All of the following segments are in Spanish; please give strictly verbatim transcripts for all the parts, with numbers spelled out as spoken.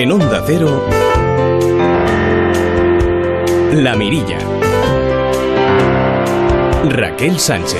En Onda Cero, La Mirilla. Raquel Sánchez.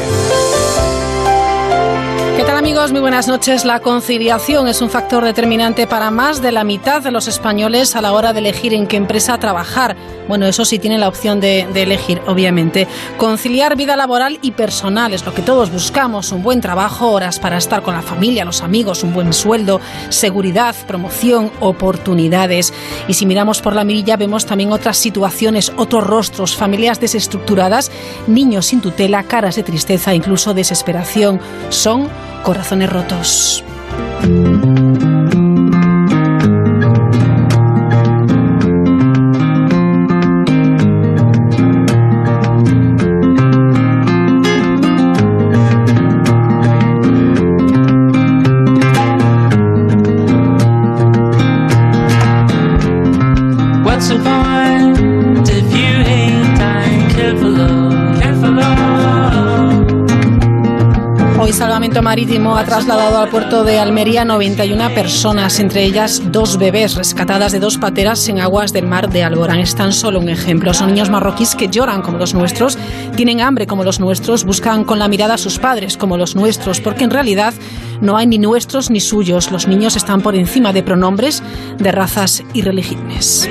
¿Qué tal, amigos? Muy buenas noches. La conciliación es un factor determinante para más de la mitad de los españoles a la hora de elegir en qué empresa trabajar. Bueno, eso sí tienen la opción de, de elegir, obviamente. Conciliar vida laboral y personal es lo que todos buscamos. Un buen trabajo, horas para estar con la familia, los amigos, un buen sueldo, seguridad, promoción, oportunidades. Y si miramos por la mirilla vemos también otras situaciones, otros rostros, familias desestructuradas, niños sin tutela, caras de tristeza, incluso desesperación. Son corazones rotos. Hoy Salvamento Marítimo ha trasladado al puerto de Almería noventa y una personas, entre ellas dos bebés rescatadas de dos pateras en aguas del mar de Alborán. Es tan solo un ejemplo. Son niños marroquíes que lloran como los nuestros, tienen hambre como los nuestros, buscan con la mirada a sus padres como los nuestros, porque en realidad no hay ni nuestros ni suyos. Los niños están por encima de pronombres, de razas y religiones.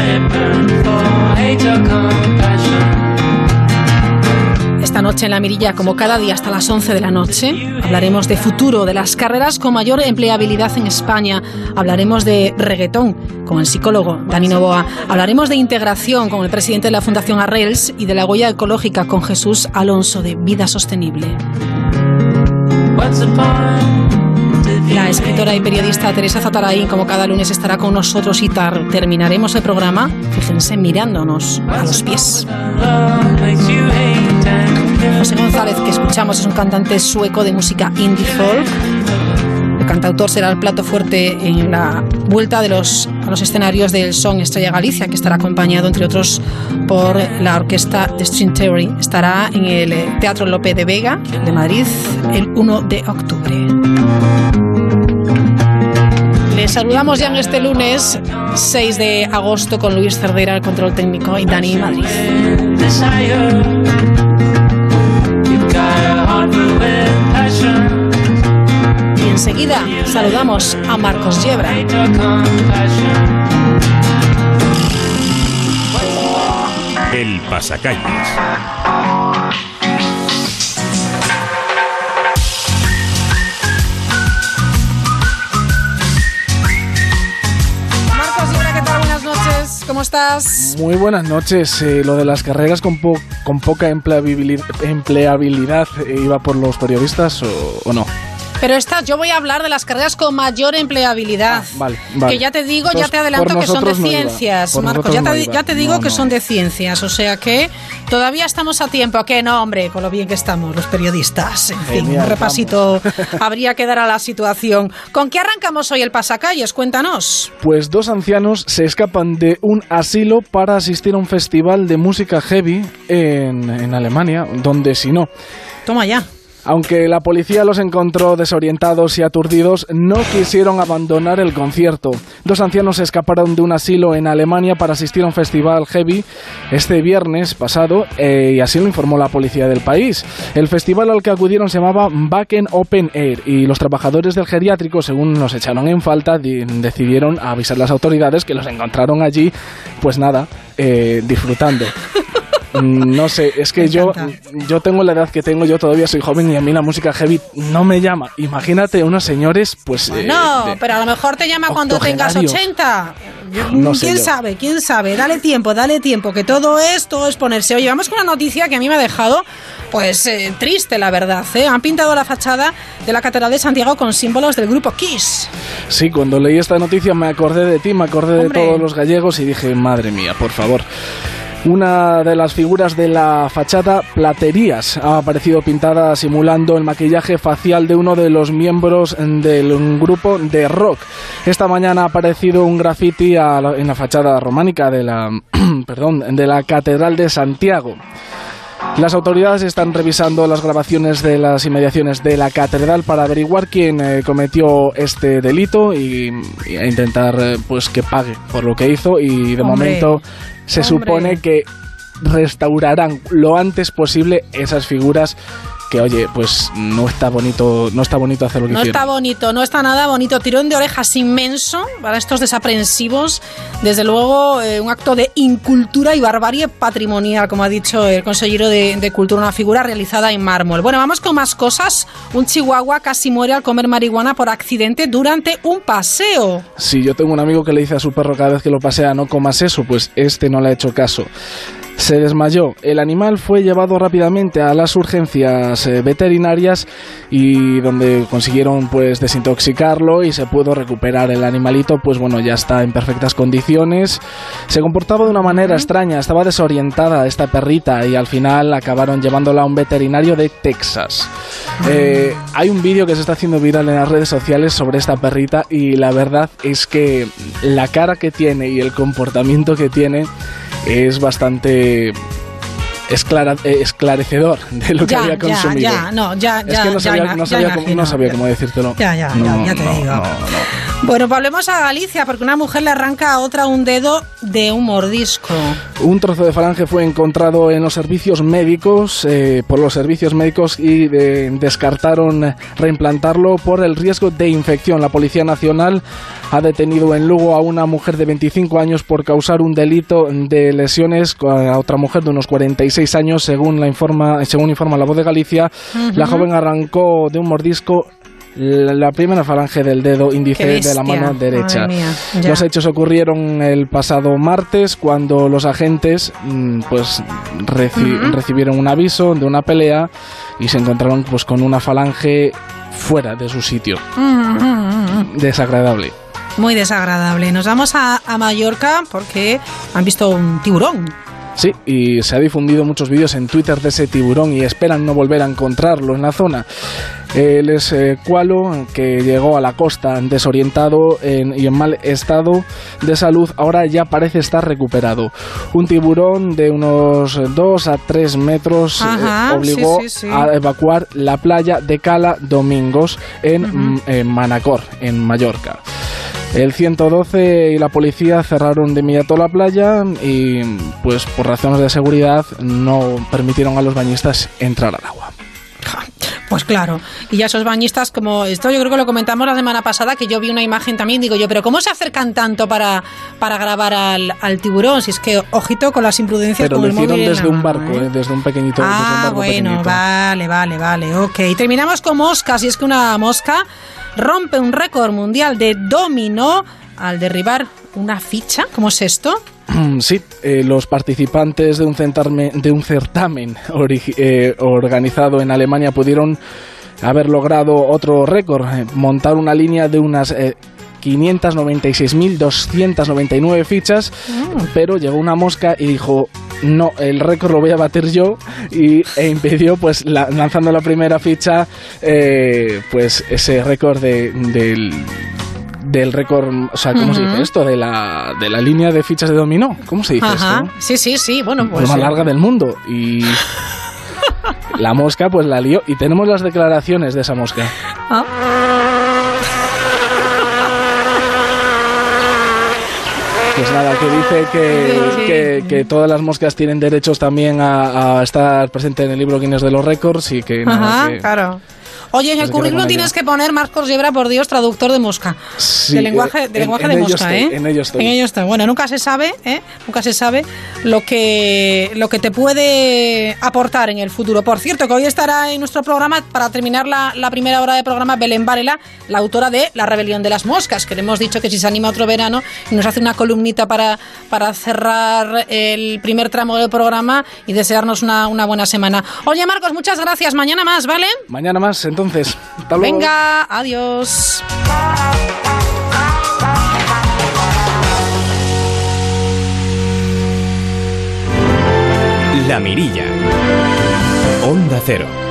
Esta noche en La Mirilla, como cada día hasta las once de la noche, hablaremos de futuro, de las carreras con mayor empleabilidad en España. Hablaremos de reggaetón con el psicólogo Dani Novoa. Hablaremos de integración con el presidente de la Fundación Arrels y de la huella ecológica con Jesús Alonso de Vida Sostenible. La escritora y periodista Teresa Zatarain, como cada lunes, estará con nosotros y tar- terminaremos el programa, fíjense, mirándonos a los pies. José González, que escuchamos, es un cantante sueco de música indie folk. El cantautor será el plato fuerte en la vuelta de los, a los escenarios del Son Estrella Galicia, que estará acompañado, entre otros, por la orquesta de String Theory. Estará en el Teatro Lope de Vega de Madrid el uno de octubre. Les saludamos ya en este lunes seis de agosto con Luis Cervera, el control técnico, y Dani Madrid. Y enseguida saludamos a Marcos Yebra. El Pasacalles. ¿Cómo estás? Muy buenas noches. Eh, lo de las carreras con, po- con poca empleabilidad, empleabilidad eh, ¿iba por los periodistas o, o no? Pero esta, yo voy a hablar de las carreras con mayor empleabilidad. Ah, vale, vale. Que ya te digo, Entonces, ya te adelanto que son de no ciencias, iba. Marcos. Ya te, no ya te digo no, que no. son de ciencias. O sea que todavía estamos a tiempo. ¿A qué no, hombre? Con lo bien que estamos los periodistas. En fin, Genial, un repasito habría que dar a la situación. ¿Con qué arrancamos hoy el Pasacalles? Cuéntanos. Pues dos ancianos se escapan de un asilo para asistir a un festival de música heavy en, en Alemania, donde si no... Toma ya. Aunque la policía los encontró desorientados y aturdidos, no quisieron abandonar el concierto. Dos ancianos se escaparon de un asilo en Alemania para asistir a un festival heavy este viernes pasado, eh, y así lo informó la policía del país. El festival al que acudieron se llamaba Wacken Open Air y los trabajadores del geriátrico, según nos echaron en falta, di- decidieron avisar a las autoridades que los encontraron allí, pues nada, eh, disfrutando. No sé, es que yo, yo tengo la edad que tengo, yo todavía soy joven y a mí la música heavy no me llama. Imagínate unos señores, pues... No, eh, pero a lo mejor te llama cuando tengas ochenta. No sé ¿Quién yo. sabe? ¿Quién sabe? Dale tiempo, dale tiempo, que todo esto es ponerse. Oye, vamos con una noticia que a mí me ha dejado, pues, eh, triste, la verdad, ¿eh? Han pintado la fachada de la Catedral de Santiago con símbolos del grupo Kiss. Sí, cuando leí esta noticia me acordé de ti, me acordé Hombre. de todos los gallegos y dije, madre mía, por favor. Una de las figuras de la fachada, Platerías, ha aparecido pintada simulando el maquillaje facial de uno de los miembros del grupo de rock. Esta mañana ha aparecido un graffiti a la, en la fachada románica de la, perdón, de la Catedral de Santiago. Las autoridades están revisando las grabaciones de las inmediaciones de la catedral para averiguar quién eh, cometió este delito y, y a intentar eh, pues que pague por lo que hizo, y de Hombre, momento se hombre. supone que restaurarán lo antes posible esas figuras que, oye, pues no está bonito, no está bonito hacer lo que No hicieron. está bonito, no está nada bonito. Tirón de orejas inmenso para estos desaprensivos. Desde luego, eh, un acto de incultura y barbarie patrimonial, como ha dicho el consejero de, de Cultura, una figura realizada en mármol. Bueno, vamos con más cosas. Un chihuahua casi muere al comer marihuana por accidente durante un paseo. Si yo tengo un amigo que le dice a su perro cada vez que lo pasea, no comas eso, pues este no le ha hecho caso. Se desmayó. El animal fue llevado rápidamente a las urgencias eh, veterinarias y donde consiguieron pues desintoxicarlo y se pudo recuperar. El animalito pues bueno, ya está en perfectas condiciones. Se comportaba de una manera extraña, estaba desorientada esta perrita y al final acabaron llevándola a un veterinario de Texas. Eh, hay un vídeo que se está haciendo viral en las redes sociales sobre esta perrita y la verdad es que la cara que tiene y el comportamiento que tiene es bastante esclara, eh, esclarecedor de lo que Ya, había consumido. Ya, ya, no, ya, ya. Es que no sabía, ya, no sabía, ya cómo, imagino. no sabía cómo decírtelo. Ya, ya, no, ya, ya te no, digo. no, no. Bueno, volvemos a Galicia porque una mujer le arranca a otra un dedo de un mordisco. Un trozo de falange fue encontrado en los servicios médicos, eh, por los servicios médicos y de, descartaron reimplantarlo por el riesgo de infección. La Policía Nacional ha detenido en Lugo a una mujer de veinticinco años por causar un delito de lesiones a otra mujer de unos cuarenta y seis años, según la informa, según informa La Voz de Galicia. Uh-huh. La joven arrancó de un mordisco La, la primera falange del dedo índice de la mano derecha. Mía, los hechos ocurrieron el pasado martes cuando los agentes pues reci uh-huh. recibieron un aviso de una pelea y se encontraron pues con una falange fuera de su sitio. Uh-huh. Desagradable. Muy desagradable. Nos vamos a, a Mallorca porque han visto un tiburón. Sí, y se ha difundido muchos vídeos en Twitter de ese tiburón y esperan no volver a encontrarlo en la zona. El escualo que llegó a la costa desorientado en, y en mal estado de salud ahora ya parece estar recuperado. Un tiburón de unos dos a tres metros Ajá, eh, obligó sí, sí, sí. a evacuar la playa de Cala Domingos en, uh-huh. en Manacor, en Mallorca. El ciento doce y la policía cerraron de inmediato la playa y, pues por razones de seguridad, no permitieron a los bañistas entrar al agua. Pues claro, y ya esos bañistas, como esto yo creo que lo comentamos la semana pasada, que yo vi una imagen también, digo yo, pero ¿cómo se acercan tanto para, para grabar al, al tiburón? Si es que, ojito con las imprudencias. Pero con lo el hicieron móvil desde en la un mano, barco, ¿eh? ¿eh? desde un pequeñito. Ah, desde un barco bueno, pequeñito. vale, vale, vale, ok. Y terminamos con moscas, y es que una mosca rompe un récord mundial de dominó al derribar una ficha. ¿Cómo es esto? Sí, eh, los participantes de un certamen, de un certamen ori- eh, organizado en Alemania pudieron haber logrado otro récord, eh, montar una línea de unas eh, quinientas noventa y seis mil doscientas noventa y nueve fichas, mm. pero llegó una mosca y dijo, no, el récord lo voy a batir yo, y, e impidió, pues la, lanzando la primera ficha, eh, pues ese récord de, del... del récord, o sea, ¿cómo uh-huh. se dice esto? De la, de la línea de fichas de dominó. ¿Cómo se dice Ajá. esto? Sí, sí, sí, bueno, pues... La más sí. larga del mundo. Y la mosca, pues la lió. Y tenemos las declaraciones de esa mosca. Ah. Pues nada, que dice que, sí, sí. que, que todas las moscas tienen derechos también a, a estar presentes en el libro Guinness de los récords y que... Nada, Ajá, que, claro. Oye, en el currículum tienes que poner Marcos Yebra, por Dios, traductor de mosca. Sí, de lenguaje, de, en, lenguaje en de ello mosca, estoy, ¿eh? En ello estoy. En ello estoy. Bueno, nunca se sabe, ¿eh? Nunca se sabe lo que, lo que te puede aportar en el futuro. Por cierto, que hoy estará en nuestro programa, para terminar la, la primera hora de programa, Belén Varela, la autora de La rebelión de las moscas, que le hemos dicho que si se anima otro verano y nos hace una columnita para, para cerrar el primer tramo del programa y desearnos una, una buena semana. Oye, Marcos, muchas gracias. Mañana más, ¿vale? Mañana más, entonces. Hasta luego. Venga, adiós. La Mirilla. Onda Cero.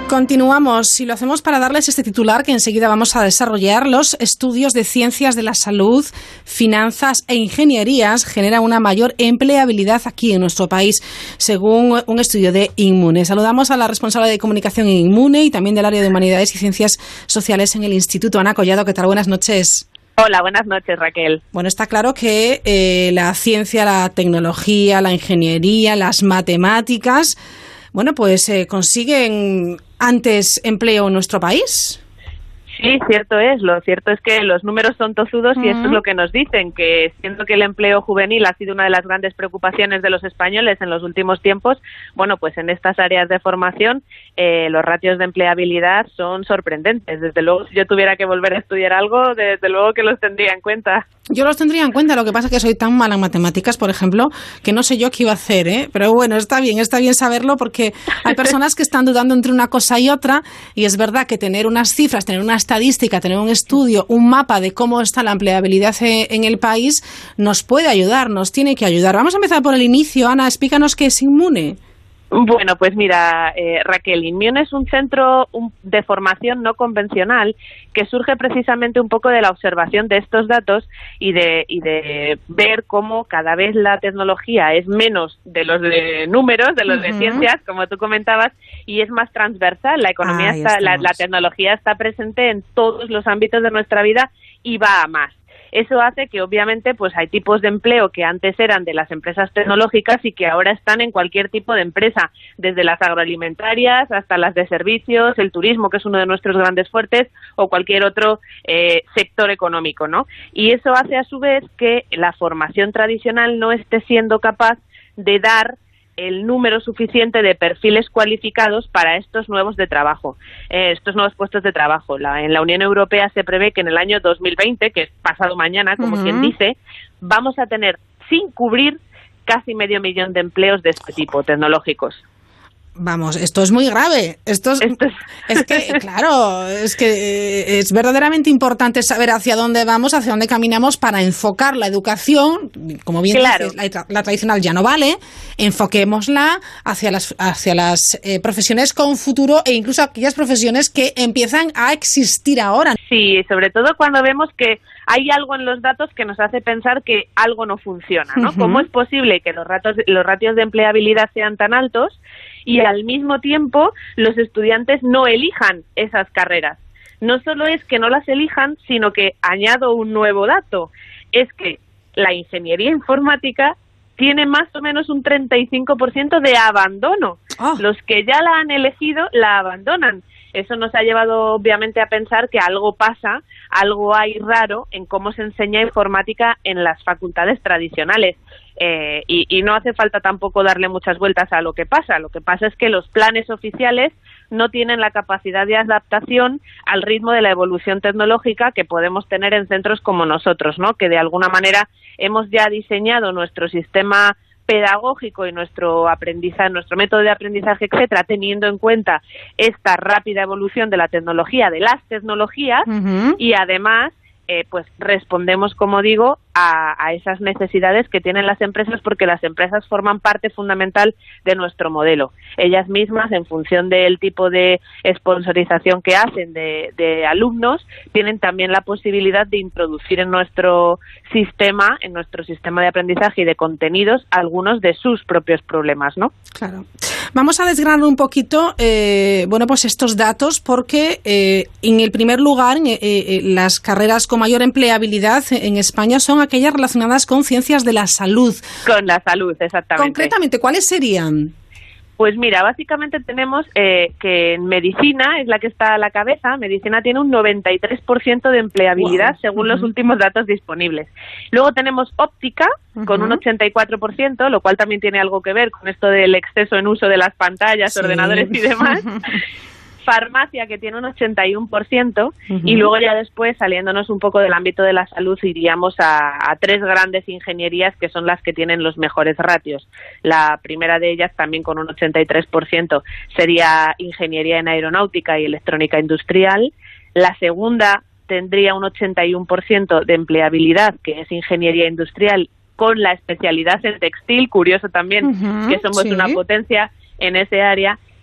Continuamos y lo hacemos para darles este titular que enseguida vamos a desarrollar. Los estudios de ciencias de la salud, finanzas e ingenierías generan una mayor empleabilidad aquí en nuestro país, según un estudio de Inmune. Saludamos a la responsable de comunicación en Inmune y también del área de humanidades y ciencias sociales en el Instituto, Ana Collado. ¿Qué tal? Buenas noches. Hola, buenas noches, Raquel. Bueno, está claro que eh, la ciencia, la tecnología, la ingeniería, las matemáticas, bueno, pues eh, consiguen antes empleo en nuestro país. Sí, cierto es. Lo cierto es que los números son tozudos y uh-huh. esto es lo que nos dicen, que siendo que el empleo juvenil ha sido una de las grandes preocupaciones de los españoles en los últimos tiempos, bueno, pues en estas áreas de formación eh, los ratios de empleabilidad son sorprendentes. Desde luego, si yo tuviera que volver a estudiar algo, desde luego que los tendría en cuenta. Yo los tendría en cuenta, lo que pasa es que soy tan mala en matemáticas, por ejemplo, que no sé yo qué iba a hacer, ¿eh? Pero bueno, está bien, está bien saberlo porque hay personas que están dudando entre una cosa y otra y es verdad que tener unas cifras, tener una estadística, tener un estudio, un mapa de cómo está la empleabilidad en el país nos puede ayudar, nos tiene que ayudar. Vamos a empezar por el inicio. Ana, explícanos qué es Inmune. Bueno, pues mira, eh, Raquel, Inmune es un centro de formación no convencional que surge precisamente un poco de la observación de estos datos y de, y de ver cómo cada vez la tecnología es menos de los de números, de los uh-huh. de ciencias, como tú comentabas, y es más transversal. La economía, está, la, la tecnología está presente en todos los ámbitos de nuestra vida y va a más. Eso hace que obviamente pues hay tipos de empleo que antes eran de las empresas tecnológicas y que ahora están en cualquier tipo de empresa, desde las agroalimentarias hasta las de servicios, el turismo, que es uno de nuestros grandes fuertes, o cualquier otro eh, sector económico, ¿no? Y eso hace a su vez que la formación tradicional no esté siendo capaz de dar el número suficiente de perfiles cualificados para estos nuevos de trabajo, eh, estos nuevos puestos de trabajo. La, en la Unión Europea se prevé que en el año dos mil veinte, que es pasado mañana, como uh-huh. quien dice, vamos a tener sin cubrir casi medio millón de empleos de este tipo, tecnológicos. Vamos, esto es muy grave. Esto es, esto es... es que, claro, es que es verdaderamente importante saber hacia dónde vamos, hacia dónde caminamos para enfocar la educación, como bien claro. dices, la, la tradicional ya no vale, enfoquémosla hacia las, hacia las eh, profesiones con futuro e incluso aquellas profesiones que empiezan a existir ahora. Sí, sobre todo cuando vemos que hay algo en los datos que nos hace pensar que algo no funciona, ¿no? Uh-huh. ¿Cómo es posible que los, ratos, los ratios de empleabilidad sean tan altos y al mismo tiempo los estudiantes no elijan esas carreras? No solo es que no las elijan, sino que añado un nuevo dato, es que la ingeniería informática tiene más o menos un treinta y cinco por ciento de abandono. Oh. Los que ya la han elegido la abandonan. Eso nos ha llevado obviamente a pensar que algo pasa, algo hay raro en cómo se enseña informática en las facultades tradicionales. Eh, y, y no hace falta tampoco darle muchas vueltas a lo que pasa. Lo que pasa es que los planes oficiales no tienen la capacidad de adaptación al ritmo de la evolución tecnológica que podemos tener en centros como nosotros, ¿no? Que de alguna manera hemos ya diseñado nuestro sistema pedagógico y nuestro aprendizaje, nuestro método de aprendizaje, etcétera, teniendo en cuenta esta rápida evolución de la tecnología, de las tecnologías, uh-huh. y además eh, pues respondemos, como digo, a, a esas necesidades que tienen las empresas, porque las empresas forman parte fundamental de nuestro modelo. Ellas mismas, en función del tipo de sponsorización que hacen de, de alumnos, tienen también la posibilidad de introducir en nuestro sistema, en nuestro sistema de aprendizaje y de contenidos, algunos de sus propios problemas, ¿no? Claro. Vamos a desgranar un poquito, eh, bueno, pues estos datos, porque eh, en el primer lugar, eh, eh, las carreras con mayor empleabilidad en España son aquellas relacionadas con ciencias de la salud. Con la salud, exactamente. Concretamente, ¿cuáles serían? Pues mira, básicamente tenemos eh, que en medicina es la que está a la cabeza. Medicina tiene un noventa y tres por ciento de empleabilidad, wow. según uh-huh. los últimos datos disponibles. Luego tenemos óptica, uh-huh. con un ochenta y cuatro por ciento, lo cual también tiene algo que ver con esto del exceso en uso de las pantallas, sí. ordenadores y demás. Farmacia, que tiene un ochenta y uno por ciento, uh-huh. y luego ya después, saliéndonos un poco del ámbito de la salud, iríamos a, a tres grandes ingenierías que son las que tienen los mejores ratios. La primera de ellas, también con un ochenta y tres por ciento, sería ingeniería en aeronáutica y electrónica industrial. La segunda tendría un ochenta y uno por ciento de empleabilidad, que es ingeniería industrial, con la especialidad en textil, curioso también, uh-huh, que somos sí. una potencia en ese área.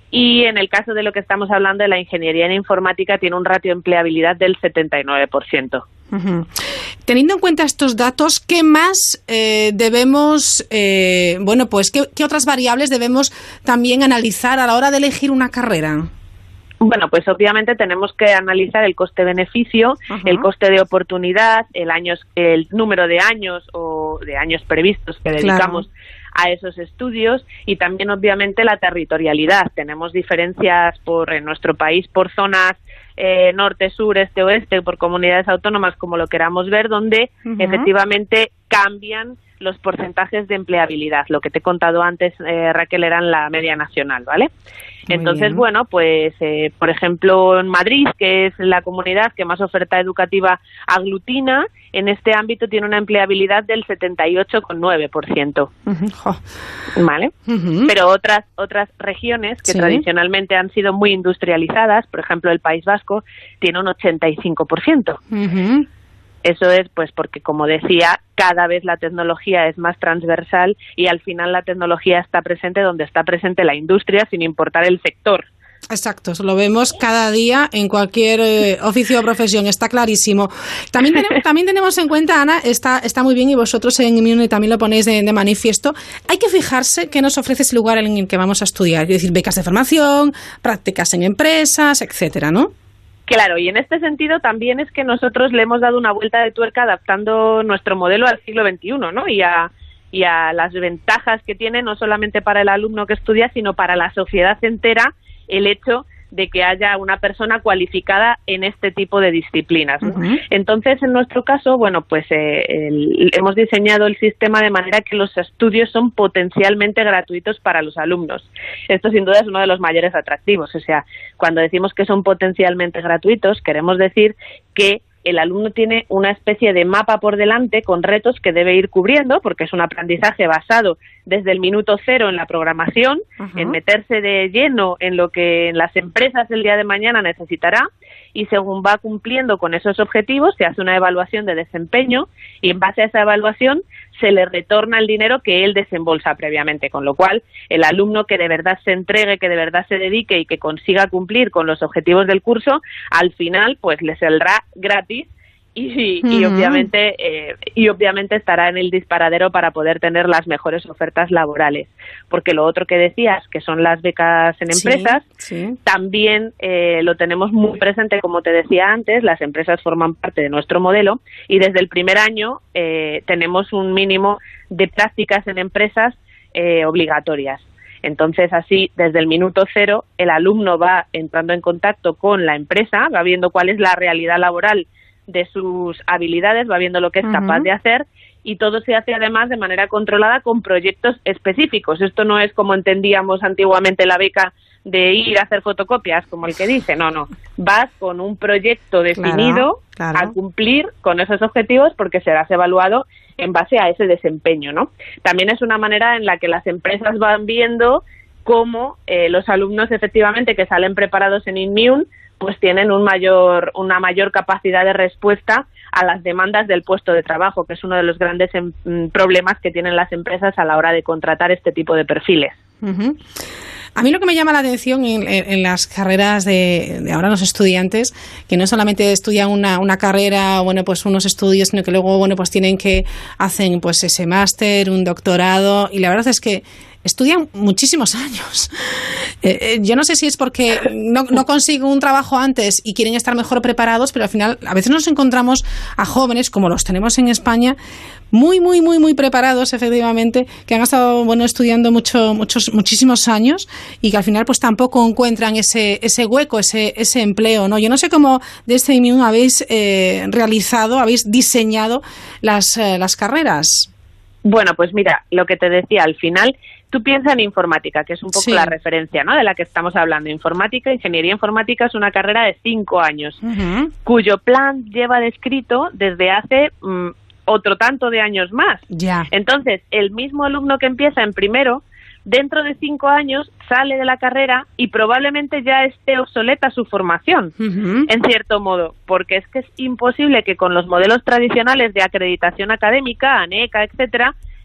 y en el caso de lo que estamos hablando de la ingeniería en informática tiene un ratio de empleabilidad del setenta y nueve por ciento. Uh-huh. Teniendo en cuenta estos datos, ¿qué más eh, debemos, eh, bueno, pues ¿qué, qué otras variables debemos también analizar a la hora de elegir una carrera? Bueno, pues obviamente tenemos que analizar el coste-beneficio, uh-huh. el coste de oportunidad, el años, el número de años o de años previstos que dedicamos claro. a esos estudios, y también obviamente la territorialidad. Tenemos diferencias por en nuestro país por zonas eh, norte, sur, este, oeste, por comunidades autónomas, como lo queramos ver, donde uh-huh. efectivamente cambian los porcentajes de empleabilidad. Lo que te he contado antes, eh, Raquel, eran la media nacional, ¿vale? Muy Entonces, bien. bueno, pues, eh, por ejemplo, en Madrid, que es la comunidad que más oferta educativa aglutina, en este ámbito tiene una empleabilidad del setenta y ocho coma nueve por ciento. Uh-huh. ¿Vale? Uh-huh. Pero otras otras regiones que ¿Sí? tradicionalmente han sido muy industrializadas, por ejemplo, el País Vasco, tiene un ochenta y cinco por ciento. Uh-huh. Eso es pues porque, como decía, cada vez la tecnología es más transversal y al final la tecnología está presente donde está presente la industria, sin importar el sector. Exacto, eso lo vemos cada día en cualquier eh, oficio o profesión, está clarísimo. También tenemos, también tenemos en cuenta, Ana, está, está muy bien, y vosotros en Immune también lo ponéis de, de manifiesto, hay que fijarse qué nos ofrece ese lugar en el que vamos a estudiar, es decir, becas de formación, prácticas en empresas, etcétera, ¿no? Claro, y en este sentido también es que nosotros le hemos dado una vuelta de tuerca adaptando nuestro modelo al siglo veintiuno, ¿no? Y a, y a las ventajas que tiene no solamente para el alumno que estudia, sino para la sociedad entera, el hecho de que haya una persona cualificada en este tipo de disciplinas, ¿no? Uh-huh. Entonces, en nuestro caso, bueno, pues eh, el, hemos diseñado el sistema de manera que los estudios son potencialmente gratuitos para los alumnos. Esto, sin duda, es uno de los mayores atractivos. O sea, cuando decimos que son potencialmente gratuitos, queremos decir que el alumno tiene una especie de mapa por delante con retos que debe ir cubriendo, porque es un aprendizaje basado desde el minuto cero en la programación, uh-huh. en meterse de lleno en lo que en las empresas el día de mañana necesitará, y según va cumpliendo con esos objetivos se hace una evaluación de desempeño y en base a esa evaluación se le retorna el dinero que él desembolsa previamente, con lo cual el alumno que de verdad se entregue, que de verdad se dedique y que consiga cumplir con los objetivos del curso, al final pues le saldrá gratis y, y, uh-huh. obviamente eh, y obviamente estará en el disparadero para poder tener las mejores ofertas laborales. Porque lo otro que decías, que son las becas en empresas, sí, sí. también eh, lo tenemos muy presente, como te decía antes, las empresas forman parte de nuestro modelo y desde el primer año eh, tenemos un mínimo de prácticas en empresas eh, obligatorias. Entonces, así, desde el minuto cero, el alumno va entrando en contacto con la empresa, va viendo cuál es la realidad laboral de sus habilidades, va viendo lo que es uh-huh. capaz de hacer, y todo se hace además de manera controlada con proyectos específicos. Esto no es como entendíamos antiguamente la beca de ir a hacer fotocopias, como el que dice, no, no. Vas con un proyecto definido claro, claro. a cumplir con esos objetivos porque serás evaluado en base a ese desempeño, ¿no? También es una manera en la que las empresas van viendo cómo eh, los alumnos efectivamente que salen preparados en Immune pues tienen un mayor, una mayor capacidad de respuesta a las demandas del puesto de trabajo, que es uno de los grandes em, problemas que tienen las empresas a la hora de contratar este tipo de perfiles. Uh-huh. A mí lo que me llama la atención en, en, en las carreras de, de ahora los estudiantes, que no solamente estudian una, una carrera, bueno, pues unos estudios, sino que luego, bueno, pues tienen que hacen pues ese máster, un doctorado, y la verdad es que estudian muchísimos años. Eh, eh, yo no sé si es porque no, no consiguen un trabajo antes y quieren estar mejor preparados, pero al final a veces nos encontramos a jóvenes, como los tenemos en España, muy, muy, muy, muy preparados, efectivamente, que han estado, bueno, estudiando mucho, muchos, muchísimos años y que al final pues tampoco encuentran ese, ese hueco, ese, ese empleo, ¿no? Yo no sé cómo desde Immune habéis eh, realizado, habéis diseñado las, eh, las carreras. Bueno, pues mira, lo que te decía, al final tú piensas en informática, que es un poco sí. la referencia, ¿no?, de la que estamos hablando. Informática, ingeniería informática es una carrera de cinco años, uh-huh. cuyo plan lleva descrito desde hace mmm, otro tanto de años más. Ya. Entonces, el mismo alumno que empieza en primero, dentro de cinco años sale de la carrera y probablemente ya esté obsoleta su formación, uh-huh. en cierto modo, porque es que es imposible que con los modelos tradicionales de acreditación académica, ANECA, etcétera,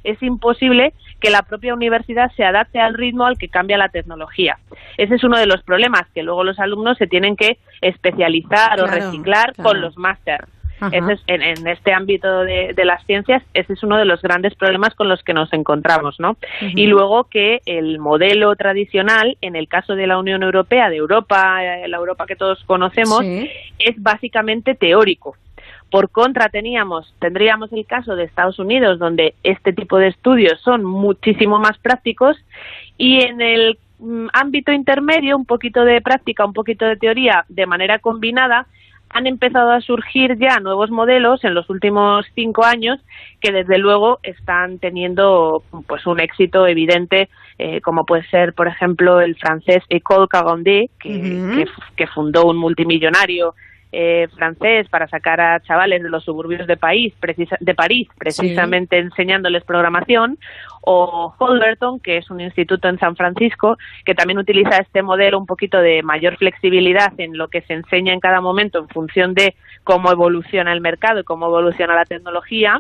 es imposible que la propia universidad se adapte al ritmo al que cambia la tecnología. Ese es uno de los problemas, que luego los alumnos se tienen que especializar claro, o reciclar claro. con los máster. Ese es, en, en este ámbito de, de las ciencias, ese es uno de los grandes problemas con los que nos encontramos, ¿no? Uh-huh. Y luego que el modelo tradicional, en el caso de la Unión Europea, de Europa, la Europa que todos conocemos, sí. es básicamente teórico. Por contra, teníamos, tendríamos el caso de Estados Unidos, donde este tipo de estudios son muchísimo más prácticos, y en el mm, ámbito intermedio, un poquito de práctica, un poquito de teoría, de manera combinada, han empezado a surgir ya nuevos modelos en los últimos cinco años que desde luego están teniendo pues un éxito evidente, eh, como puede ser, por ejemplo, el francés École Carondelet, que, uh-huh. que, que fundó un multimillonario eh, francés para sacar a chavales de los suburbios de, país, precisa, de París, precisamente sí. enseñándoles programación, o Holberton, que es un instituto en San Francisco, que también utiliza este modelo un poquito de mayor flexibilidad en lo que se enseña en cada momento en función de cómo evoluciona el mercado y cómo evoluciona la tecnología,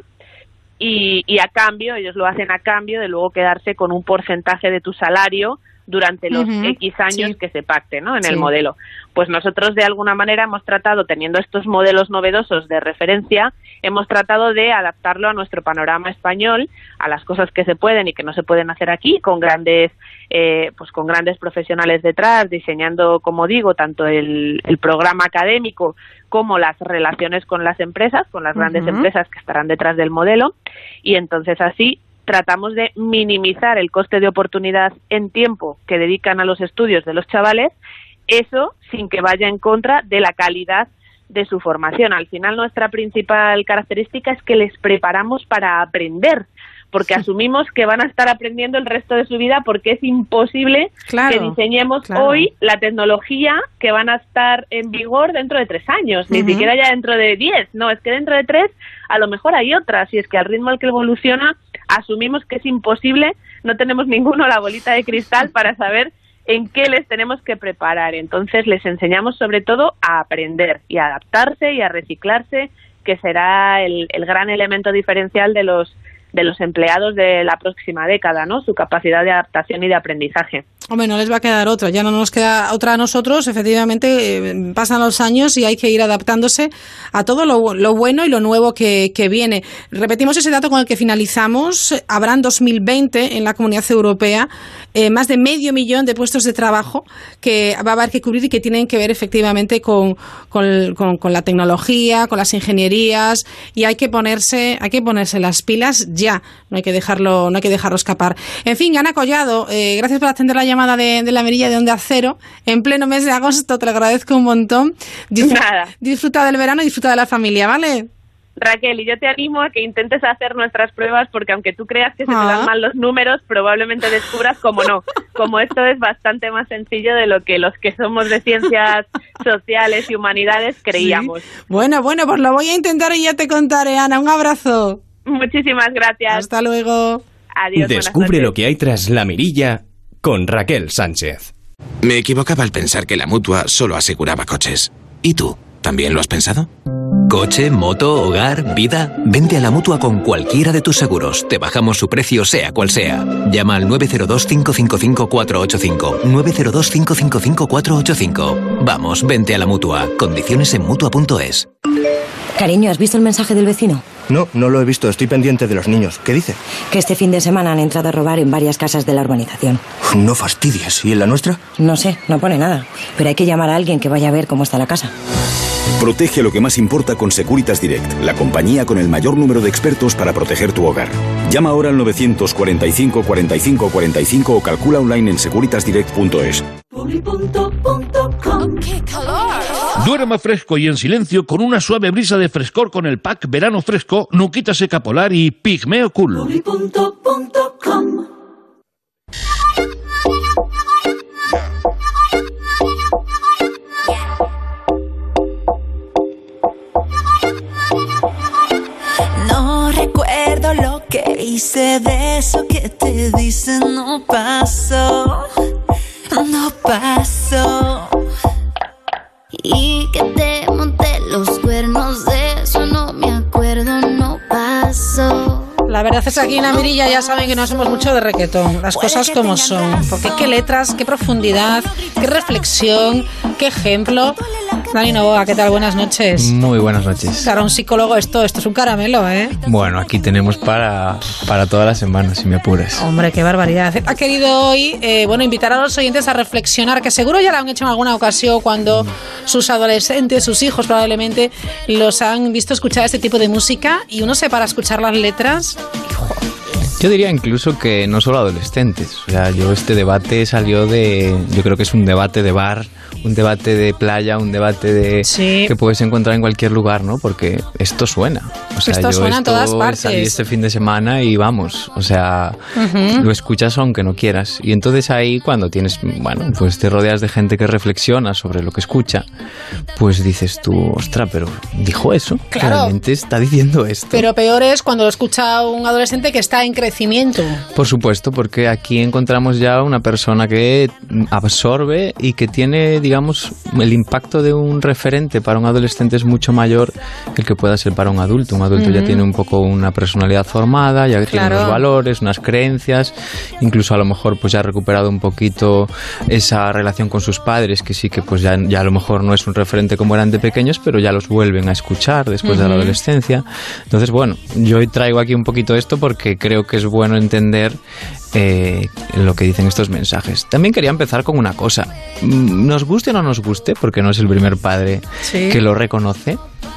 y, y a cambio, ellos lo hacen a cambio de luego quedarse con un porcentaje de tu salario durante los uh-huh. X años sí. que se pacte, ¿no? En sí. el modelo. Pues nosotros de alguna manera hemos tratado, teniendo estos modelos novedosos de referencia, hemos tratado de adaptarlo a nuestro panorama español, a las cosas que se pueden y que no se pueden hacer aquí, con grandes, eh, pues con grandes profesionales detrás, diseñando, como digo, tanto el, el programa académico como las relaciones con las empresas, con las grandes uh-huh. empresas que estarán detrás del modelo, y entonces así tratamos de minimizar el coste de oportunidad en tiempo que dedican a los estudios de los chavales, eso sin que vaya en contra de la calidad de su formación. Al final, nuestra principal característica es que les preparamos para aprender, porque asumimos que van a estar aprendiendo el resto de su vida, porque es imposible claro, que diseñemos claro. hoy la tecnología que van a estar en vigor dentro de tres años, uh-huh. ni siquiera ya dentro de diez, no, es que dentro de tres a lo mejor hay otras, y es que al ritmo al que evoluciona asumimos que es imposible, no tenemos ninguno la bolita de cristal para saber en qué les tenemos que preparar. Entonces les enseñamos sobre todo a aprender y a adaptarse y a reciclarse, que será el, el gran elemento diferencial de los de los empleados de la próxima década, ¿no? Su capacidad de adaptación y de aprendizaje. Hombre, no les va a quedar otra, ya no nos queda otra a nosotros, efectivamente, eh, pasan los años y hay que ir adaptándose a todo lo, lo bueno y lo nuevo que, que viene. Repetimos ese dato con el que finalizamos, habrá en dos mil veinte en la Comunidad Europea eh, más de medio millón de puestos de trabajo que va a haber que cubrir y que tienen que ver efectivamente con, con, con, con la tecnología, con las ingenierías, y hay que ponerse, hay que ponerse las pilas ya, no hay que dejarlo, no hay que dejarlo escapar. En fin, Ana Collado, eh, gracias por atender la llamada de, de la Mirilla de Onda Cero en pleno mes de agosto, te lo agradezco un montón. Disfruta, Nada. disfruta del verano y disfruta de la familia, ¿vale? Raquel, y yo te animo a que intentes hacer nuestras pruebas, porque aunque tú creas que se ah. te dan mal los números, probablemente descubras como no, como esto es bastante más sencillo de lo que los que somos de ciencias sociales y humanidades creíamos. Sí. Bueno, bueno, pues lo voy a intentar y ya te contaré, Ana. Un abrazo. Muchísimas gracias. Hasta luego. Adiós. Descubre lo que hay tras la mirilla con Raquel Sánchez. Me equivocaba al pensar que la Mutua solo aseguraba coches. ¿Y tú? ¿También lo has pensado? Coche, moto, hogar, vida. Vente a la Mutua con cualquiera de tus seguros. Te bajamos su precio sea cual sea. Llama al nueve cero dos, cinco cinco cinco, cuatro ocho cinco. nueve cero dos, cinco cinco cinco, cuatro ocho cinco. Vamos, vente a la Mutua. Condiciones en Mutua punto es. Cariño, ¿has visto el mensaje del vecino? No, no lo he visto. Estoy pendiente de los niños. ¿Qué dice? Que este fin de semana han entrado a robar en varias casas de la urbanización. No fastidies. ¿Y en la nuestra? No sé, no pone nada. Pero hay que llamar a alguien que vaya a ver cómo está la casa. Protege lo que más importa con Securitas Direct, la compañía con el mayor número de expertos para proteger tu hogar. Llama ahora al novecientos cuarenta y cinco, cuarenta y cinco, cuarenta y cinco o calcula online en securitas direct punto es. Duerma fresco y en silencio con una suave brisa de frescor con el pack Verano Fresco, Nuquita Seca Polar y Pigmeo Cool. No recuerdo lo que hice, de eso que te dicen no pasó, no pasó. Y que te monté los cuernos, de eso no me acuerdo, no pasó. La La verdad es que aquí en la mirilla ya saben que no hacemos mucho de reggaetón, las cosas como son, porque qué letras, qué profundidad, qué reflexión, qué ejemplo. Dani Novoa, ¿qué tal? Buenas noches. Muy buenas noches. Claro, un psicólogo esto, esto es un caramelo, ¿eh? Bueno, aquí tenemos para, para toda la semana, si me apuras. Hombre, qué barbaridad. Ha querido hoy, eh, bueno, invitar a los oyentes a reflexionar, que seguro ya lo han hecho en alguna ocasión cuando sus adolescentes, sus hijos probablemente, los han visto escuchar este tipo de música y uno se para a escuchar las letras. Yo diría incluso que no solo adolescentes. O sea, yo este debate salió de... Yo creo que es un debate de bar, un debate de playa, un debate de sí. que puedes encontrar en cualquier lugar, ¿no? Porque esto suena. O sea, esto yo suena esto en todas partes. Salí este fin de semana y vamos, o sea, uh-huh. lo escuchas aunque no quieras. Y entonces ahí cuando tienes, bueno, pues te rodeas de gente que reflexiona sobre lo que escucha, pues dices tú, ostra, pero dijo eso, claro. realmente está diciendo esto. Pero peor es cuando lo escucha un adolescente que está en crecimiento. Por supuesto, porque aquí encontramos ya una persona que absorbe y que tiene, digamos, el impacto de un referente para un adolescente es mucho mayor que el que pueda ser para un adulto. Un adulto uh-huh. ya tiene un poco una personalidad formada, ya tiene claro. unos valores, unas creencias, incluso a lo mejor pues ya ha recuperado un poquito esa relación con sus padres, que sí que pues ya, ya a lo mejor no es un referente como eran de pequeños, pero ya los vuelven a escuchar después uh-huh. de la adolescencia. Entonces, bueno, yo hoy traigo aquí un poquito esto porque creo que es bueno entender eh, lo que dicen estos mensajes. También quería empezar con una cosa. Nos guste o no nos guste, porque no es el primer padre sí. que lo reconoce,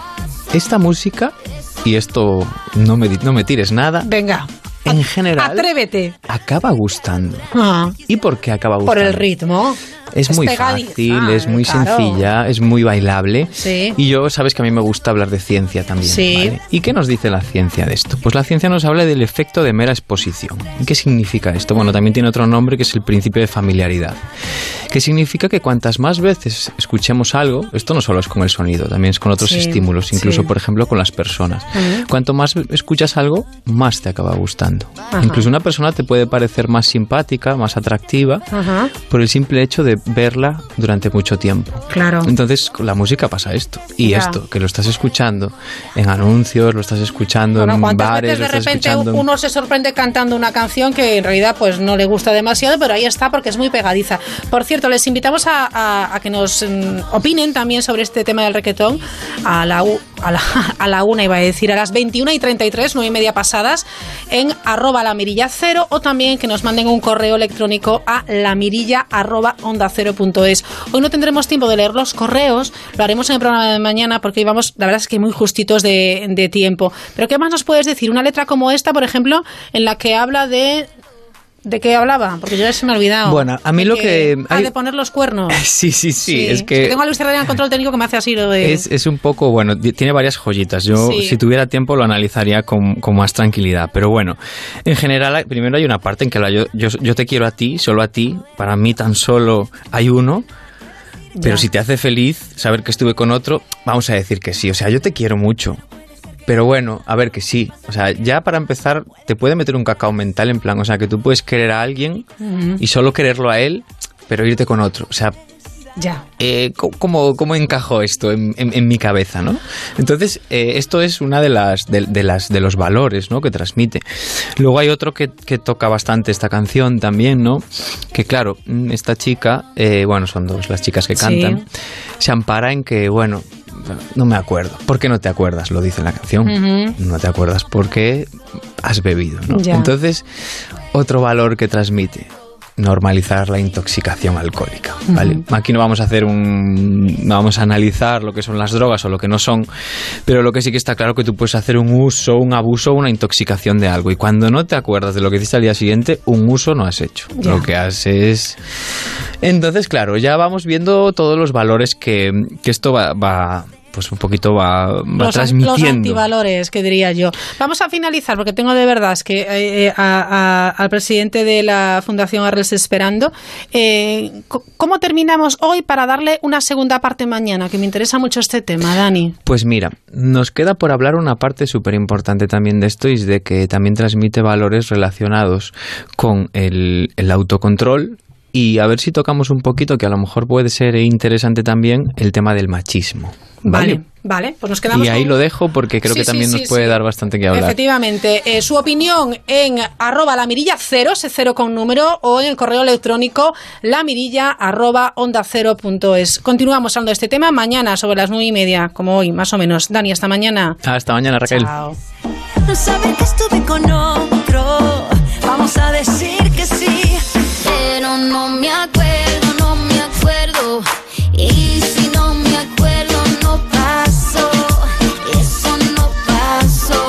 esta música, y esto no me, no me tires nada. Venga. En general, atrévete. Acaba gustando. Ah. ¿Y por qué acaba gustando? Por el ritmo. Es, es muy pegadiza. fácil, es muy claro. sencilla, es muy bailable. Sí. Y yo, sabes que a mí me gusta hablar de ciencia también. Sí. ¿Vale? ¿Y qué nos dice la ciencia de esto? Pues la ciencia nos habla del efecto de mera exposición. ¿Y qué significa esto? Bueno, también tiene otro nombre que es el principio de familiaridad. Que significa que cuantas más veces escuchemos algo, esto no solo es con el sonido, también es con otros sí. estímulos, incluso sí. por ejemplo con las personas. Uh-huh. Cuanto más escuchas algo, más te acaba gustando. Ajá. Incluso una persona te puede parecer más simpática, más atractiva, Ajá. por el simple hecho de verla durante mucho tiempo. Claro. Entonces, con la música pasa esto. Y ya. esto, que lo estás escuchando en anuncios, lo estás escuchando bueno, en ¿cuántas bares, veces lo de estás repente escuchando... uno se sorprende cantando una canción que en realidad pues no le gusta demasiado, pero ahí está porque es muy pegadiza. Por cierto, les invitamos a, a, a que nos um, opinen también sobre este tema del reggaetón a la, a la, a la una, iba a decir, a las veintiuna y treinta y tres, nueve y media pasadas, en arroba la mirilla cero, o también que nos manden un correo electrónico a lamirilla arroba onda cero punto es. Hoy no tendremos tiempo de leer los correos, lo haremos en el programa de mañana porque íbamos, la verdad es que muy justitos de, de tiempo. Pero ¿qué más nos puedes decir? Una letra como esta, por ejemplo, en la que habla de... ¿De qué hablaba? Porque yo ya se me ha olvidado. Bueno, a mí de lo que... que... Ah, hay... de poner los cuernos. Sí, sí, sí, sí. Es que... Es que tengo a Luis Herrera en control técnico que me hace así lo de... Es, es un poco, bueno, tiene varias joyitas. Yo, sí. si tuviera tiempo, lo analizaría con, con más tranquilidad. Pero bueno, en general, primero hay una parte en que la, yo, yo, yo te quiero a ti, solo a ti. Para mí tan solo hay uno. Pero ya. si te hace feliz saber que estuve con otro, vamos a decir que sí. O sea, yo te quiero mucho. Pero bueno, a ver que sí. O sea, ya para empezar, te puede meter un cacao mental en plan, o sea, que tú puedes querer a alguien uh-huh. y solo quererlo a él, pero irte con otro. O sea, ya. Eh, ¿cómo, ¿Cómo encajó esto en, en, en mi cabeza, no? Entonces, eh, esto es una de las de, de las de los valores, ¿no?, que transmite. Luego hay otro que, que toca bastante esta canción también, ¿no? Que claro, esta chica, eh, bueno, son dos las chicas que cantan, sí. se ampara en que, bueno, no me acuerdo. ¿Por qué no te acuerdas? Lo dice la canción. Uh-huh. No te acuerdas porque has bebido, ¿no? Ya. Entonces, otro valor que transmite: normalizar la intoxicación alcohólica, ¿vale? Uh-huh. Aquí no vamos a hacer un... no vamos a analizar lo que son las drogas o lo que no son, pero lo que sí que está claro que tú puedes hacer un uso, un abuso, una intoxicación de algo, y cuando no te acuerdas de lo que hiciste al día siguiente, un uso no has hecho. Yeah. Lo que haces... Entonces, claro, ya vamos viendo todos los valores que, que esto va... va pues un poquito va, va los, transmitiendo. Los antivalores, que diría yo. Vamos a finalizar, porque tengo de verdad es que eh, a, a, al presidente de la Fundación Arrels esperando. Eh, ¿Cómo terminamos hoy para darle una segunda parte mañana? Que me interesa mucho este tema, Dani. Pues mira, nos queda por hablar una parte súper importante también de esto, y es de que también transmite valores relacionados con el, el autocontrol. Y a ver si tocamos un poquito, que a lo mejor puede ser interesante también, el tema del machismo. ¿Vale? Vale. Vale, pues nos quedamos Y ahí con... lo dejo porque creo Sí, que también sí, nos sí, puede sí. dar bastante que hablar. Efectivamente. Eh, su opinión en arroba la mirilla cero, ese cero con número, o en el correo electrónico lamirilla arroba onda cero punto es. Continuamos hablando de este tema mañana sobre las nueve y media, como hoy, más o menos. Dani, hasta mañana. Hasta mañana, Raquel. Chao. Saber que estuve con otro, vamos a decir que sí, pero no me acuerdo, no me acuerdo. Y si no me acuerdo, no pasó, eso no pasó.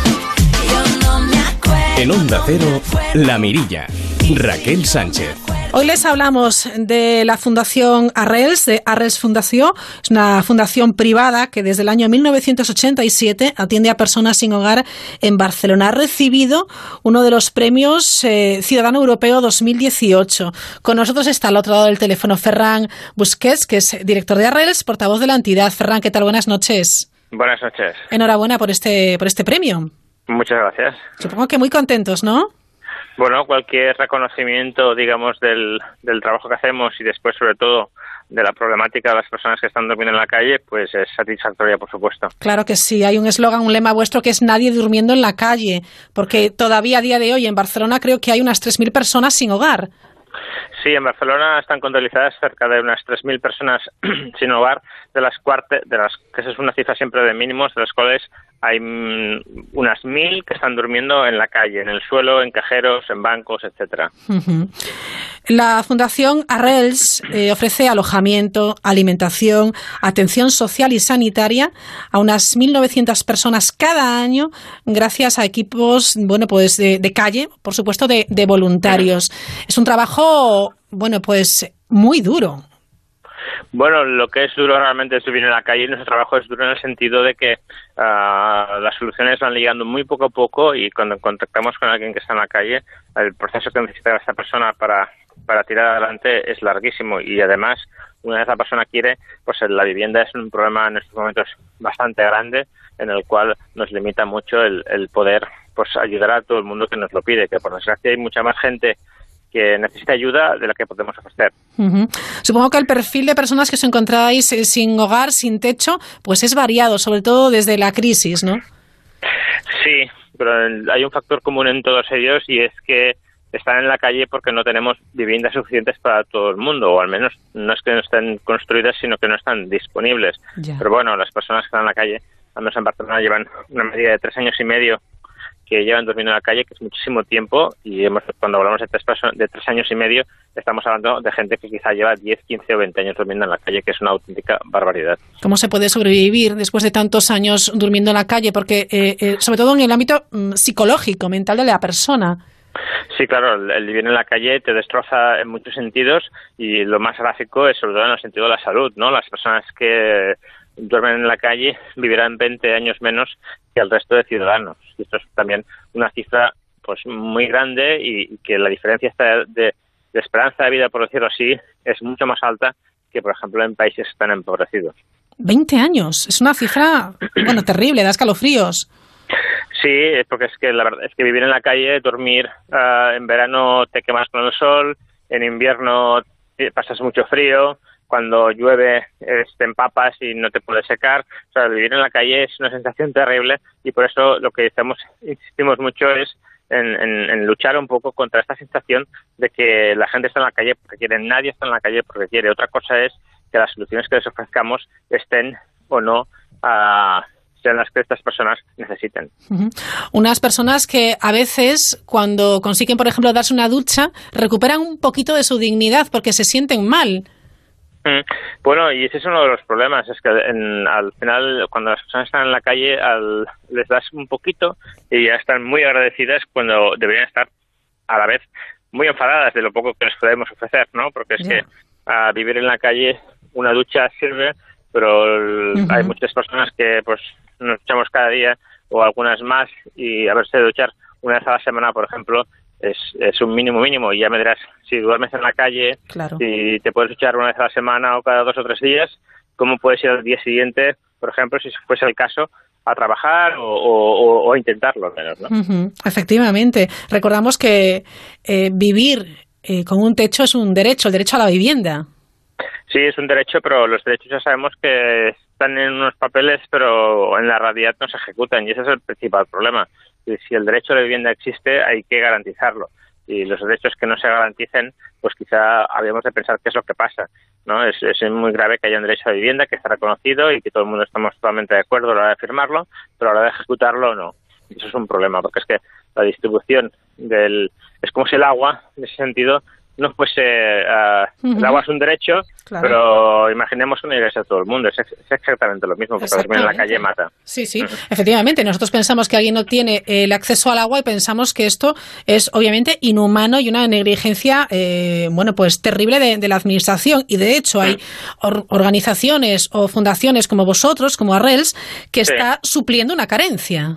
Yo no me acuerdo. En Onda Cero, La Mirilla. Raquel Sánchez. Hoy les hablamos de la Fundación Arrels, de Arrels Fundació. Es una fundación privada que desde el año mil novecientos ochenta y siete atiende a personas sin hogar en Barcelona. Ha recibido uno de los premios eh, Ciudadano Europeo dos mil dieciocho. Con nosotros está al otro lado del teléfono Ferran Busquets, que es director de Arrels, portavoz de la entidad. Ferran, ¿qué tal? Buenas noches. Buenas noches. Enhorabuena por este, por este premio. Muchas gracias. Supongo que muy contentos, ¿no? Bueno, cualquier reconocimiento, digamos, del, del trabajo que hacemos y después, sobre todo, de la problemática de las personas que están durmiendo en la calle, pues es satisfactoria, por supuesto. Claro que sí. Hay un eslogan, un lema vuestro que es nadie durmiendo en la calle, porque todavía a día de hoy en Barcelona creo que hay unas tres mil personas sin hogar. Sí, en Barcelona están contabilizadas cerca de unas tres mil personas sin hogar, de las cuarte, de las que esa es una cifra siempre de mínimos, de las cuales hay mm, unas mil que están durmiendo en la calle, en el suelo, en cajeros, en bancos, etcétera. Uh-huh. La Fundación Arrels eh, ofrece alojamiento, alimentación, atención social y sanitaria a unas mil novecientas personas cada año, gracias a equipos, bueno, pues de, de calle, por supuesto, de, de voluntarios. Es un trabajo, bueno, pues muy duro. Bueno, lo que es duro realmente es vivir en la calle y nuestro trabajo es duro en el sentido de que uh, las soluciones van llegando muy poco a poco y cuando contactamos con alguien que está en la calle, el proceso que necesita esta persona para, para tirar adelante es larguísimo y además, una vez la persona quiere, pues la vivienda es un problema en estos momentos bastante grande en el cual nos limita mucho el, el poder pues ayudar a todo el mundo que nos lo pide, que por desgracia hay mucha más gente que necesita ayuda de la que podemos ofrecer. Uh-huh. Supongo que el perfil de personas que os encontráis sin hogar, sin techo, pues es variado, sobre todo desde la crisis, ¿no? Sí, pero hay un factor común en todos ellos y es que están en la calle porque no tenemos viviendas suficientes para todo el mundo, o al menos no es que no estén construidas, sino que no están disponibles. Ya. Pero bueno, las personas que están en la calle, al menos en Barcelona, llevan una media de tres años y medio que llevan durmiendo en la calle, que es muchísimo tiempo, y hemos, cuando hablamos de tres, de tres años y medio, estamos hablando de gente que quizá lleva diez, quince o veinte años durmiendo en la calle, que es una auténtica barbaridad. ¿Cómo se puede sobrevivir después de tantos años durmiendo en la calle? Porque, eh, eh, sobre todo en el ámbito mm, psicológico, mental de la persona. Sí, claro, el, el vivir en la calle te destroza en muchos sentidos y lo más gráfico es sobre todo en el sentido de la salud, ¿no? Las personas que duermen en la calle vivirán veinte años menos que el resto de ciudadanos. Y esto es también una cifra pues muy grande y, y que la diferencia está de, de esperanza de vida, por decirlo así, es mucho más alta que, por ejemplo, en países que están empobrecidos. veinte años, es una cifra, bueno, terrible, da escalofríos. Sí, es porque es que la verdad es que vivir en la calle, dormir uh, en verano te quemas con el sol, en invierno pasas mucho frío, cuando llueve te empapas y no te puedes secar. O sea, vivir en la calle es una sensación terrible y por eso lo que estamos, insistimos mucho es en, en, en luchar un poco contra esta sensación de que la gente está en la calle porque quiere, nadie está en la calle porque quiere. Otra cosa es que las soluciones que les ofrezcamos estén o no a... sean las que estas personas necesiten. Uh-huh. Unas personas que a veces, cuando consiguen, por ejemplo, darse una ducha, recuperan un poquito de su dignidad porque se sienten mal. Mm. Bueno, y ese es uno de los problemas, es que en, al final, cuando las personas están en la calle, al, les das un poquito y ya están muy agradecidas cuando deberían estar a la vez muy enfadadas de lo poco que les podemos ofrecer, ¿no? Porque es yeah. que a vivir en la calle una ducha sirve, pero uh-huh. hay muchas personas que pues nos duchamos cada día o algunas más y haberse de duchar una vez a la semana, por ejemplo, es, es un mínimo mínimo y ya me dirás, si duermes en la calle, claro. si te puedes duchar una vez a la semana o cada dos o tres días, ¿cómo puedes ir al día siguiente, por ejemplo, si fuese el caso, a trabajar o, o, o intentarlo al menos, ¿no? Uh-huh. Efectivamente. Recordamos que eh, vivir eh, con un techo es un derecho, el derecho a la vivienda. Sí, es un derecho, pero los derechos ya sabemos que están en unos papeles, pero en la realidad no se ejecutan, y ese es el principal problema. Y si el derecho a la vivienda existe, hay que garantizarlo. Y los derechos que no se garanticen, pues quizá habríamos de pensar qué es lo que pasa, ¿no? Es, es muy grave que haya un derecho a la vivienda que está reconocido y que todo el mundo estamos totalmente de acuerdo a la hora de firmarlo, pero a la hora de ejecutarlo no. Y eso es un problema, porque es que la distribución del... es como si el agua, en ese sentido, no fuese... Uh, uh-huh. El agua es un derecho, claro. Pero imaginemos que no llegue a todo el mundo. Es, es exactamente lo mismo, porque dormir en la calle mata. Sí, sí, uh-huh. Efectivamente. Nosotros pensamos que alguien no tiene el acceso al agua y pensamos que esto es obviamente inhumano y una negligencia, eh, bueno, pues terrible de, de la administración. Y de hecho hay or- organizaciones o fundaciones como vosotros, como Arrels, que sí. Está supliendo una carencia.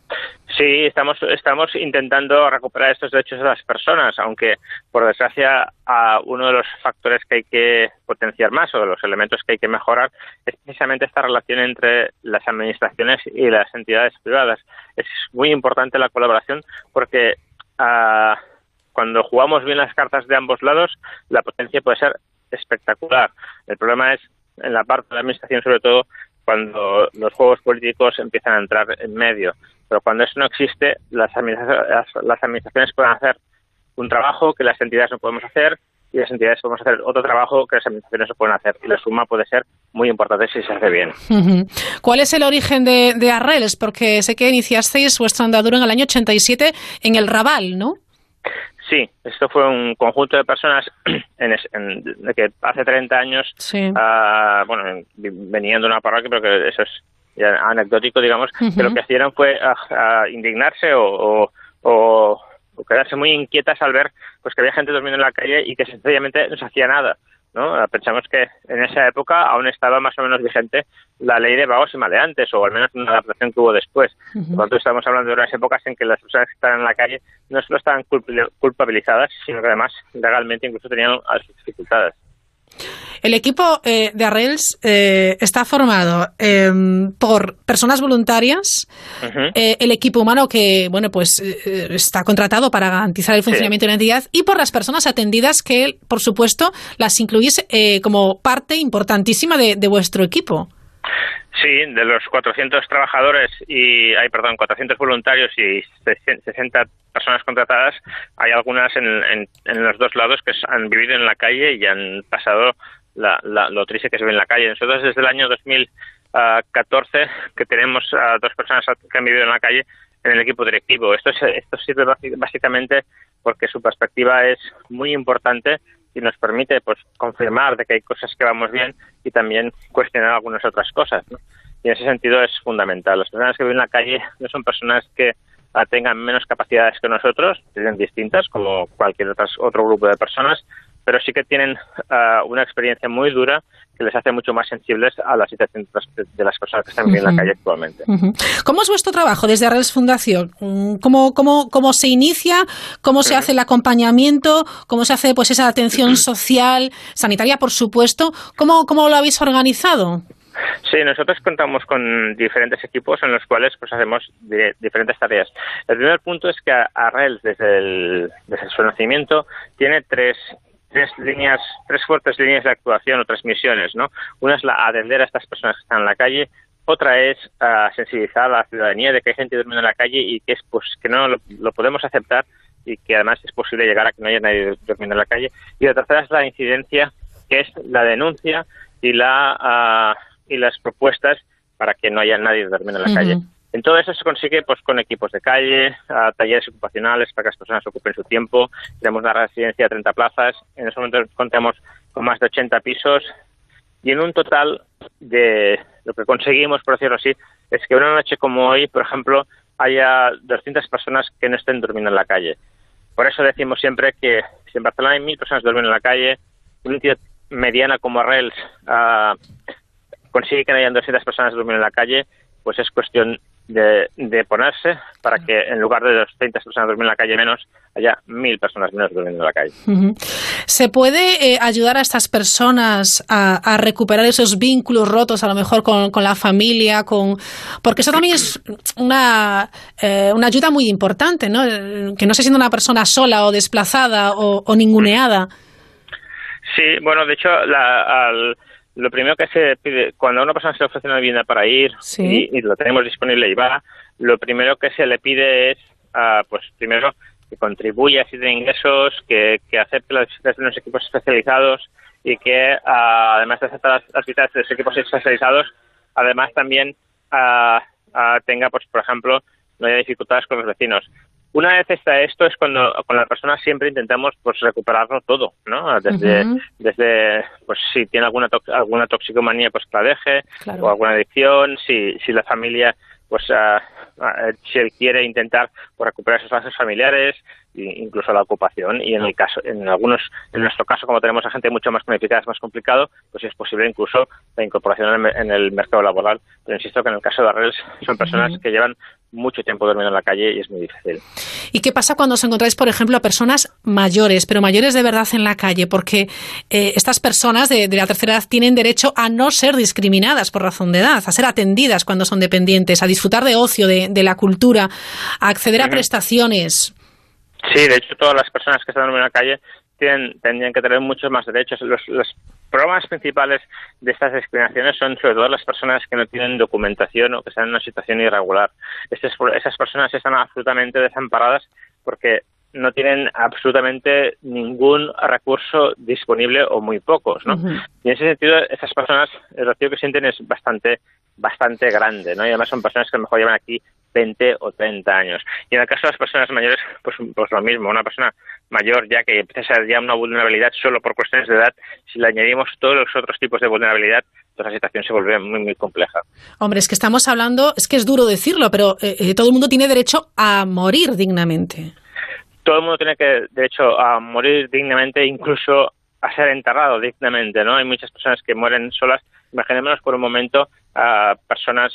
Sí, estamos estamos intentando recuperar estos derechos de las personas, aunque por desgracia a uno de los factores que hay que potenciar más o de los elementos que hay que mejorar es precisamente esta relación entre las administraciones y las entidades privadas. Es muy importante la colaboración porque uh, cuando jugamos bien las cartas de ambos lados, la potencia puede ser espectacular. El problema es en la parte de la administración, sobre todo cuando los juegos políticos empiezan a entrar en medio. Pero cuando eso no existe, las administraciones, las administraciones pueden hacer un trabajo que las entidades no podemos hacer y las entidades podemos hacer otro trabajo que las administraciones no pueden hacer. Y la suma puede ser muy importante si se hace bien. Uh-huh. ¿Cuál es el origen de, de Arrels? Porque sé que iniciasteis vuestra andadura en el año ochenta y siete en el Raval, ¿no? Sí, esto fue un conjunto de personas en, en, que hace treinta años, sí. uh, bueno, venían de una parroquia, pero que eso es ya anecdótico, digamos, uh-huh. Que lo que hicieron fue uh, uh, indignarse o, o, o, o quedarse muy inquietas al ver pues que había gente durmiendo en la calle y que sencillamente no se hacía nada, ¿no? Pensamos que en esa época aún estaba más o menos vigente la ley de vagos y maleantes, o al menos una adaptación que hubo después. Uh-huh. Por lo tanto, estamos hablando de unas épocas en que las personas que estaban en la calle no solo estaban culpabilizadas, sino que además legalmente incluso tenían sus dificultades. El equipo eh, de Arrels eh, está formado eh, por personas voluntarias, uh-huh. eh, el equipo humano que bueno pues eh, está contratado para garantizar el funcionamiento sí. de la entidad, y por las personas atendidas que, por supuesto, las incluís eh, como parte importantísima de, de vuestro equipo. Sí, de los cuatrocientos trabajadores y, ay, perdón, cuatrocientos voluntarios y sesenta personas contratadas, hay algunas en, en, en los dos lados que han vivido en la calle y han pasado la, la, lo triste que se ve en la calle. Nosotros desde el año dos mil catorce que tenemos a dos personas que han vivido en la calle en el equipo directivo. Esto, es, esto sirve básicamente porque su perspectiva es muy importante y nos permite pues confirmar de que hay cosas que vamos bien y también cuestionar algunas otras cosas, ¿no? Y en ese sentido es fundamental. Las personas que viven en la calle no son personas que uh, tengan menos capacidades que nosotros, tienen distintas como cualquier otras, otro grupo de personas, pero sí que tienen uh, una experiencia muy dura que les hace mucho más sensibles a la situación de las personas que están viviendo uh-huh. en la calle actualmente. Uh-huh. ¿Cómo es vuestro trabajo desde Arrels Fundación? ¿Cómo, cómo, cómo se inicia? ¿Cómo se uh-huh. hace el acompañamiento? ¿Cómo se hace pues esa atención uh-huh. social, sanitaria, por supuesto? ¿Cómo, cómo lo habéis organizado? Sí, nosotros contamos con diferentes equipos en los cuales pues hacemos de, diferentes tareas. El primer punto es que Arrels, desde el, desde su nacimiento, tiene tres tres líneas, tres fuertes líneas de actuación o tres misiones, ¿no? Una es la atender a estas personas que están en la calle, otra es uh, sensibilizar a la ciudadanía de que hay gente durmiendo en la calle y que es pues que no lo, lo podemos aceptar y que además es posible llegar a que no haya nadie durmiendo en la calle. Y la tercera es la incidencia, que es la denuncia y la uh, y las propuestas para que no haya nadie durmiendo en la uh-huh. calle. En todo eso se consigue pues con equipos de calle, uh, talleres ocupacionales para que las personas ocupen su tiempo. Tenemos una residencia de treinta plazas, en ese momento contamos con más de ochenta pisos y en un total de lo que conseguimos, por decirlo así, es que una noche como hoy, por ejemplo, haya doscientas personas que no estén durmiendo en la calle. Por eso decimos siempre que si en Barcelona hay mil personas durmiendo en la calle, una entidad mediana como Arrels uh, consigue que no hayan doscientas personas durmiendo en la calle, pues es cuestión de, de ponerse para que en lugar de doscientas personas durmiendo en la calle menos, haya mil personas menos durmiendo en la calle. Uh-huh. ¿Se puede eh, ayudar a estas personas a, a recuperar esos vínculos rotos, a lo mejor con, con la familia? con Porque eso también es una, eh, una ayuda muy importante, ¿no? Que no se sienta una persona sola o desplazada o, o ninguneada. Sí, bueno, de hecho, la, al, lo primero que se pide, cuando a una persona se le ofrece una vivienda para ir sí. y, y lo tenemos disponible y va, lo primero que se le pide es, uh, pues primero, que contribuya si tiene ingresos, que, que acepte las visitas de unos equipos especializados y que, uh, además de aceptar las, las visitas de los equipos especializados, además también uh, uh, tenga, pues por ejemplo, no haya dificultades con los vecinos. Una vez está esto, es cuando con la persona siempre intentamos pues recuperarlo todo, ¿no? Desde, uh-huh. desde pues si tiene alguna to- alguna toxicomanía, pues que la deje, claro. o alguna adicción, si, si la familia, pues uh, uh, si él quiere intentar pues, recuperar sus lazos familiares, e incluso la ocupación, y en el caso, en algunos, en nuestro caso, como tenemos a gente mucho más cualificada, es más complicado, pues es posible incluso la incorporación en el, en el mercado laboral. Pero insisto que en el caso de Arrels son personas uh-huh. que llevan mucho tiempo durmiendo en la calle y es muy difícil. ¿Y qué pasa cuando os encontráis, por ejemplo, a personas mayores, pero mayores de verdad en la calle? Porque eh, estas personas de, de la tercera edad tienen derecho a no ser discriminadas por razón de edad, a ser atendidas cuando son dependientes, a disfrutar de ocio, de, de la cultura, a acceder uh-huh. a prestaciones. Sí, de hecho, todas las personas que están en la calle tienen, tendrían que tener muchos más derechos. Los, los problemas principales de estas discriminaciones son sobre todo las personas que no tienen documentación o que están en una situación irregular. Estas, esas personas están absolutamente desamparadas porque no tienen absolutamente ningún recurso disponible o muy pocos, ¿no? Uh-huh. Y en ese sentido, esas personas, el vacío que sienten es bastante bastante grande, ¿no? Y además son personas que a lo mejor llevan aquí veinte o treinta años. Y en el caso de las personas mayores, pues, pues lo mismo. Una persona mayor ya que empieza a ser ya una vulnerabilidad solo por cuestiones de edad, si le añadimos todos los otros tipos de vulnerabilidad, pues la situación se vuelve muy, muy compleja. Hombre, es que estamos hablando, es que es duro decirlo, pero eh, todo el mundo tiene derecho a morir dignamente. Todo el mundo tiene que derecho a morir dignamente, incluso a ser enterrado dignamente, ¿no? Hay muchas personas que mueren solas. Imaginémonos por un momento a personas,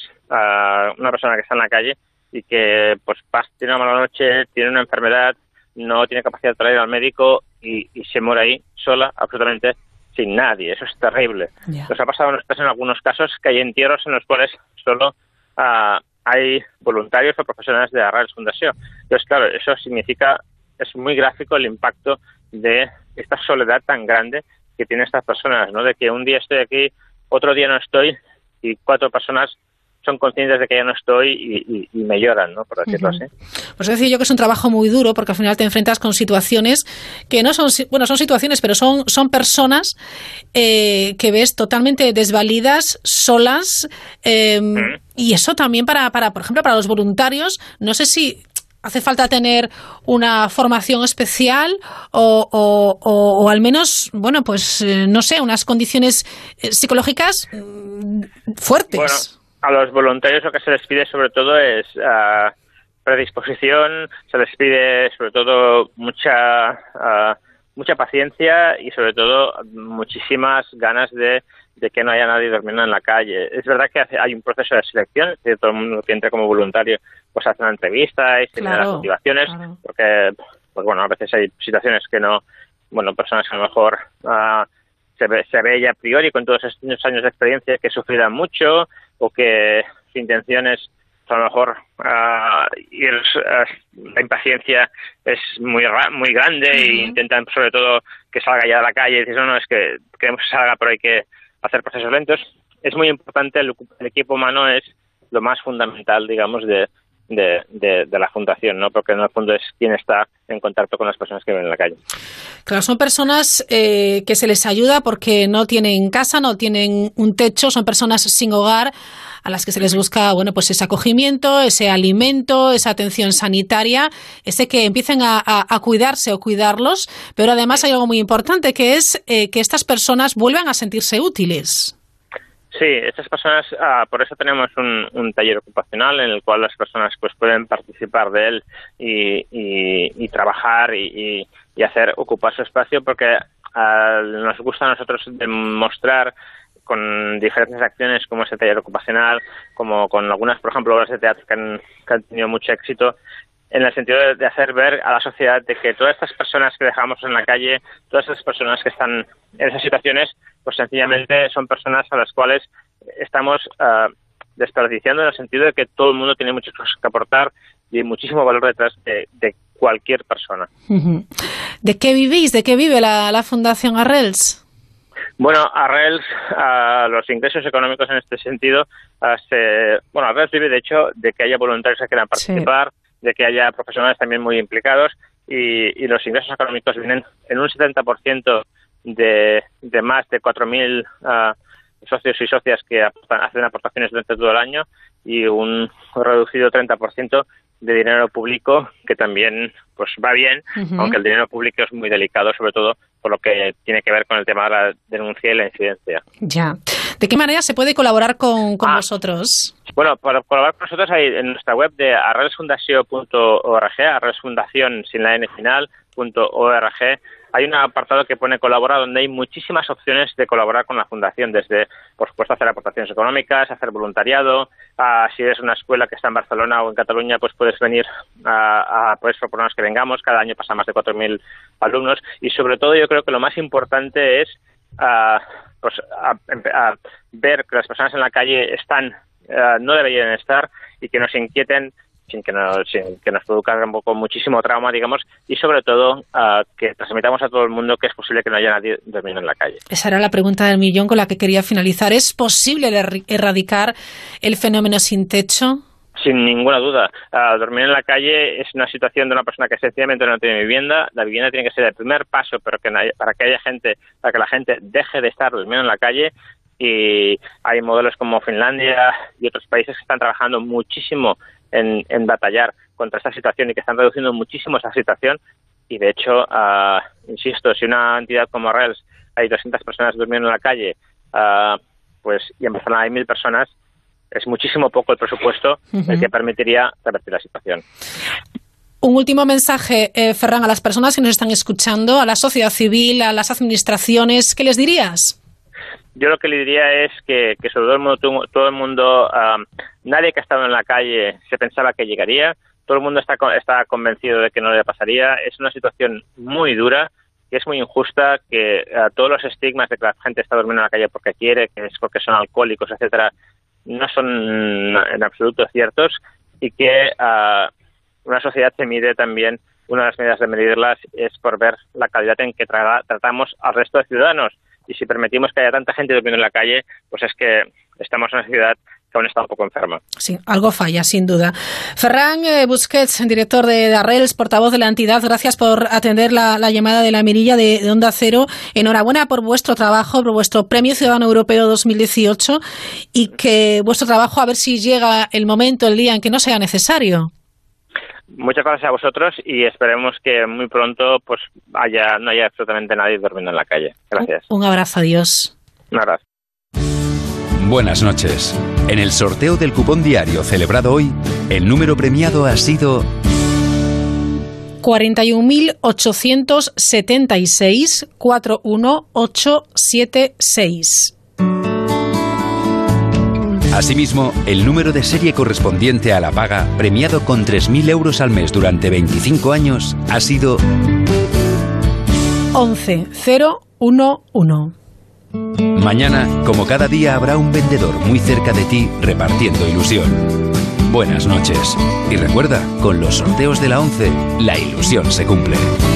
a una persona que está en la calle y que pues tiene una mala noche, tiene una enfermedad, no tiene capacidad para ir al médico y, y se muere ahí sola, absolutamente sin nadie. Eso es terrible. Yeah. Nos ha pasado en algunos casos que hay entierros en los cuales solo uh, hay voluntarios o profesionales de Arrels Fundació. Entonces, claro, eso significa, es muy gráfico el impacto de esta soledad tan grande que tienen estas personas, ¿no? De que un día estoy aquí, otro día no estoy y cuatro personas son conscientes de que ya no estoy y, y, y me lloran, ¿no? Por decirlo uh-huh. así. Pues decía yo que es un trabajo muy duro porque al final te enfrentas con situaciones que no son, bueno, son situaciones, pero son, son personas eh, que ves totalmente desvalidas, solas, eh, uh-huh. y eso también para, para, por ejemplo, para los voluntarios, no sé si hace falta tener una formación especial o, o, o, o al menos, bueno, pues eh, no sé, unas condiciones eh, psicológicas mm, fuertes. Bueno. A los voluntarios lo que se les pide sobre todo es uh, predisposición, se les pide sobre todo mucha uh, mucha paciencia y sobre todo muchísimas ganas de, de que no haya nadie durmiendo en la calle. Es verdad que hace, hay un proceso de selección, es decir, todo el mundo que entra como voluntario pues hace una entrevista y se claro, le da las motivaciones, claro. porque pues bueno, a veces hay situaciones que no, bueno, personas que a lo mejor uh, se ve, se ve ya a priori con todos estos años de experiencia que sufrirán mucho o que su intención es a lo mejor uh, ir, uh, la impaciencia es muy muy grande uh-huh. e intentan sobre todo que salga ya de la calle y dices, no, no, es que queremos que salga pero hay que hacer procesos lentos. Es muy importante, el, el equipo humano es lo más fundamental, digamos, de De, de, de la fundación, ¿no? Porque en el fondo es quien está en contacto con las personas que viven en la calle. Claro, son personas eh, que se les ayuda porque no tienen casa, no tienen un techo, son personas sin hogar a las que se les busca, bueno, pues ese acogimiento, ese alimento, esa atención sanitaria, ese que empiecen a, a, a cuidarse o cuidarlos, pero además hay algo muy importante que es eh, que estas personas vuelvan a sentirse útiles. Sí, estas personas, uh, por eso tenemos un, un taller ocupacional en el cual las personas pues pueden participar de él y, y, y trabajar y, y, y hacer ocupar su espacio porque uh, nos gusta a nosotros demostrar con diferentes acciones como ese taller ocupacional, como con algunas, por ejemplo, obras de teatro que han, que han tenido mucho éxito, en el sentido de, de hacer ver a la sociedad de que todas estas personas que dejamos en la calle, todas estas personas que están en esas situaciones, pues sencillamente son personas a las cuales estamos uh, desperdiciando en el sentido de que todo el mundo tiene muchas cosas que aportar y hay muchísimo valor detrás de, de cualquier persona. ¿De qué vivís? ¿De qué vive la, la Fundación Arrels? Bueno, Arrels, uh, los ingresos económicos en este sentido, uh, se, bueno, Arrels vive de hecho de que haya voluntarios que quieran participar, sí. de que haya profesionales también muy implicados y, y los ingresos económicos vienen en un setenta por ciento de, de más de cuatro mil uh, socios y socias que aportan, hacen aportaciones durante todo el año y un reducido treinta por ciento de dinero público que también pues va bien, uh-huh. aunque el dinero público es muy delicado, sobre todo por lo que tiene que ver con el tema de la denuncia y la incidencia. Ya. ¿De qué manera se puede colaborar con, con ah, vosotros? Bueno, para colaborar con nosotros hay en nuestra web de arrelsfundació punto org, arrelsfundación sin la n final, punto org, hay un apartado que pone colabora donde hay muchísimas opciones de colaborar con la fundación, desde, por supuesto, hacer aportaciones económicas, hacer voluntariado, a, si eres una escuela que está en Barcelona o en Cataluña, pues puedes venir a, a puedes proponernos que vengamos, cada año pasan más de cuatro mil alumnos y sobre todo yo creo que lo más importante es a, pues, a, a ver que las personas en la calle están, a, no deberían estar y que nos inquieten sin que nos, sin que nos produzca un poco muchísimo trauma, digamos, y sobre todo uh, que transmitamos a todo el mundo que es posible que no haya nadie durmiendo en la calle. Esa era la pregunta del millón con la que quería finalizar. ¿Es posible er- erradicar el fenómeno sin techo? Sin ninguna duda. Uh, dormir en la calle es una situación de una persona que sencillamente no tiene vivienda. La vivienda tiene que ser el primer paso pero que no haya, para que haya gente, para que la gente deje de estar durmiendo en la calle. Y hay modelos como Finlandia y otros países que están trabajando muchísimo En, en batallar contra esta situación y que están reduciendo muchísimo esa situación y de hecho, uh, insisto, si una entidad como Arrels hay doscientas personas durmiendo en la calle uh, pues y en Barcelona hay mil personas, es muchísimo poco el presupuesto uh-huh. el que permitiría revertir la situación. Un último mensaje, eh, Ferran, a las personas que nos están escuchando, a la sociedad civil, a las administraciones, ¿qué les dirías? Yo lo que le diría es que, que sobre todo el mundo, todo el mundo um, nadie que ha estado en la calle se pensaba que llegaría, todo el mundo está, está convencido de que no le pasaría, es una situación muy dura, que es muy injusta, que uh, todos los estigmas de que la gente está durmiendo en la calle porque quiere, que es porque son alcohólicos, etcétera, no son en absoluto ciertos y que uh, una sociedad se mide también, una de las medidas de medirlas es por ver la calidad en que tra- tratamos al resto de ciudadanos. Y si permitimos que haya tanta gente durmiendo en la calle, pues es que estamos en una ciudad que aún está un poco enferma. Sí, algo falla, sin duda. Ferran eh, Busquets, director de Arrels, portavoz de la entidad, gracias por atender la, la llamada de la mirilla de, de Onda Cero. Enhorabuena por vuestro trabajo, por vuestro Premio Ciudadano Europeo dos mil dieciocho y que vuestro trabajo, a ver si llega el momento, el día en que no sea necesario. Muchas gracias a vosotros y esperemos que muy pronto pues haya no haya absolutamente nadie durmiendo en la calle. Gracias. Un abrazo, adiós. Un abrazo. Buenas noches. En el sorteo del cupón diario celebrado hoy, el número premiado ha sido cuarenta y un mil ochocientos setenta y seis cuatro uno ocho siete seis. Asimismo, el número de serie correspondiente a la paga, premiado con tres mil euros al mes durante veinticinco años, ha sido once cero uno uno. Mañana, como cada día, habrá un vendedor muy cerca de ti repartiendo ilusión. Buenas noches. Y recuerda, con los sorteos de la once, la ilusión se cumple.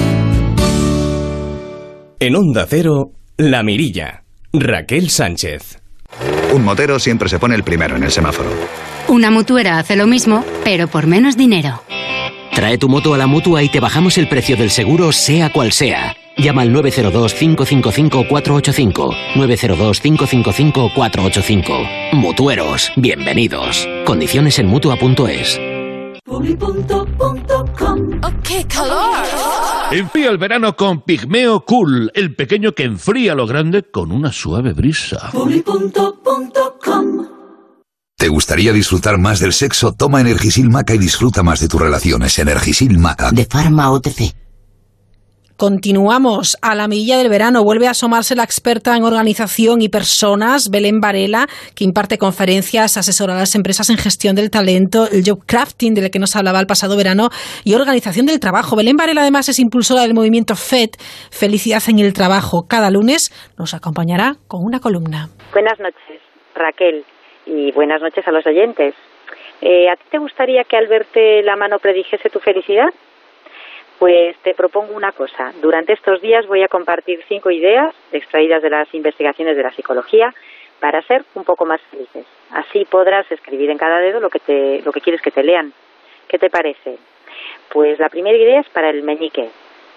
En Onda Cero, La Mirilla. Raquel Sánchez. Un motero siempre se pone el primero en el semáforo. Una mutuera hace lo mismo, pero por menos dinero. Trae tu moto a la Mutua y te bajamos el precio del seguro, sea cual sea. Llama al nueve cero dos, cinco cinco cinco, cuatro ocho cinco. nueve cero dos, cinco cinco cinco, cuatro ocho cinco. Mutueros, bienvenidos. Condiciones en Mutua punto es. Publi.com. ¡Oh, qué calor! Enfría el verano con Pigmeo Cool, el pequeño que enfría lo grande con una suave brisa. Publi.com. ¿Te gustaría disfrutar más del sexo? Toma Energisil Maca y disfruta más de tus relaciones. Energisil Maca. De Pharma O T C. Continuamos. A la mirilla del verano vuelve a asomarse la experta en organización y personas, Belén Varela, que imparte conferencias, asesora a las empresas en gestión del talento, el job crafting del que nos hablaba el pasado verano y organización del trabajo. Belén Varela además es impulsora del movimiento F E T, Felicidad en el Trabajo. Cada lunes nos acompañará con una columna. Buenas noches, Raquel, y buenas noches a los oyentes. Eh, ¿A ti te gustaría que al verte la mano predijese tu felicidad? Pues te propongo una cosa. Durante estos días voy a compartir cinco ideas extraídas de las investigaciones de la psicología para ser un poco más felices. Así podrás escribir en cada dedo lo que te, lo que quieres que te lean. ¿Qué te parece? Pues la primera idea es para el meñique,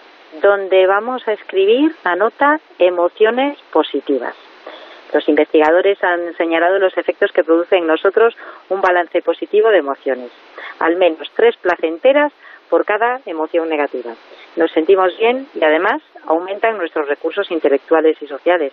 donde vamos a escribir, anota, emociones positivas. Los investigadores han señalado los efectos que produce en nosotros un balance positivo de emociones. Al menos tres placenteras por cada emoción negativa. Nos sentimos bien y además aumentan nuestros recursos intelectuales y sociales.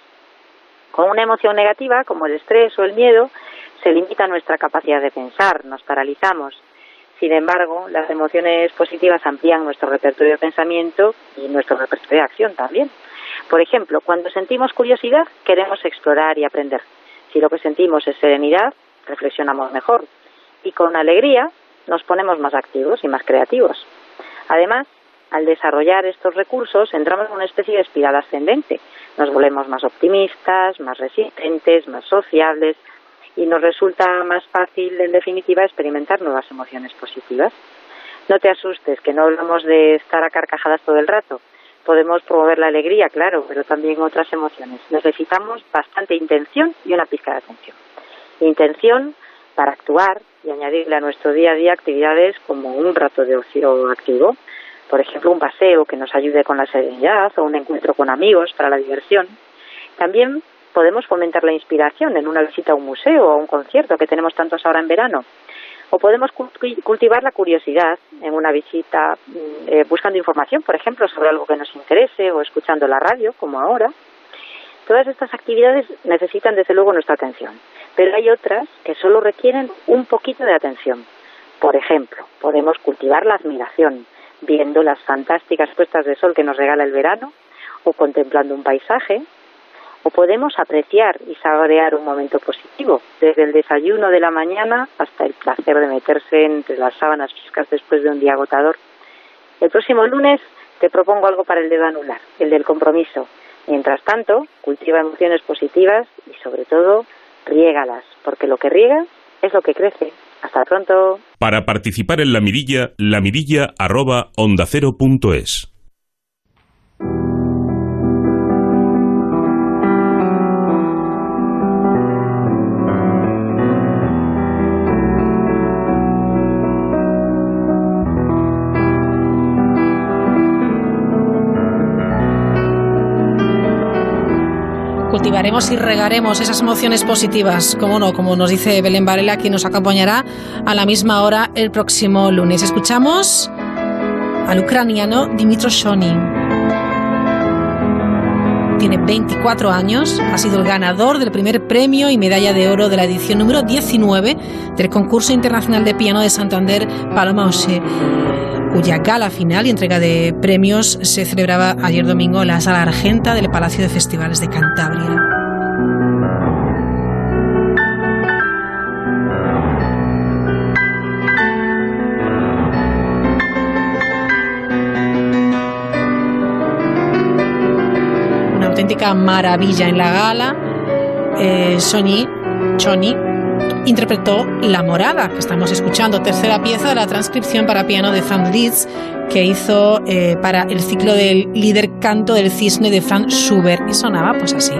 Con una emoción negativa, como el estrés o el miedo, se limita nuestra capacidad de pensar, nos paralizamos. Sin embargo, las emociones positivas amplían nuestro repertorio de pensamiento y nuestro repertorio de acción también. Por ejemplo, cuando sentimos curiosidad, queremos explorar y aprender. Si lo que sentimos es serenidad, reflexionamos mejor. Y con alegría, nos ponemos más activos y más creativos. Además, al desarrollar estos recursos, entramos en una especie de espiral ascendente. Nos volvemos más optimistas, más resistentes, más sociables y nos resulta más fácil, en definitiva, experimentar nuevas emociones positivas. No te asustes, que no hablamos de estar a carcajadas todo el rato. Podemos promover la alegría, claro, pero también otras emociones. Necesitamos bastante intención y una pizca de atención. Intención para actuar y añadirle a nuestro día a día actividades como un rato de ocio activo, por ejemplo un paseo que nos ayude con la serenidad o un encuentro con amigos para la diversión. También podemos fomentar la inspiración en una visita a un museo o a un concierto que tenemos tantos ahora en verano, o podemos cultivar la curiosidad en una visita eh, buscando información, por ejemplo, sobre algo que nos interese o escuchando la radio, como ahora. Todas estas actividades necesitan desde luego nuestra atención, pero hay otras que solo requieren un poquito de atención. Por ejemplo, podemos cultivar la admiración, viendo las fantásticas puestas de sol que nos regala el verano, o contemplando un paisaje, o podemos apreciar y saborear un momento positivo, desde el desayuno de la mañana hasta el placer de meterse entre las sábanas frescas después de un día agotador. El próximo lunes te propongo algo para el dedo anular, el del compromiso. Mientras tanto, cultiva emociones positivas y, sobre todo, riégalas, porque lo que riega es lo que crece. Hasta pronto. Para participar en La Mirilla, lamirilla arroba onda cero punto es. Cultivaremos y regaremos esas emociones positivas, como no, como nos dice Belén Varela, quien nos acompañará a la misma hora el próximo lunes. Escuchamos al ucraniano Dmytro Shonin. Tiene veinticuatro años, ha sido el ganador del primer premio y medalla de oro de la edición número diecinueve del concurso internacional de piano de Santander Paloma Oché, cuya gala final y entrega de premios se celebraba ayer domingo en la Sala Argenta del Palacio de Festivales de Cantabria. Una auténtica maravilla en la gala. Eh, Sony, Choni interpretó La Morada, que estamos escuchando, tercera pieza de la transcripción para piano de Franz Liszt, que hizo eh, para el ciclo del líder canto del cisne de Franz Schubert, y sonaba pues así.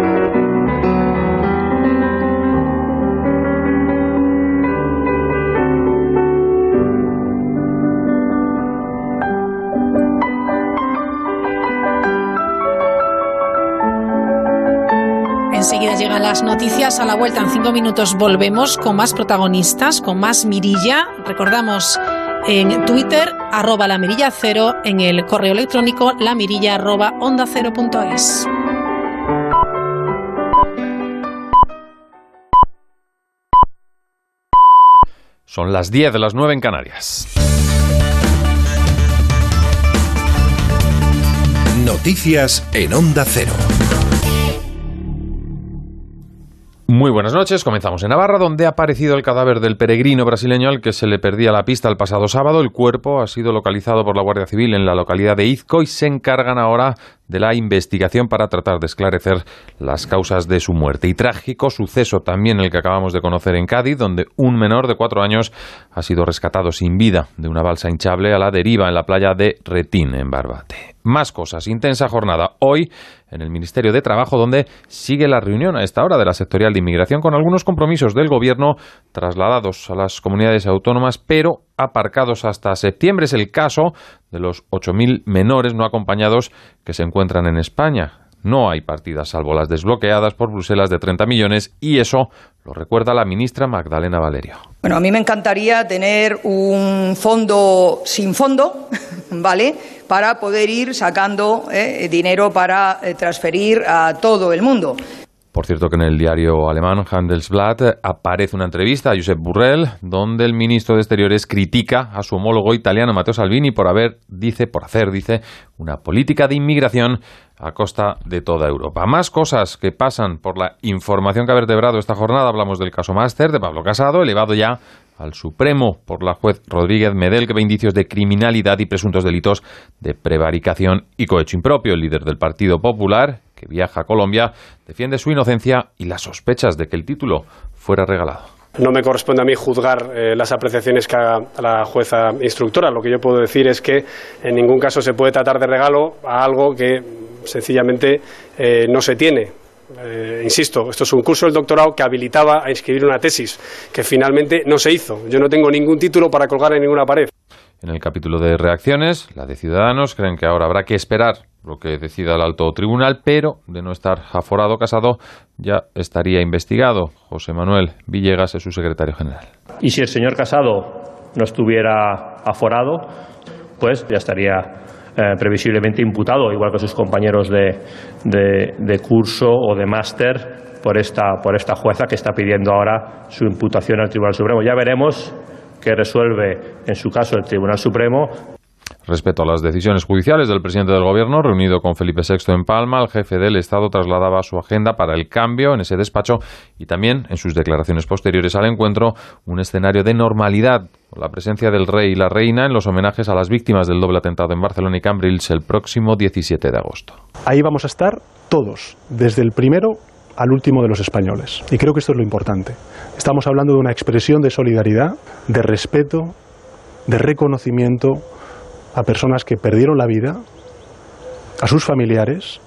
Enseguida llegan las noticias. A la vuelta, en cinco minutos, volvemos con más protagonistas, con más mirilla. Recordamos en Twitter, arroba la mirilla cero, en el correo electrónico lamirilla arroba onda cero punto es. Son las diez de las nueve en Canarias. Noticias en Onda Cero. Muy buenas noches, comenzamos en Navarra, donde ha aparecido el cadáver del peregrino brasileño al que se le perdía la pista el pasado sábado. El cuerpo ha sido localizado por la Guardia Civil en la localidad de Izco y se encargan ahora de la investigación para tratar de esclarecer las causas de su muerte. Y trágico suceso también el que acabamos de conocer en Cádiz, donde un menor de cuatro años ha sido rescatado sin vida de una balsa hinchable a la deriva en la playa de Retín, en Barbate. Más cosas, intensa jornada hoy en el Ministerio de Trabajo, donde sigue la reunión a esta hora de la sectorial de inmigración con algunos compromisos del Gobierno trasladados a las comunidades autónomas, pero aparcados hasta septiembre. Es el caso de los ocho mil menores no acompañados que se encuentran en España. No hay partidas, salvo las desbloqueadas por Bruselas de treinta millones, y eso lo recuerda la ministra Magdalena Valerio. Bueno, a mí me encantaría tener un fondo sin fondo, ¿vale?, para poder ir sacando eh, dinero para eh, transferir a todo el mundo. Por cierto que en el diario alemán Handelsblatt aparece una entrevista a Josep Borrell donde el ministro de Exteriores critica a su homólogo italiano Matteo Salvini por haber, dice, por hacer, dice, una política de inmigración a costa de toda Europa. Más cosas que pasan por la información que ha vertebrado esta jornada. Hablamos del caso Máster de Pablo Casado, elevado ya al Supremo por la juez Rodríguez Medel, que ve indicios de criminalidad y presuntos delitos de prevaricación y cohecho impropio. El líder del Partido Popular, que viaja a Colombia, defiende su inocencia y las sospechas de que el título fuera regalado. No me corresponde a mí juzgar eh, las apreciaciones que haga la jueza instructora. Lo que yo puedo decir es que en ningún caso se puede tratar de regalo a algo que sencillamente eh, no se tiene. Eh, insisto, esto es un curso del doctorado que habilitaba a inscribir una tesis, que finalmente no se hizo. Yo no tengo ningún título para colgar en ninguna pared. En el capítulo de reacciones, la de Ciudadanos creen que ahora habrá que esperar lo que decida el alto tribunal, pero de no estar aforado Casado ya estaría investigado. José Manuel Villegas es su secretario general. Y si el señor Casado no estuviera aforado, pues ya estaría eh, previsiblemente imputado, igual que sus compañeros de, de, de curso o de máster, por esta, por esta jueza que está pidiendo ahora su imputación al Tribunal Supremo. Ya veremos qué resuelve en su caso el Tribunal Supremo. Respecto a las decisiones judiciales del presidente del Gobierno, reunido con Felipe sexto en Palma, el jefe del Estado trasladaba su agenda para el cambio en ese despacho y también en sus declaraciones posteriores al encuentro un escenario de normalidad, con la presencia del rey y la reina en los homenajes a las víctimas del doble atentado en Barcelona y Cambrils el próximo diecisiete de agosto. Ahí vamos a estar todos, desde el primero al último de los españoles. Y creo que esto es lo importante. Estamos hablando de una expresión de solidaridad, de respeto, de reconocimiento a personas que perdieron la vida, a sus familiares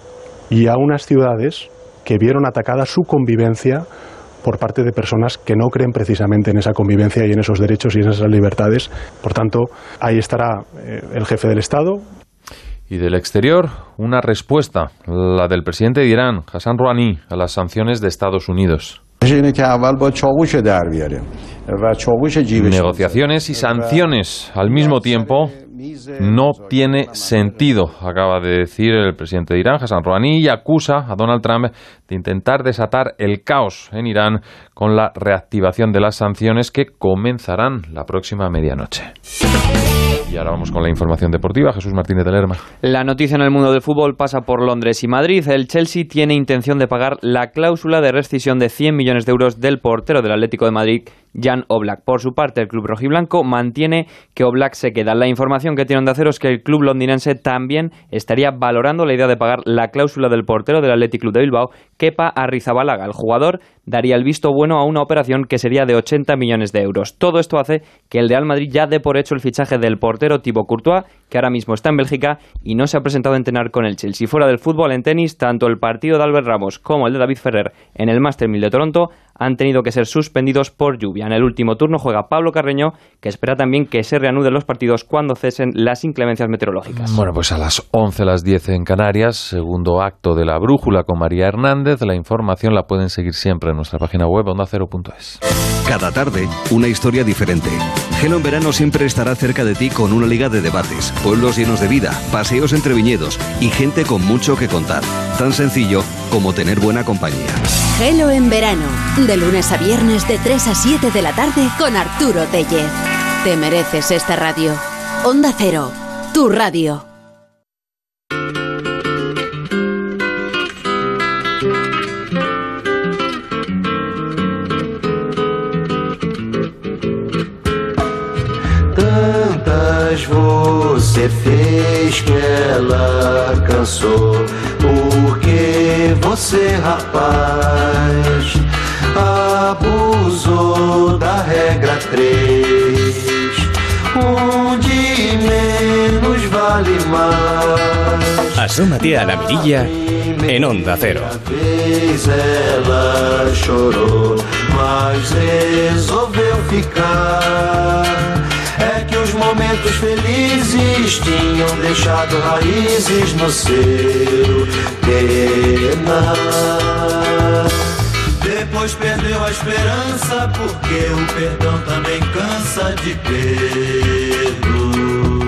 y a unas ciudades que vieron atacada su convivencia por parte de personas que no creen precisamente en esa convivencia y en esos derechos y en esas libertades. Por tanto, ahí estará eh, el jefe del Estado. Y del exterior, una respuesta, la del presidente de Irán, Hassan Rouhani, a las sanciones de Estados Unidos. Negociaciones y sanciones al mismo tiempo no tiene sentido, acaba de decir el presidente de Irán, Hassan Rouhani, y acusa a Donald Trump de intentar desatar el caos en Irán con la reactivación de las sanciones que comenzarán la próxima medianoche. Y ahora vamos con la información deportiva. Jesús Martínez de Lerma. La noticia en el mundo del fútbol pasa por Londres y Madrid. El Chelsea tiene intención de pagar la cláusula de rescisión de cien millones de euros del portero del Atlético de Madrid, Jan Oblak. Por su parte, el club rojiblanco mantiene que Oblak se queda. La información que tiene Onda Cero es que el club londinense también estaría valorando la idea de pagar la cláusula del portero del Athletic Club de Bilbao, Kepa Arrizabalaga. El jugador daría el visto bueno a una operación que sería de ochenta millones de euros. Todo esto hace que el Real Madrid ya dé por hecho el fichaje del portero Thibaut Courtois, que ahora mismo está en Bélgica y no se ha presentado a entrenar con el Chelsea. Fuera del fútbol, en tenis, tanto el partido de Albert Ramos como el de David Ferrer en el Master mil de Toronto han tenido que ser suspendidos por lluvia. En el último turno juega Pablo Carreño, que espera también que se reanuden los partidos cuando cesen las inclemencias meteorológicas. Bueno, pues a las once, las diez en Canarias, segundo acto de La Brújula con María Hernández. La información la pueden seguir siempre en nuestra página web onda cero punto es. Cada tarde, una historia diferente. Gelo en Verano siempre estará cerca de ti con una liga de debates, pueblos llenos de vida, paseos entre viñedos y gente con mucho que contar. Tan sencillo como tener buena compañía. Gelo en Verano, de lunes a viernes de tres a siete de la tarde con Arturo Tellez. Te mereces esta radio. Onda Cero, tu radio. mas você fez que ela cansou. Porque você, rapaz, abusou da regra três, onde menos vale mais. Asómate a la mirilla en Onda Cero. Vez ela chorou, mas resolveu ficar. É que os momentos felizes tinham deixado raízes no seu penar. Depois perdeu a esperança, porque o perdão também cansa de perdoar.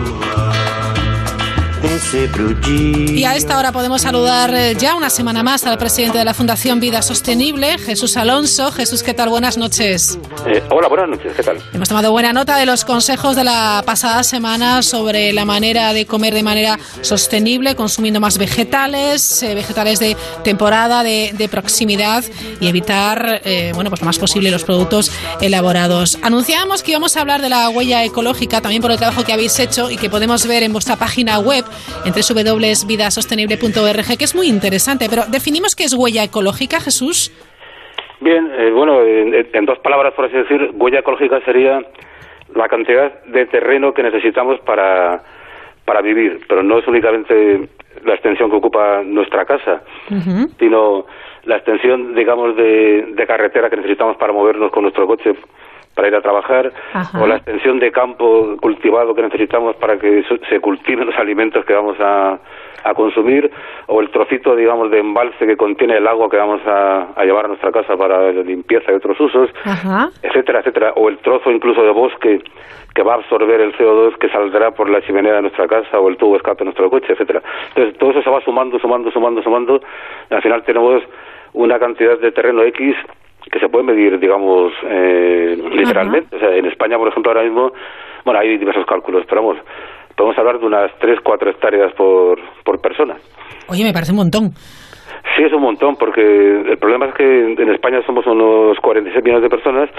Y a esta hora podemos saludar ya una semana más al presidente de la Fundación Vida Sostenible, Jesús Alonso. Jesús, ¿qué tal? Buenas noches. Eh, hola, buenas noches, ¿qué tal? Hemos tomado buena nota de los consejos de la pasada semana sobre la manera de comer de manera sostenible, consumiendo más vegetales, eh, vegetales de temporada, de, de proximidad, y evitar, eh, bueno, pues lo más posible los productos elaborados. Anunciábamos que íbamos a hablar de la huella ecológica, también por el trabajo que habéis hecho y que podemos ver en vuestra página web, en doble u doble u doble u punto vida sostenible punto org, que es muy interesante. Pero definimos qué es huella ecológica, Jesús. Bien, eh, bueno, en, en dos palabras, por así decir, huella ecológica sería la cantidad de terreno que necesitamos para, para vivir, pero no es únicamente la extensión que ocupa nuestra casa, uh-huh. sino la extensión, digamos, de, de carretera que necesitamos para movernos con nuestro coche para ir a trabajar, Ajá. o la extensión de campo cultivado que necesitamos para que se cultiven los alimentos que vamos a, a consumir, o el trocito, digamos, de embalse que contiene el agua que vamos a, a llevar a nuestra casa para la limpieza y otros usos, Ajá. etcétera, etcétera, o el trozo incluso de bosque que va a absorber el C O dos que saldrá por la chimenea de nuestra casa o el tubo de escape de nuestro coche, etcétera. Entonces todo eso se va sumando, sumando, sumando, sumando, y al final tenemos una cantidad de terreno X que se puede medir, digamos, eh, literalmente. Uh-huh. O sea, en España, por ejemplo, ahora mismo, bueno, hay diversos cálculos, pero vamos, podemos hablar de unas tres, cuatro hectáreas por, por persona. Oye, me parece un montón. Sí, es un montón, porque el problema es que en España somos unos cuarenta y seis millones de personas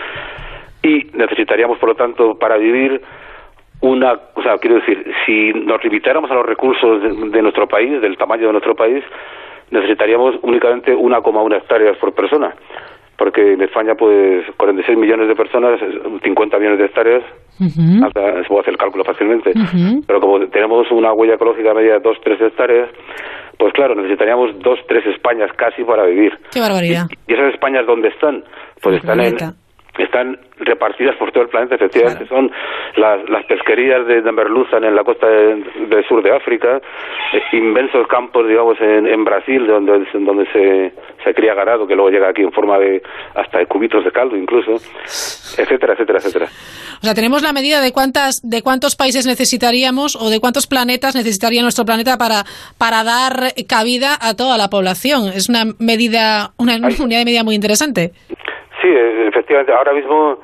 y necesitaríamos, por lo tanto, para vivir una... O sea, quiero decir, si nos limitáramos a los recursos de, de nuestro país, del tamaño de nuestro país, necesitaríamos únicamente una coma uno hectáreas por persona. Porque en España, pues, cuarenta y seis millones de personas, cincuenta millones de hectáreas, uh-huh. hasta, se puede hacer el cálculo fácilmente, uh-huh. pero como tenemos una huella ecológica media de dos, tres hectáreas, pues claro, necesitaríamos dos, tres Españas casi para vivir. ¡Qué barbaridad! ¿Y, y esas Españas dónde están? Pues están en... están repartidas por todo el planeta, efectivamente. Claro. Son las, las pesquerías de, de merluza en la costa de, del sur de África, eh, inmensos campos, digamos, en, en Brasil, donde, donde se, se cría ganado, que luego llega aquí en forma de hasta de cubitos de caldo incluso, etcétera, etcétera, etcétera. O sea, tenemos la medida de cuántas de cuántos países necesitaríamos o de cuántos planetas necesitaría nuestro planeta para, para dar cabida a toda la población. Es una medida, una Ay. unidad de medida muy interesante. Sí, efectivamente. Ahora mismo,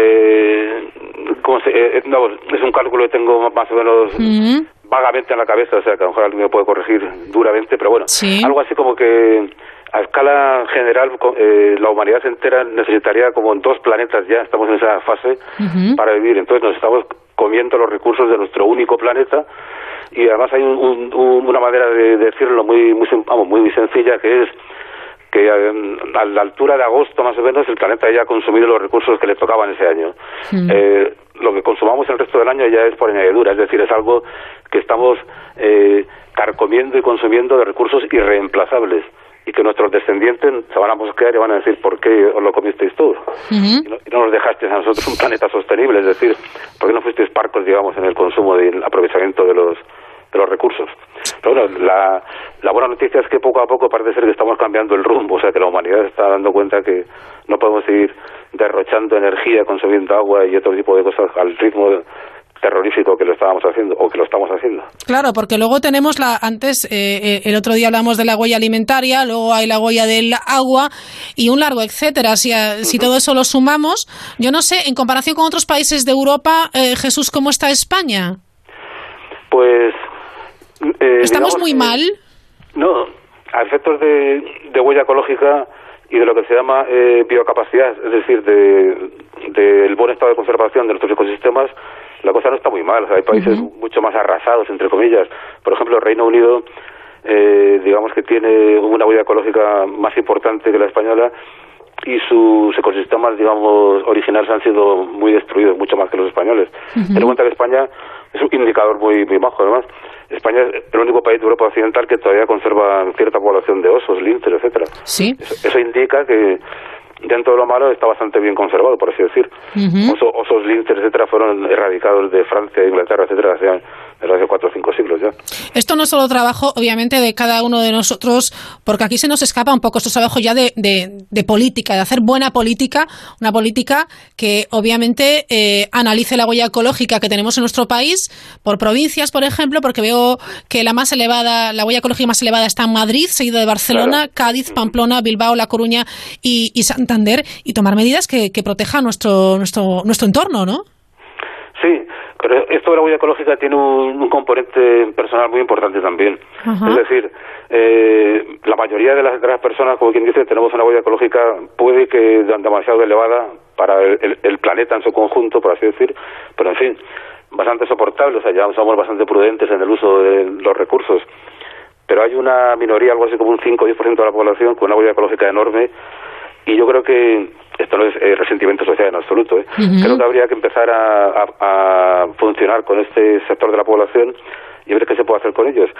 eh, ¿cómo se, eh, no, es un cálculo que tengo más o menos uh-huh. vagamente en la cabeza, o sea, que a lo mejor alguien me puede corregir duramente, pero bueno, ¿Sí? algo así como que a escala general eh, la humanidad entera necesitaría como dos planetas ya, estamos en esa fase uh-huh. para vivir. Entonces nos estamos comiendo los recursos de nuestro único planeta y además hay un, un, un, una manera de decirlo muy, muy, vamos, muy sencilla, que es que a la altura de agosto más o menos el planeta ya ha consumido los recursos que le tocaban ese año. Mm. Eh, lo que consumamos el resto del año ya es por añadidura, es decir, es algo que estamos eh, carcomiendo y consumiendo de recursos irreemplazables y que nuestros descendientes se van a mosquear y van a decir ¿por qué os lo comisteis todo? Uh-huh. y, no, y no nos dejasteis a nosotros un planeta sostenible, es decir, ¿por qué no fuisteis parcos, digamos, en el consumo y el aprovechamiento de los de los recursos? Pero bueno, la, la buena noticia es que poco a poco parece ser que estamos cambiando el rumbo, o sea que la humanidad está dando cuenta que no podemos seguir derrochando energía, consumiendo agua y otro tipo de cosas al ritmo terrorífico que lo estábamos haciendo o que lo estamos haciendo. Claro, porque luego tenemos la antes eh, el otro día hablamos de la huella alimentaria, luego hay la huella del agua y un largo etcétera. Si, a, si uh-huh. todo eso lo sumamos, yo no sé, en comparación con otros países de Europa, eh, Jesús, ¿cómo está España? Pues Eh, ¿Estamos muy que, mal? No, a efectos de, de huella ecológica y de lo que se llama eh, biocapacidad, es decir, de del buen estado de conservación de nuestros ecosistemas, la cosa no está muy mal. O sea, hay países uh-huh. mucho más arrasados, entre comillas. Por ejemplo, el Reino Unido, eh, digamos que tiene una huella ecológica más importante que la española, y sus ecosistemas, digamos, originales han sido muy destruidos, mucho más que los españoles. Uh-huh. Ten en cuenta que España es un indicador muy, muy bajo, además. España es el único país de Europa Occidental que todavía conserva cierta población de osos, linces, etcétera. Sí. Eso, eso indica que dentro de lo malo está bastante bien conservado, por así decir. Uh-huh. Oso, osos, linces, etcétera, fueron erradicados de Francia, Inglaterra, etcétera, hace, desde hace cuatro o cinco siglos ya. Esto no es solo trabajo, obviamente, de cada uno de nosotros, porque aquí se nos escapa un poco, esto es trabajo ya de, de, de política, de hacer buena política, una política que obviamente eh, analice la huella ecológica que tenemos en nuestro país, por provincias, por ejemplo, porque veo que la más elevada, la huella ecológica más elevada está en Madrid, seguida de Barcelona, claro. Cádiz, Pamplona, Bilbao, La Coruña y, y Santander, y tomar medidas que, que protejan nuestro, nuestro, nuestro entorno, ¿no? Sí, pero esto de la huella ecológica tiene un, un componente personal muy importante también. Uh-huh. Es decir, eh, la mayoría de las, de las personas, como quien dice, tenemos una huella ecológica, puede que demasiado elevada para el, el, el planeta en su conjunto, por así decir, pero en fin, bastante soportable. O sea, ya somos bastante prudentes en el uso de los recursos. Pero hay una minoría, algo así como un cinco o diez por ciento de la población, con una huella ecológica enorme, y yo creo que esto no es eh, resentimiento social en absoluto. ¿eh? Uh-huh. Creo que habría que empezar a, a, a funcionar con este sector de la población y ver qué se puede hacer con ellos.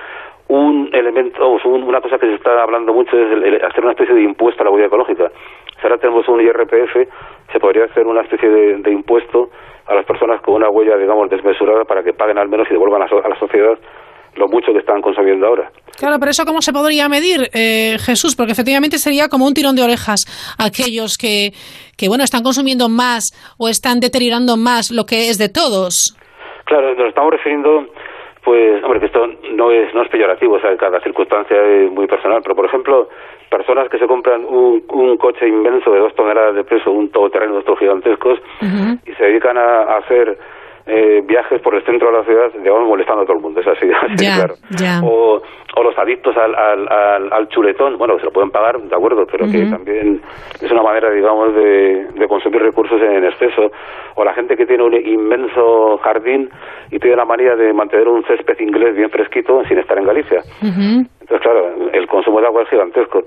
Un elemento, oh, un, una cosa que se está hablando mucho es el, el hacer una especie de impuesto a la huella ecológica. Si ahora tenemos un I R P F, se podría hacer una especie de, de impuesto a las personas con una huella, digamos, desmesurada, para que paguen al menos y devuelvan a, so, a la sociedad lo mucho que están consumiendo ahora. Claro, pero eso ¿cómo se podría medir, eh, Jesús? Porque efectivamente sería como un tirón de orejas a aquellos que, que, bueno, están consumiendo más o están deteriorando más lo que es de todos. Claro, nos estamos refiriendo, pues, hombre, que esto no es, no es peyorativo, o sea, cada circunstancia es muy personal, pero, por ejemplo, personas que se compran un, un coche inmenso de dos toneladas de peso, un todoterreno de estos gigantescos, uh-huh. y se dedican a, a hacer Eh, viajes por el centro de la ciudad, digamos, molestando a todo el mundo, es así, así ya, claro. Ya. O, o los adictos al, al, al, al chuletón, bueno, se lo pueden pagar, de acuerdo, pero uh-huh. que también es una manera, digamos, de, de consumir recursos en exceso. O la gente que tiene un inmenso jardín y tiene la manía de mantener un césped inglés bien fresquito sin estar en Galicia. Uh-huh. Entonces, claro, el consumo de agua es gigantesco.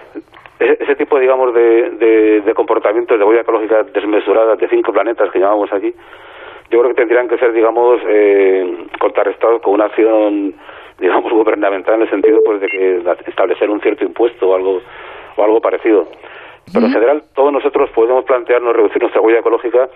Ese, ese tipo, digamos, de, de, de comportamientos de huella ecológica desmesurada de cinco planetas que llamamos aquí, yo creo que tendrían que ser, digamos, eh, contrarrestados con una acción, digamos, gubernamental, en el sentido, pues, de que establecer un cierto impuesto o algo o algo parecido. Pero en general todos nosotros podemos plantearnos reducir nuestra huella ecológica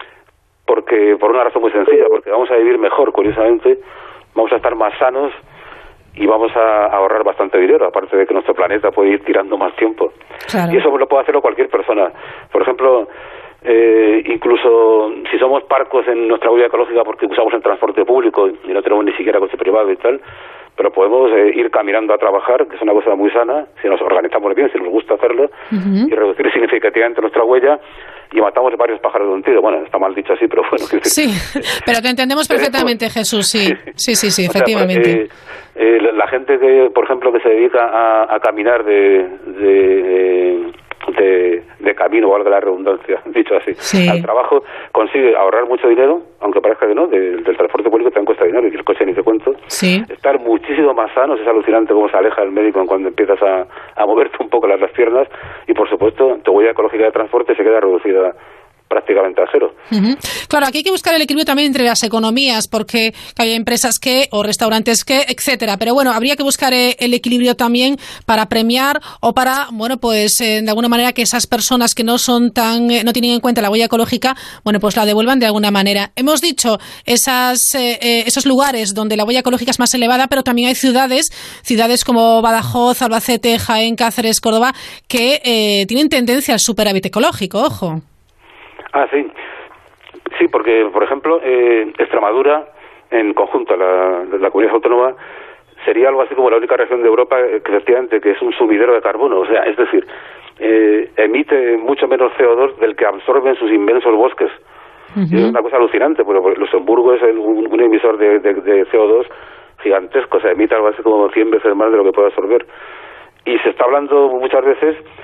porque por una razón muy sencilla, porque vamos a vivir mejor, curiosamente, vamos a estar más sanos y vamos a ahorrar bastante dinero, aparte de que nuestro planeta puede ir tirando más tiempo. Claro. Y eso lo puede hacerlo cualquier persona. Por ejemplo, Eh, incluso si somos parcos en nuestra huella ecológica porque usamos el transporte público y no tenemos ni siquiera coche privado y tal, pero podemos eh, ir caminando a trabajar, que es una cosa muy sana, si nos organizamos bien, si nos gusta hacerlo, uh-huh. y reducir significativamente nuestra huella, y matamos varios pájaros de un tiro. Bueno, está mal dicho así, pero bueno. Sí, pero te entendemos perfectamente, Jesús, sí, sí, sí, sí, efectivamente. O sea, pues, eh, eh, la gente que, por ejemplo, que se dedica a, a caminar de... de eh, De, de camino, valga la redundancia, dicho así, sí. al trabajo, consigue ahorrar mucho dinero, aunque parezca que no, de, del transporte público también cuesta dinero, y el coche ni te cuento, sí. estar muchísimo más sanos, es alucinante cómo se aleja el médico en cuando empiezas a, a moverte un poco las, las piernas, y por supuesto tu huella ecológica de transporte se queda reducida prácticamente a cero. Uh-huh. Claro, aquí hay que buscar el equilibrio también entre las economías, porque hay empresas que, o restaurantes que, etcétera. Pero bueno, habría que buscar el equilibrio también para premiar o para, bueno, pues eh, de alguna manera que esas personas que no son tan, eh, no tienen en cuenta la huella ecológica, bueno, pues la devuelvan de alguna manera. Hemos dicho esas, eh, eh, esos lugares donde la huella ecológica es más elevada, pero también hay ciudades, ciudades como Badajoz, Albacete, Jaén, Cáceres, Córdoba, que eh, tienen tendencia al superávit ecológico, ojo. Ah, sí. Sí, porque, por ejemplo, eh, Extremadura, en conjunto, la, la comunidad autónoma, sería algo así como la única región de Europa que, efectivamente, que es un sumidero de carbono. O sea, es decir, eh, emite mucho menos C O dos del que absorben sus inmensos bosques. Uh-huh. Y es una cosa alucinante, porque Luxemburgo es el, un, un emisor de, de, de C O dos gigantesco. O sea, emite algo así como cien veces más de lo que puede absorber. Y se está hablando muchas veces,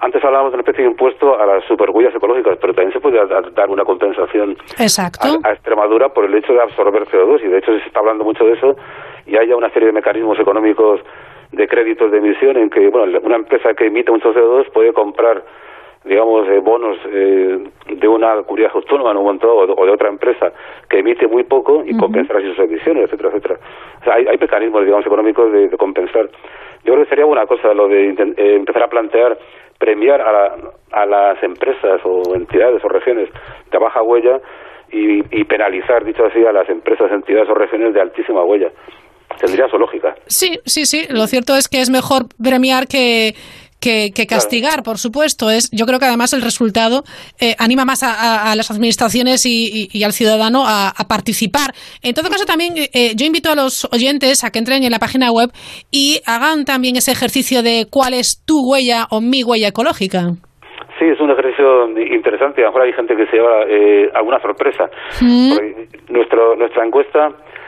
Antes hablábamos de una especie de impuesto a las superhuellas ecológicas, pero también se puede dar una compensación Exacto. A, a Extremadura por el hecho de absorber C O dos, y de hecho se está hablando mucho de eso, y hay ya una serie de mecanismos económicos de créditos de emisión en que, bueno, una empresa que emite mucho C O dos puede comprar, digamos, eh, bonos eh, de una comunidad autónoma en un momento o de, o de otra empresa que emite muy poco y uh-huh. compensar así sus emisiones, etcétera, etcétera. O sea, hay, hay mecanismos, digamos, económicos de, de compensar. Yo creo que sería buena cosa lo de eh, empezar a plantear premiar a, la, a las empresas o entidades o regiones de baja huella y, y penalizar, dicho así, a las empresas, entidades o regiones de altísima huella. Tendría su lógica. Sí, sí, sí. Lo cierto es que es mejor premiar que... Que, que castigar, claro. Por supuesto. Es, yo creo que además el resultado eh, anima más a, a, a las administraciones y, y, y al ciudadano a, a participar. En todo caso, también eh, yo invito a los oyentes a que entren en la página web y hagan también ese ejercicio de cuál es tu huella o mi huella ecológica. Sí, es un ejercicio interesante. A lo mejor hay gente que se lleva eh, alguna sorpresa. ¿Mm? Nuestro, nuestra encuesta...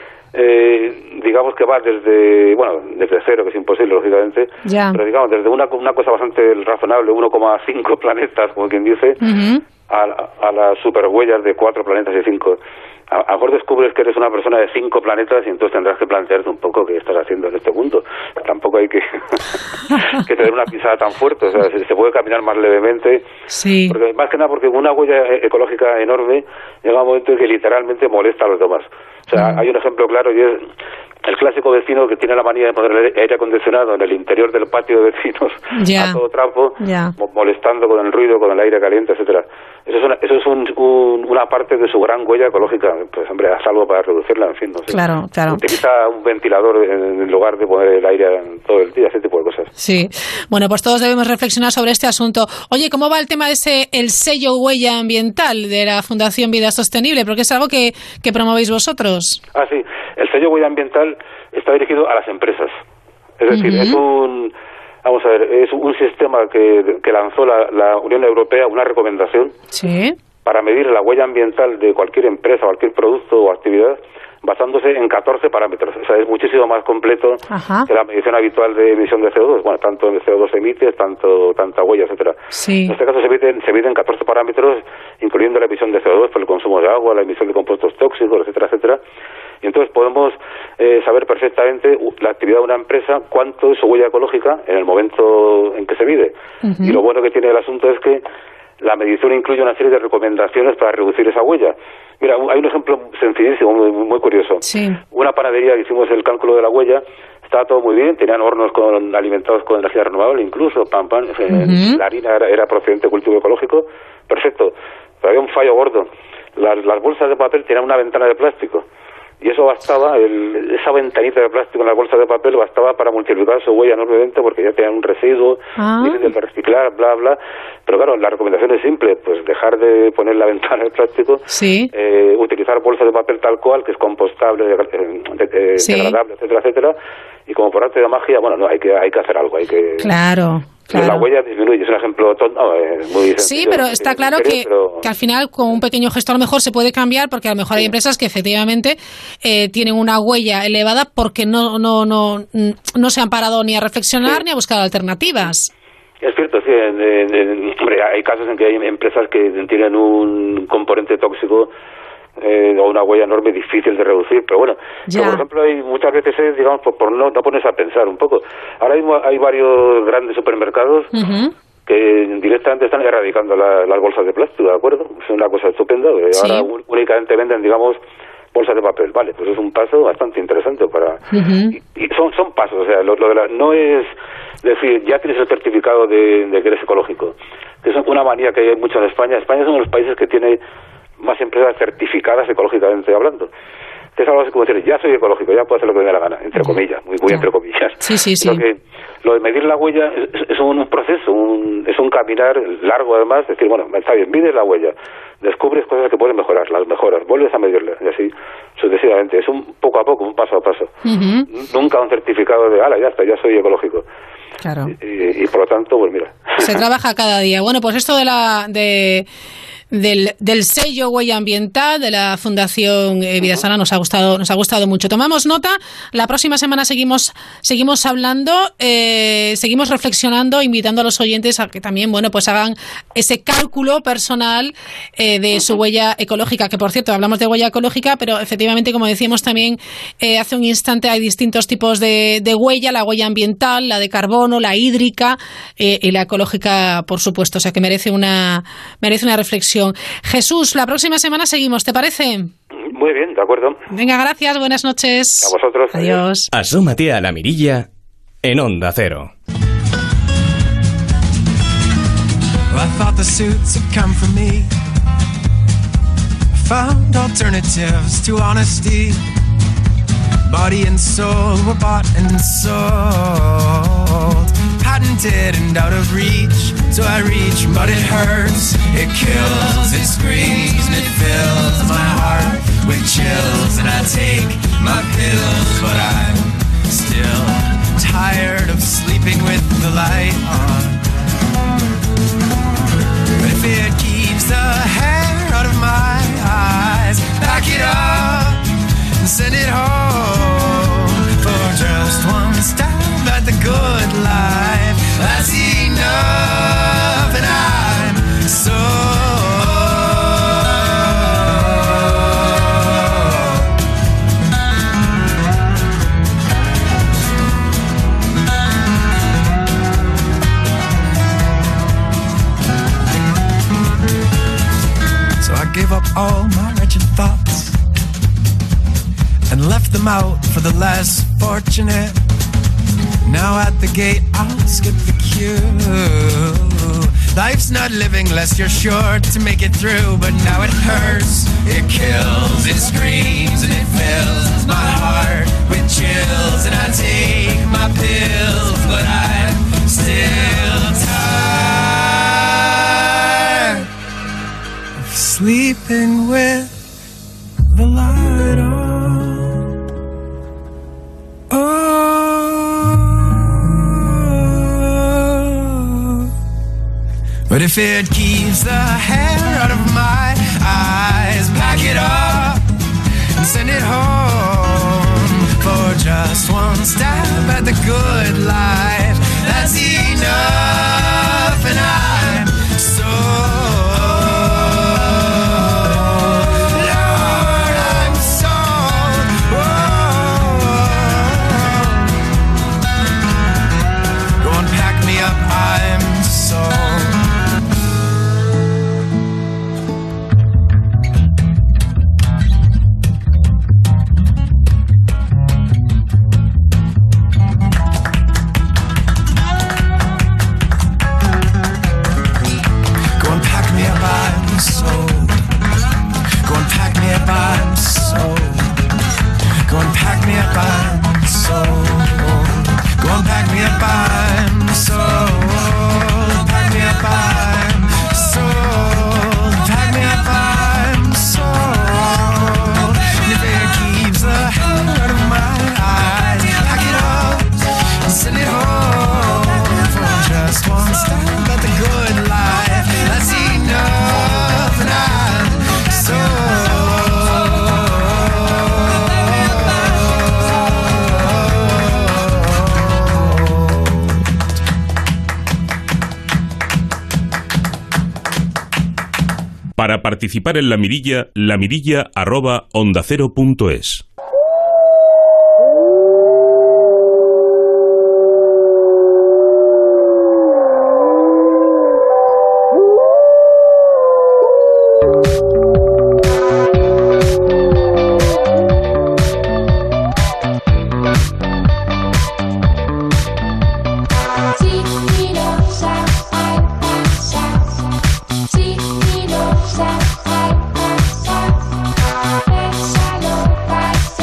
Eh, digamos que va desde, bueno, desde cero, que es imposible, lógicamente, ya. Pero digamos, desde una, una cosa bastante razonable, uno coma cinco planetas, como quien dice, uh-huh. a, a las superhuellas de cuatro planetas y cinco. A, a lo mejor descubres que eres una persona de cinco planetas y entonces tendrás que plantearte un poco qué estás haciendo en este mundo. Tampoco hay que, que tener una pisada tan fuerte, o sea, se, se puede caminar más levemente. Sí. Porque, más que nada porque una huella ecológica enorme llega un momento en que literalmente molesta a los demás. O sea, mm. hay un ejemplo claro y es el clásico vecino que tiene la manía de poner aire acondicionado en el interior del patio de vecinos ya. a todo trapo, ya. molestando con el ruido, con el aire caliente, etcétera. Eso es una, eso es un, un, una parte de su gran huella ecológica. Pues hombre, haz algo para reducirla, en fin, no sé. Claro, claro. Utiliza un ventilador en lugar de poner el aire todo el día, ese tipo de cosas. Sí. Bueno, pues todos debemos reflexionar sobre este asunto. Oye, ¿cómo va el tema de ese el sello huella ambiental de la Fundación Vida Sostenible? Porque es algo que, que promovéis vosotros. Ah, sí. El sello huella ambiental está dirigido a las empresas. Es decir, uh-huh. es un... Vamos a ver, es un sistema que, que lanzó la, la Unión Europea, una recomendación ¿sí? para medir la huella ambiental de cualquier empresa, cualquier producto o actividad, basándose en catorce parámetros. O sea, es muchísimo más completo Ajá. que la medición habitual de emisión de C O dos. Bueno, tanto de C O dos emites, tanto tanta huella, etcétera. Sí. En este caso se miden, se miden catorce parámetros, incluyendo la emisión de C O dos por el consumo de agua, la emisión de compuestos tóxicos, etcétera, etcétera. Y entonces podemos eh, saber perfectamente la actividad de una empresa, cuánto es su huella ecológica en el momento en que se mide. Uh-huh. Y lo bueno que tiene el asunto es que la medición incluye una serie de recomendaciones para reducir esa huella. Mira, hay un ejemplo sencillísimo, muy, muy curioso. Sí. Una panadería, hicimos el cálculo de la huella, estaba todo muy bien, tenían hornos con, alimentados con energía renovable, incluso, pan, pan, uh-huh. la harina era, era procedente de cultivo ecológico, perfecto. Pero había un fallo gordo. Las, las bolsas de papel tenían una ventana de plástico. Y eso bastaba, el, esa ventanita de plástico en la bolsa de papel bastaba para multiplicar su huella enormemente porque ya tenían un residuo, ah. difícil de reciclar, bla, bla. Pero claro, la recomendación es simple, pues dejar de poner la ventana de plástico, sí. eh, utilizar bolsas de papel tal cual, que es compostable, de, de, de, sí. degradable, etcétera, etcétera. Y como por arte de magia, bueno, no, hay que, hay que hacer algo, hay que... Claro. Claro. La huella disminuye, es un ejemplo tonto, no, eh, muy sencillo. Sí, pero está claro que, pero... que al final con un pequeño gesto a lo mejor se puede cambiar, porque a lo mejor sí. hay empresas que efectivamente eh, tienen una huella elevada porque no no no no se han parado ni a reflexionar sí. ni a buscar alternativas. Es cierto, sí. En, en, en, hombre, hay casos en que hay empresas que tienen un componente tóxico Eh, o una huella enorme difícil de reducir, pero bueno, pero por ejemplo hay muchas veces es, digamos, por, por no, no ponerse a pensar un poco. Ahora mismo hay varios grandes supermercados uh-huh. que directamente están erradicando la, las bolsas de plástico, ¿de acuerdo? Es una cosa estupenda, sí. Ahora únicamente venden, digamos, bolsas de papel, vale, pues es un paso bastante interesante para... Uh-huh. y, y son son pasos, o sea, lo, lo de la, no es decir, ya tienes el certificado de, de que eres ecológico, que es una manía que hay mucho en España. España es uno de los países que tiene más empresas certificadas ecológicamente hablando. Que es algo así como decir, ya soy ecológico, ya puedo hacer lo que me dé la gana, entre comillas, muy, muy entre comillas. Sí, sí, sí. Lo, que, lo de medir la huella es, es un, un proceso, un, es un caminar largo además, decir, bueno, está bien, mides la huella, descubres cosas que pueden mejorar, las mejoras, vuelves a medirlas, y así sucesivamente. Es un poco a poco, un paso a paso. Uh-huh. Nunca un certificado de, ala, ya está, ya soy ecológico. Claro. Y, y por lo tanto, pues mira. Se trabaja cada día. Bueno, pues esto de la de del, del sello huella ambiental de la Fundación eh, Vida Sana nos ha gustado nos ha gustado mucho. Tomamos nota. La próxima semana seguimos seguimos hablando, eh, seguimos reflexionando, invitando a los oyentes a que también, bueno, pues hagan ese cálculo personal eh, de su huella ecológica, que por cierto hablamos de huella ecológica, pero efectivamente, como decíamos también eh, hace un instante, hay distintos tipos de, de huella: la huella ambiental, la de carbono, la hídrica eh, y la ecológica, por supuesto. O sea que merece una merece una reflexión. Jesús, la próxima semana seguimos, ¿te parece? Muy bien, de acuerdo. Venga, gracias, buenas noches. A vosotros. Adiós. Asómate a la mirilla en Onda Cero. Well, I thought the suits had come for me. Found alternatives to honesty. Body and soul were bought and sold. Patented and out of reach. So I reach, but it hurts. It kills, it screams, and it fills my heart with chills. And I take my pills, but I'm still tired of sleeping with the light on. But if it keeps the hair out of my eyes, pack it up and send it home for just one stab at the good life. That's enough, and I'm so So I gave up all my wretched thoughts and left them out for the less fortunate. Now at the gate I'll skip the queue. Life's not living less you're sure to make it through. But now it hurts, it kills, it screams, and it fills my heart with chills. And I take my pills, but I'm still tired of sleeping with the light on. But if it keeps the hair out of my eyes, pack it up and send it home for just one stab at the good life. That's enough, and I'm so Lord, I'm so oh. Go and pack me up, I'm so Para participar en la mirilla, lamirilla arroba onda cero punto es. Bésalo,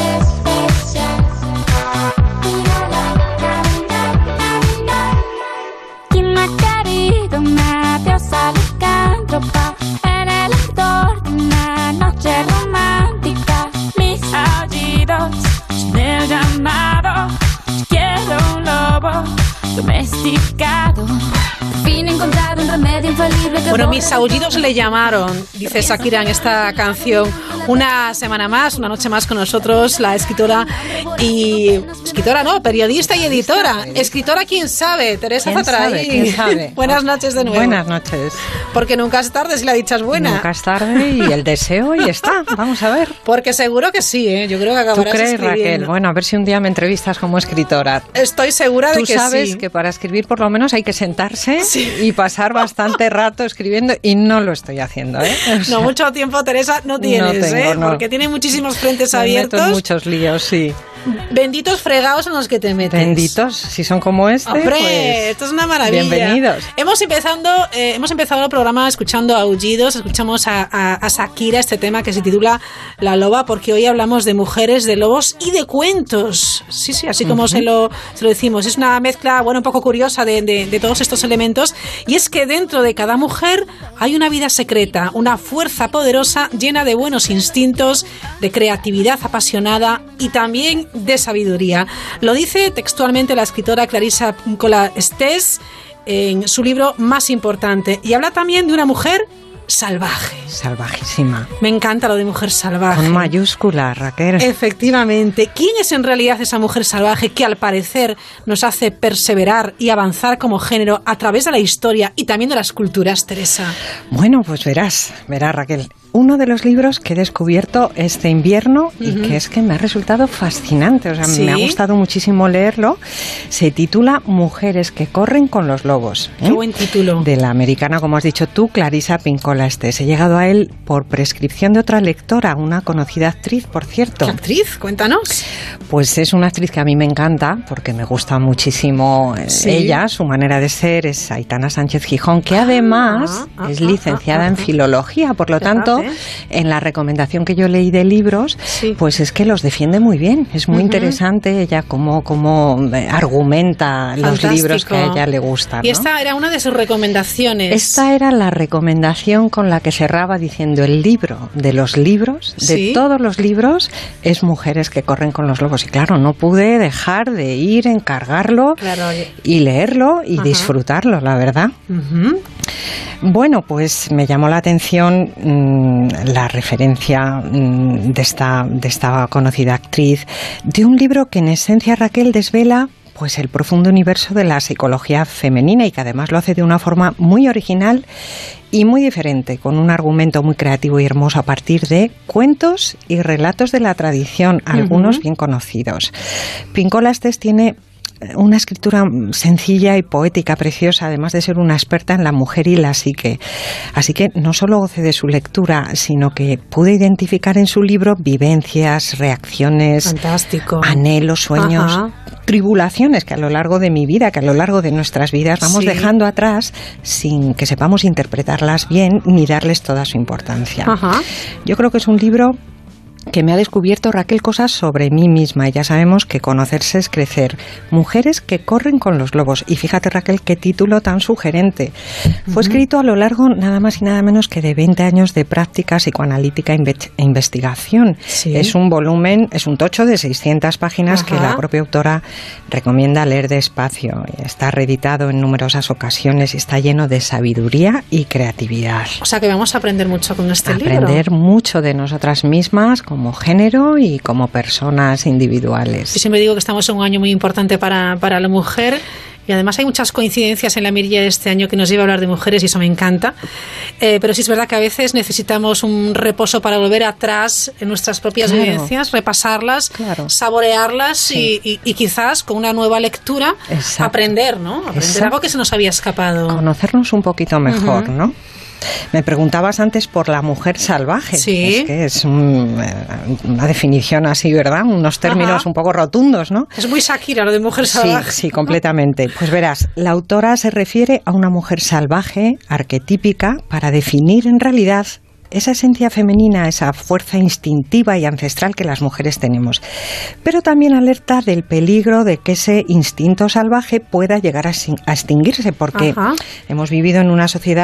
remedio infalible que Bueno, borra mis aullidos le llamaron, dice Shakira en esta canción. Una semana más, una noche más con nosotros, la escritora y... Escritora no, periodista y editora. Escritora, ¿quién sabe? Teresa ¿Quién Zatray. sabe? ¿Quién sabe? Buenas noches de nuevo. Buenas noches. Porque nunca es tarde si la dicha es buena. Nunca es tarde y el deseo y está. Vamos a ver. Porque seguro que sí, ¿eh? Yo creo que ¿Tú acabarás crees, escribiendo. Raquel? Bueno, a ver si un día me entrevistas como escritora. Estoy segura de Tú que sabes sí. que para escribir por lo menos hay que sentarse y pasar bastante rato escribiendo y no lo estoy haciendo, ¿eh? O sea, No, mucho tiempo, Teresa, no tienes, no tengo, ¿eh? no. Porque tiene muchísimos frentes me abiertos. meto en muchos líos, sí. Benditos fregados en los que te metes. Benditos, si son como este, Hombre, pues, esto es una maravilla. bienvenidos. Hemos empezado, eh, hemos empezado el programa escuchando aullidos, escuchamos a, a, a Shakira, este tema que se titula La Loba, porque hoy hablamos de mujeres, de lobos y de cuentos. Sí, sí, así como uh-huh. se, lo, se lo decimos. Es una mezcla, bueno, un poco curiosa de, de, de todos estos elementos. Y es que dentro de cada mujer hay una vida secreta, una fuerza poderosa llena de buenos instintos, de creatividad apasionada y también de sabiduría. Lo dice textualmente la escritora Clarissa Pinkola Estés en su libro más importante, y habla también de una mujer salvaje. Salvajísima. Me encanta lo de mujer salvaje. Con mayúscula, Raquel. Efectivamente. ¿Quién es en realidad esa mujer salvaje que al parecer nos hace perseverar y avanzar como género a través de la historia y también de las culturas, Teresa? Bueno, pues verás, verás, Raquel. Uno de los libros que he descubierto este invierno uh-huh. y que es que me ha resultado fascinante, o sea, ¿sí? me ha gustado muchísimo leerlo, se titula Mujeres que corren con los lobos. ¿eh? Qué buen título. De la americana, como has dicho tú, Clarissa Pinkola Estés. He llegado a él por prescripción de otra lectora, una conocida actriz, por cierto. ¿Qué actriz? Cuéntanos. Pues es una actriz que a mí me encanta, porque me gusta muchísimo ¿sí? ella, su manera de ser, es Aitana Sánchez Gijón, que además ah, es licenciada ah, ah, en filología, por lo tanto, en la recomendación que yo leí de libros, sí. pues es que los defiende muy bien. Es muy uh-huh. interesante ella cómo, cómo argumenta Fantástico. Los libros que a ella le gustan. Y ¿no? esta era una de sus recomendaciones. Esta era la recomendación con la que cerraba diciendo el libro de los libros, de ¿sí? todos los libros, es Mujeres que corren con los lobos. Y claro, no pude dejar de ir, encargarlo claro. y leerlo y uh-huh. disfrutarlo, la verdad. Uh-huh. Bueno, pues me llamó la atención mmm, la referencia mmm, de, esta, de esta conocida actriz, de un libro que en esencia, Raquel, desvela pues el profundo universo de la psicología femenina y que además lo hace de una forma muy original y muy diferente, con un argumento muy creativo y hermoso a partir de cuentos y relatos de la tradición, algunos uh-huh. bien conocidos. Pinkola Estés tiene una escritura sencilla y poética, preciosa, además de ser una experta en la mujer y la psique. Así que no solo gocé de su lectura, sino que pude identificar en su libro vivencias, reacciones, Fantástico. anhelos, sueños, Ajá. tribulaciones que a lo largo de mi vida, que a lo largo de nuestras vidas vamos sí. dejando atrás sin que sepamos interpretarlas bien ni darles toda su importancia. Ajá. Yo creo que es un libro que me ha descubierto, Raquel, cosas sobre mí misma. Y ya sabemos que conocerse es crecer. Mujeres que corren con los lobos. Y fíjate, Raquel, qué título tan sugerente. Uh-huh. Fue escrito a lo largo nada más y nada menos que de veinte años de práctica psicoanalítica e investigación. Sí. Es un volumen, es un tocho de seiscientas páginas Ajá. que la propia autora recomienda leer despacio. Está reeditado en numerosas ocasiones y está lleno de sabiduría y creatividad. O sea que vamos a aprender mucho con este aprender libro. Aprender mucho de nosotras mismas, como género y como personas individuales. Yo siempre digo que estamos en un año muy importante para, para la mujer. Y además hay muchas coincidencias en la mirilla de este año que nos lleva a hablar de mujeres y eso me encanta. Eh, pero sí es verdad que a veces necesitamos un reposo para volver atrás en nuestras propias claro. vivencias, repasarlas, claro. saborearlas sí. y, y, y quizás con una nueva lectura Exacto. aprender, ¿no? Aprender Exacto. algo que se nos había escapado. Conocernos un poquito mejor, uh-huh. ¿no? Me preguntabas antes por la mujer salvaje. Sí. Es que es un, una definición así, ¿verdad? Unos términos Ajá. un poco rotundos, ¿no? Es muy Shakira lo de mujer salvaje. Sí, sí, completamente. Pues verás, la autora se refiere a una mujer salvaje, arquetípica, para definir en realidad esa esencia femenina, esa fuerza instintiva y ancestral que las mujeres tenemos. Pero también alerta del peligro de que ese instinto salvaje pueda llegar a extinguirse, porque Ajá. hemos vivido en una sociedad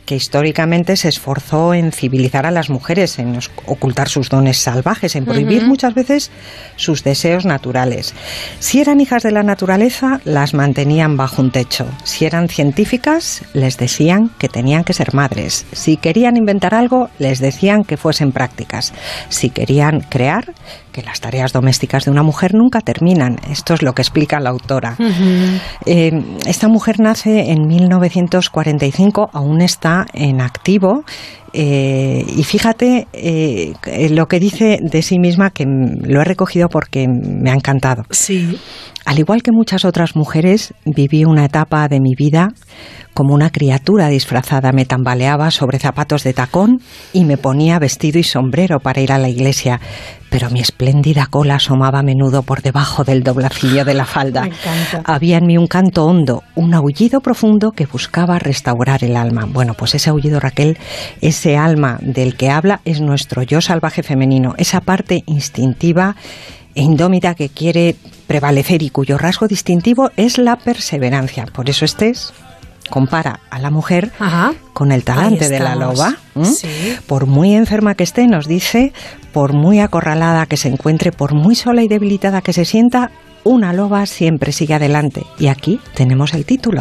que históricamente se esforzó en civilizar a las mujeres, en ocultar sus dones salvajes, en prohibir uh-huh. muchas veces sus deseos naturales. Si eran hijas de la naturaleza, las mantenían bajo un techo. Si eran científicas, les decían que tenían que ser madres. Si querían inventar algo, les decían que fuesen prácticas. Si querían crear, que las tareas domésticas de una mujer nunca terminan. Esto es lo que explica la autora. Uh-huh. Eh, esta mujer nace en mil novecientos cuarenta y cinco, aún está en activo. Eh, y fíjate eh, lo que dice de sí misma, que lo he recogido porque me ha encantado. Sí. Al igual que muchas otras mujeres, viví una etapa de mi vida como una criatura disfrazada. Me tambaleaba sobre zapatos de tacón y me ponía vestido y sombrero para ir a la iglesia. Pero mi espléndida cola asomaba a menudo por debajo del doblacillo de la falda. Me encanta. Había en mí un canto hondo, un aullido profundo que buscaba restaurar el alma. Bueno, pues ese aullido, Raquel, ese alma del que habla es nuestro yo salvaje femenino, esa parte instintiva e indómita que quiere prevalecer y cuyo rasgo distintivo es la perseverancia. Por eso Estés compara a la mujer Ajá. con el talante de la loba. ¿Mm? Sí. Por muy enferma que esté, nos dice, por muy acorralada que se encuentre, por muy sola y debilitada que se sienta, una loba siempre sigue adelante. Y aquí tenemos el título.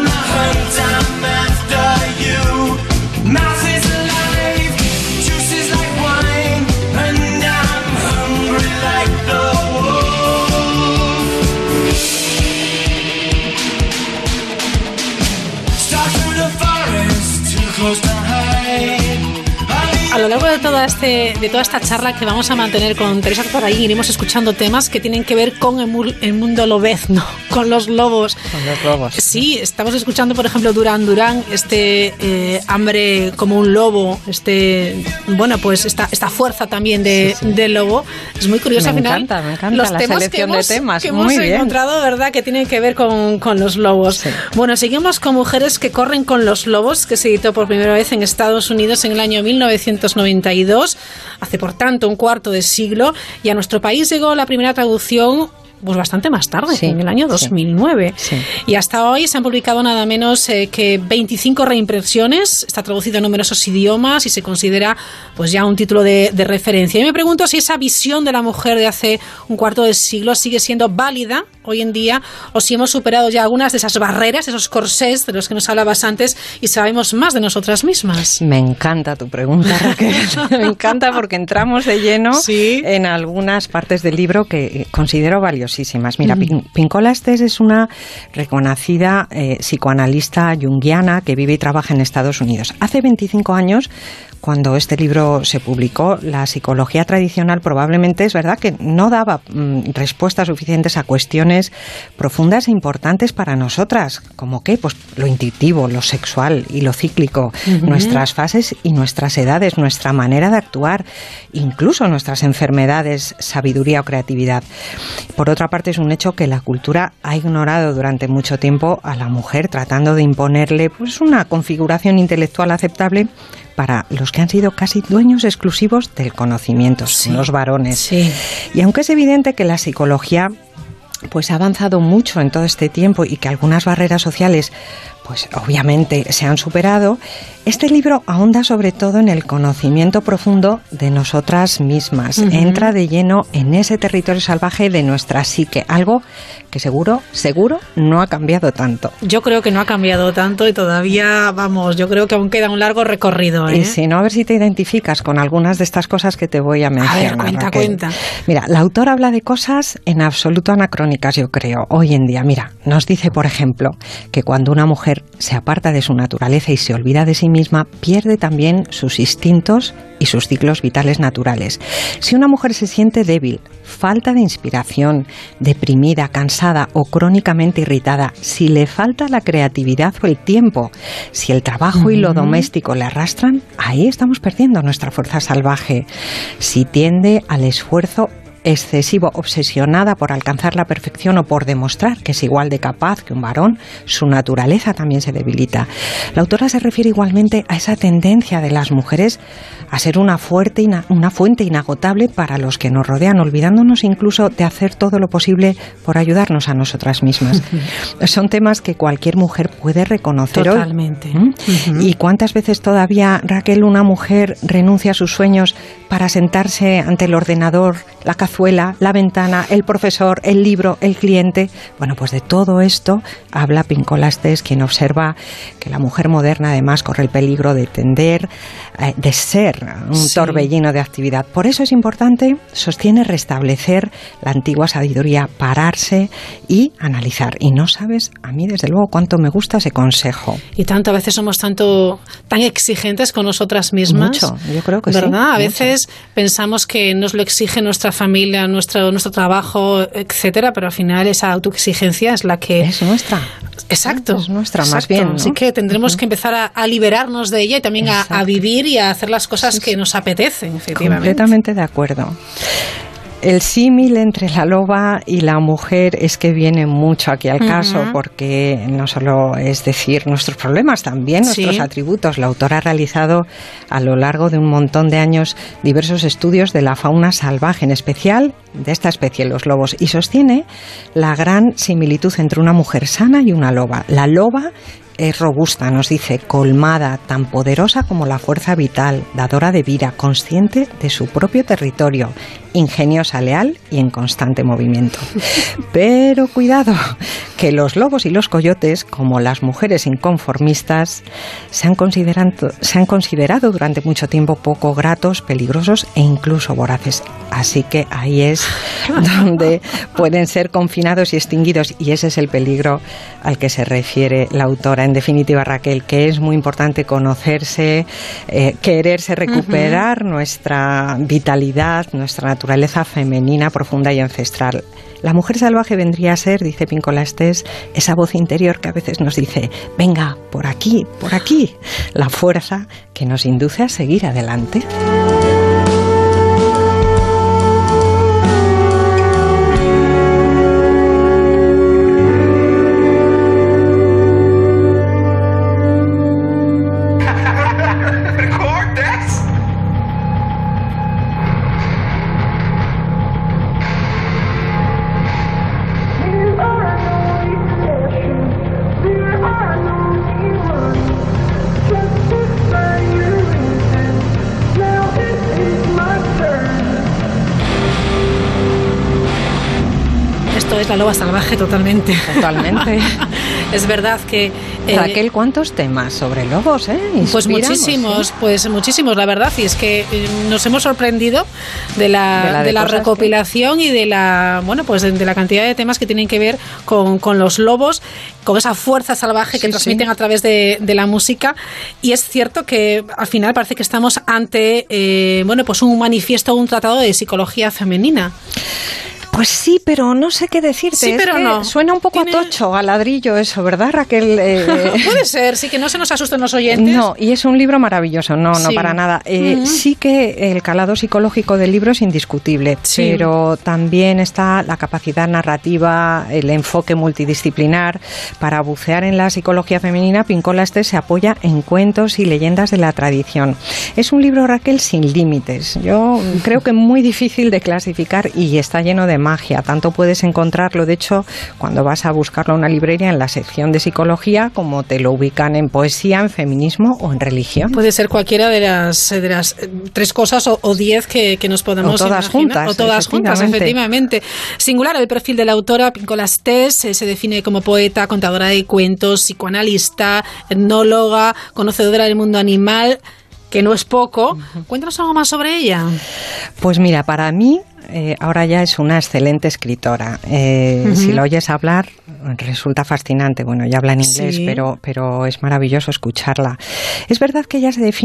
A lo largo de toda, este, de toda esta charla que vamos a mantener con Teresa Torray, iremos escuchando temas que tienen que ver con el, mu- el mundo lobezno, con los lobos. Con los lobos. Sí, estamos escuchando, por ejemplo, Duran Duran, este eh, hambre como un lobo, este bueno, pues esta, esta fuerza también de, sí, sí. del lobo. Es muy curioso me al final. Encanta, me encanta los la temas selección que hemos, de temas. que muy hemos bien. encontrado, ¿verdad?, que tienen que ver con, con los lobos. Sí. Bueno, seguimos con Mujeres que corren con los lobos, que se editó por primera vez en Estados Unidos en el año mil novecientos noventa y dos. Hace, por tanto, un cuarto de siglo, y a nuestro país llegó la primera traducción pues bastante más tarde, sí, en el año dos mil nueve. Sí, sí. Y hasta hoy se han publicado nada menos eh, que veinticinco reimpresiones, está traducido en numerosos idiomas y se considera pues ya un título de, de referencia. Y me pregunto si esa visión de la mujer de hace un cuarto de siglo sigue siendo válida hoy en día, o si hemos superado ya algunas de esas barreras, esos corsés de los que nos hablabas antes, y sabemos más de nosotras mismas. Me encanta tu pregunta, Raquel. Me encanta porque entramos de lleno ¿Sí? en algunas partes del libro que considero valiosísimas. Mira, mm. Pincola Estés es una reconocida eh, psicoanalista junguiana que vive y trabaja en Estados Unidos. Hace veinticinco años, cuando este libro se publicó, la psicología tradicional probablemente es verdad que no daba mm, respuestas suficientes a cuestiones profundas e importantes para nosotras, como qué, pues lo intuitivo, lo sexual y lo cíclico, uh-huh. nuestras fases y nuestras edades, nuestra manera de actuar, incluso nuestras enfermedades, sabiduría o creatividad. Por otra parte, es un hecho que la cultura ha ignorado durante mucho tiempo a la mujer, tratando de imponerle pues una configuración intelectual aceptable para los que han sido casi dueños exclusivos del conocimiento, sí. los varones. Sí. Y aunque es evidente que la psicología pues ha avanzado mucho en todo este tiempo y que algunas barreras sociales pues obviamente se han superado, este libro ahonda sobre todo en el conocimiento profundo de nosotras mismas. Uh-huh. Entra de lleno en ese territorio salvaje de nuestra psique, algo que seguro, seguro no ha cambiado tanto. Yo creo que no ha cambiado tanto y todavía, vamos, yo creo que aún queda un largo recorrido, ¿eh? Y si no, a ver si te identificas con algunas de estas cosas que te voy a mencionar. A ver, cuenta, Raquel. cuenta. Mira, la autora habla de cosas en absoluto anacrónicas, yo creo, hoy en día. Mira, nos dice, por ejemplo, que cuando una mujer se aparta de su naturaleza y se olvida de sí misma, pierde también sus instintos y sus ciclos vitales naturales. Si una mujer se siente débil, falta de inspiración, deprimida, cansada o crónicamente irritada, si le falta la creatividad o el tiempo, si el trabajo uh-huh. y lo doméstico le arrastran, ahí estamos perdiendo nuestra fuerza salvaje. Si tiende al esfuerzo excesivo, obsesionada por alcanzar la perfección o por demostrar que es igual de capaz que un varón, su naturaleza también se debilita. La autora se refiere igualmente a esa tendencia de las mujeres a ser una, fuerte, una fuente inagotable para los que nos rodean, olvidándonos incluso de hacer todo lo posible por ayudarnos a nosotras mismas. Son temas que cualquier mujer puede reconocer Totalmente. hoy. ¿Mm? Uh-huh. ¿Y cuántas veces todavía, Raquel, una mujer renuncia a sus sueños para sentarse ante el ordenador, la cazuela, la ventana, el profesor, el libro, el cliente? Bueno, pues de todo esto habla Pincola Estés, quien observa que la mujer moderna además corre el peligro de tender, eh, de ser un sí. torbellino de actividad. Por eso es importante, sostiene, restablecer la antigua sabiduría, pararse y analizar. Y no sabes, a mí desde luego, cuánto me gusta ese consejo. Y tanto, a veces somos tanto tan exigentes con nosotras mismas. Mucho, yo creo que ¿verdad? sí. A mucho. veces pensamos que nos lo exige nuestra familia, nuestro, nuestro trabajo, etcétera, pero al final esa autoexigencia es la que... Es nuestra. Exacto. Es nuestra, exacto. más bien, ¿no? Así que tendremos uh-huh. que empezar a, a liberarnos de ella y también a, a vivir y a hacer las cosas que nos apetecen, efectivamente. Completamente de acuerdo. El símil entre la loba y la mujer es que viene mucho aquí al caso, uh-huh. porque no solo es decir nuestros problemas, también nuestros sí. atributos. La autora ha realizado a lo largo de un montón de años diversos estudios de la fauna salvaje, en especial de esta especie, los lobos, y sostiene la gran similitud entre una mujer sana y una loba. La loba es robusta, nos dice, colmada, tan poderosa como la fuerza vital, dadora de vida, consciente de su propio territorio, ingeniosa, leal y en constante movimiento. Pero cuidado, que los lobos y los coyotes, como las mujeres inconformistas, se han considerado, se han considerado durante mucho tiempo poco gratos, peligrosos e incluso voraces. Así que ahí es donde pueden ser confinados y extinguidos, y ese es el peligro al que se refiere la autora. En definitiva, Raquel, que es muy importante conocerse, eh, quererse, recuperar uh-huh. nuestra vitalidad, nuestra naturaleza femenina profunda y ancestral. La mujer salvaje vendría a ser, dice Pincola Estés, esa voz interior que a veces nos dice, venga, por aquí, por aquí, la fuerza que nos induce a seguir adelante. La loba salvaje totalmente. Totalmente. Es verdad que... Eh, Raquel, ¿cuántos temas sobre lobos, eh? Pues muchísimos, ¿eh? pues muchísimos, la verdad. Y es que nos hemos sorprendido de la, de la, de de la recopilación que... y de la bueno pues de, de la cantidad de temas que tienen que ver con, con los lobos, con esa fuerza salvaje que sí, transmiten sí. a través de, de la música. Y es cierto que al final parece que estamos ante eh, bueno pues un manifiesto, un tratado de psicología femenina. Pues sí, pero no sé qué decirte. Sí, es pero que no. Suena un poco ¿Tiene... a tocho, a ladrillo eso, ¿verdad, Raquel? Eh... Puede ser, sí, que no se nos asusten los oyentes. No, y es un libro maravilloso, no, sí. no para nada. Eh, uh-huh. Sí que el calado psicológico del libro es indiscutible, sí. pero también está la capacidad narrativa, el enfoque multidisciplinar. Para bucear en la psicología femenina, Pincola Estés se apoya en cuentos y leyendas de la tradición. Es un libro, Raquel, sin límites. Yo creo que muy difícil de clasificar y está lleno de magia. Tanto puedes encontrarlo, de hecho, cuando vas a buscarlo en una librería, en la sección de psicología, como te lo ubican en poesía, en feminismo o en religión. Puede ser cualquiera de las, de las tres cosas o, o diez que, que nos podemos o todas imaginar. Juntas, o todas juntas, efectivamente. Singular el perfil de la autora. Pincola Estés eh, se define como poeta, contadora de cuentos, psicoanalista, etnóloga, conocedora del mundo animal, que no es poco. Uh-huh. Cuéntanos algo más sobre ella. Pues mira, para mí Eh, ahora ya es una excelente escritora. Eh, uh-huh. Si la oyes hablar, resulta fascinante. Bueno, ya habla en inglés, sí. pero, pero es maravilloso escucharla. Es verdad que ella se define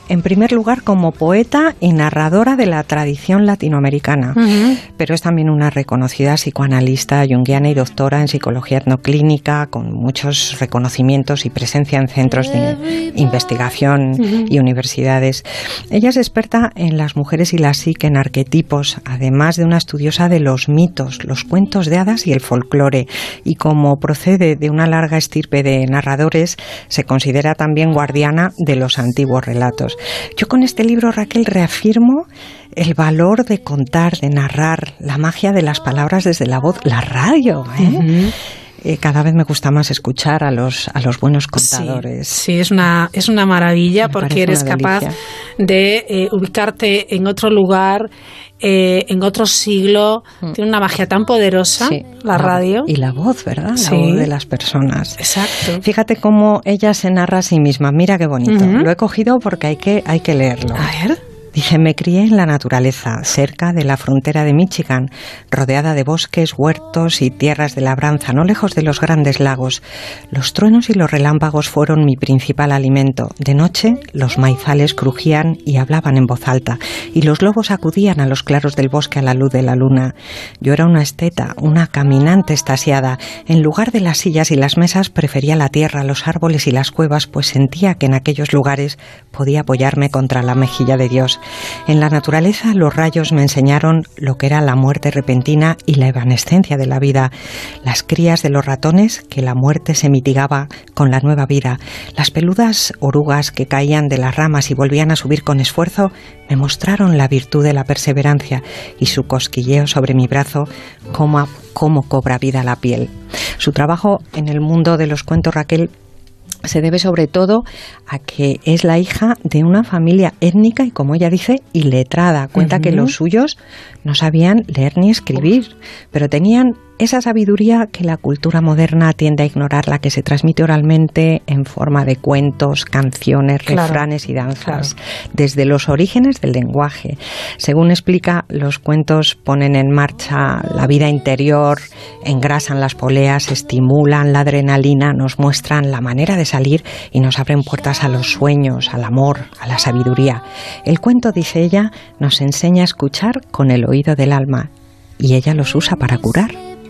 en primer lugar, como poeta y narradora de la tradición latinoamericana, uh-huh. pero es también una reconocida psicoanalista junguiana y doctora en psicología etnoclínica, con muchos reconocimientos y presencia en centros de investigación uh-huh. y universidades. Ella es experta en las mujeres y la psique, en arquetipos, además de una estudiosa de los mitos, los cuentos de hadas y el folclore, y como procede de una larga estirpe de narradores, se considera también guardiana de los antiguos relatos. Yo con este libro, Raquel, reafirmo el valor de contar, de narrar, la magia de las palabras desde la voz, la radio, ¿eh? Uh-huh. Eh, cada vez me gusta más escuchar a los a los buenos contadores. Sí, sí es una es una maravilla, me porque eres capaz delicia. de eh, ubicarte en otro lugar, eh, en otro siglo. Mm. Tiene una magia tan poderosa, sí, la radio. Y la voz, ¿verdad? Sí. La voz de las personas. Exacto. Fíjate cómo ella se narra a sí misma. Mira qué bonito. Uh-huh. Lo he cogido porque hay que, hay que leerlo. A ver. Dice, me crié en la naturaleza, cerca de la frontera de Michigan, rodeada de bosques, huertos y tierras de labranza, no lejos de los grandes lagos. Los truenos y los relámpagos fueron mi principal alimento. De noche, los maizales crujían y hablaban en voz alta, y los lobos acudían a los claros del bosque a la luz de la luna. Yo era una esteta, una caminante extasiada. En lugar de las sillas y las mesas, prefería la tierra, los árboles y las cuevas, pues sentía que en aquellos lugares podía apoyarme contra la mejilla de Dios. En la naturaleza, los rayos me enseñaron lo que era la muerte repentina y la evanescencia de la vida. Las crías de los ratones, que la muerte se mitigaba con la nueva vida. Las peludas orugas que caían de las ramas y volvían a subir con esfuerzo, me mostraron la virtud de la perseverancia, y su cosquilleo sobre mi brazo, cómo, cómo cobra vida la piel. Su trabajo en el mundo de los cuentos, Raquel, se debe sobre todo a que es la hija de una familia étnica y, como ella dice, iletrada. Cuenta uh-huh. que los suyos no sabían leer ni escribir, pero tenían esa sabiduría que la cultura moderna tiende a ignorar, la que se transmite oralmente en forma de cuentos, canciones, claro, refranes y danzas, claro. desde los orígenes del lenguaje. Según explica, los cuentos ponen en marcha la vida interior, engrasan las poleas, estimulan la adrenalina, nos muestran la manera de salir y nos abren puertas a los sueños, al amor, a la sabiduría. El cuento, dice ella, nos enseña a escuchar con el oído del alma, y ella los usa para curar.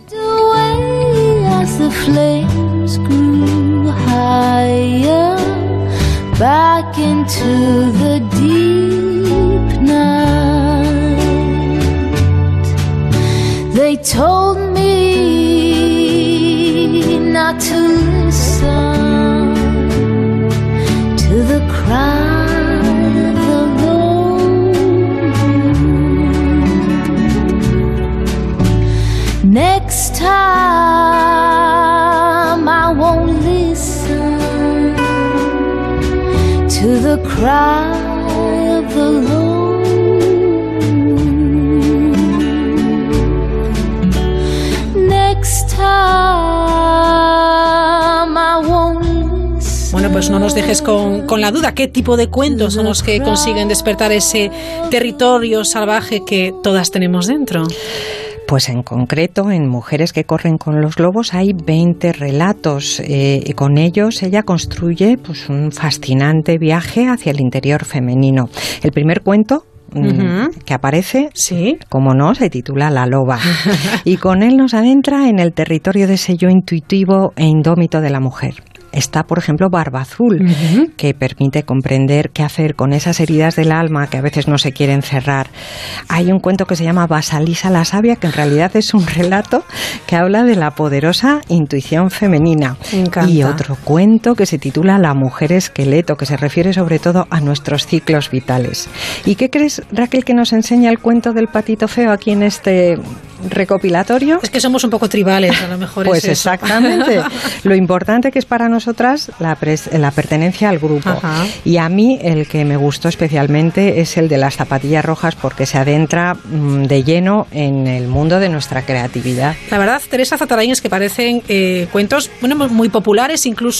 As the flames grew higher, back into the deep night, they told me not to listen to the cry of the lonely. Next time I won't listen to the cry of the lonely. Next time I won't listen. Bueno, pues no nos dejes con, con la duda. ¿Qué tipo de cuentos son los que consiguen despertar ese territorio salvaje que todas tenemos dentro? Pues en concreto, en Mujeres que corren con los lobos hay veinte relatos eh, y con ellos ella construye pues un fascinante viaje hacia el interior femenino. El primer cuento Uh-huh. que aparece, sí, como no, se titula La loba y con él nos adentra en el territorio de ese yo intuitivo e indómito de la mujer. Está, por ejemplo, Barba Azul, uh-huh. que permite comprender qué hacer con esas heridas del alma que a veces no se quieren cerrar. Hay un cuento que se llama Basalisa la sabia, que en realidad es un relato que habla de la poderosa intuición femenina. Me encanta. Y otro cuento que se titula La mujer esqueleto, que se refiere sobre todo a nuestros ciclos vitales. ¿Y qué crees, Raquel, que nos enseña el cuento del patito feo aquí en este recopilatorio? Es que somos un poco tribales, a lo mejor. Pues es eso. Exactamente. Lo importante que es para nosotros la, pres- la pertenencia al grupo. Ajá. Y a mí el que me gustó especialmente es el de las zapatillas rojas, porque se adentra mmm, de lleno en el mundo de nuestra creatividad. La verdad, Teresa Zatarain, es que parecen eh, cuentos bueno, muy populares, incluso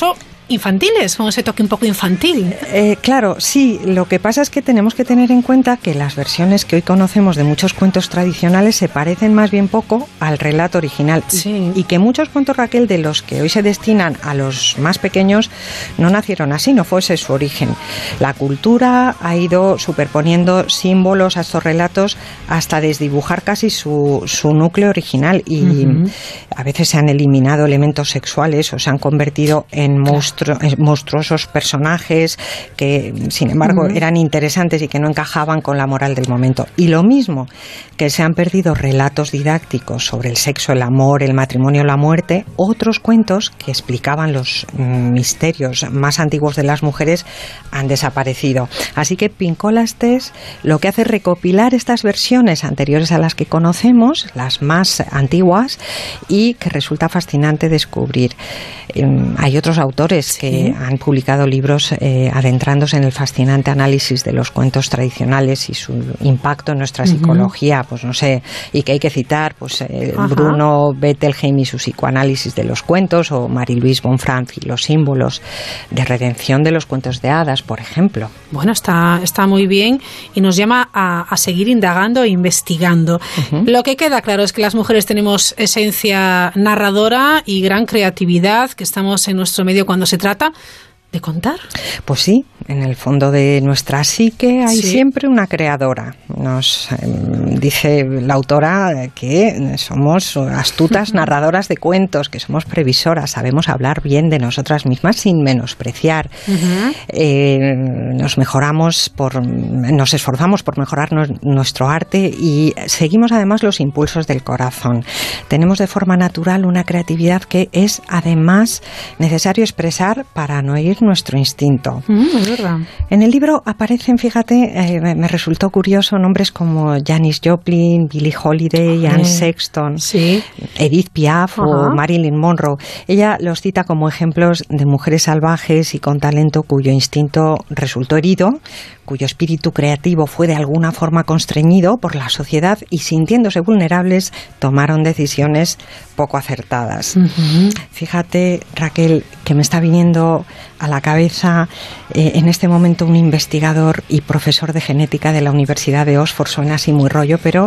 infantiles, con ese toque un poco infantil. Eh, claro, sí. Lo que pasa es que tenemos que tener en cuenta que las versiones que hoy conocemos de muchos cuentos tradicionales se parecen más bien poco al relato original. Sí. Y, y que muchos cuentos, Raquel, de los que hoy se destinan a los más pequeños, no nacieron así, no fue ese su origen. La cultura ha ido superponiendo símbolos a estos relatos hasta desdibujar casi su, su núcleo original y uh-huh. a veces se han eliminado elementos sexuales o se han convertido en monstruos monstruosos personajes que, sin embargo, uh-huh. eran interesantes y que no encajaban con la moral del momento. Y lo mismo que se han perdido relatos didácticos sobre el sexo, el amor, el matrimonio, la muerte, otros cuentos que explicaban los mm, misterios más antiguos de las mujeres han desaparecido. Así que Pincola Estés lo que hace es recopilar estas versiones anteriores a las que conocemos, las más antiguas, y que resulta fascinante descubrir. Eh, hay otros autores que sí. han publicado libros eh, adentrándose en el fascinante análisis de los cuentos tradicionales y su impacto en nuestra uh-huh. psicología, pues no sé, y que hay que citar, pues eh, Bruno Bettelheim y su psicoanálisis de los cuentos, o Marie-Louise Bonfranc y los símbolos de redención de los cuentos de hadas, por ejemplo. Bueno, está, está muy bien y nos llama a, a seguir indagando e investigando. Uh-huh. Lo que queda claro es que las mujeres tenemos esencia narradora y gran creatividad, que estamos en nuestro medio cuando se trata de contar. Pues sí, en el fondo de nuestra psique hay sí. siempre una creadora. Nos eh, dice la autora que somos astutas narradoras de cuentos, que somos previsoras, sabemos hablar bien de nosotras mismas sin menospreciar. Uh-huh. Eh, nos mejoramos por, nos esforzamos por mejorar no, nuestro arte y seguimos además los impulsos del corazón. Tenemos de forma natural una creatividad que es además necesario expresar para no ir nuestro instinto. Mm, es verdad. En el libro aparecen, fíjate, eh, me resultó curioso, nombres como Janis Joplin, Billie Holiday, Anne Sexton, sí. Edith Piaf uh-huh. o Marilyn Monroe. Ella los cita como ejemplos de mujeres salvajes y con talento cuyo instinto resultó herido, cuyo espíritu creativo fue de alguna forma constreñido por la sociedad y sintiéndose vulnerables tomaron decisiones poco acertadas. Uh-huh. Fíjate, Raquel, que me está viniendo a la cabeza eh, en este momento un investigador y profesor de genética de la Universidad de Oxford. Suena así muy rollo, pero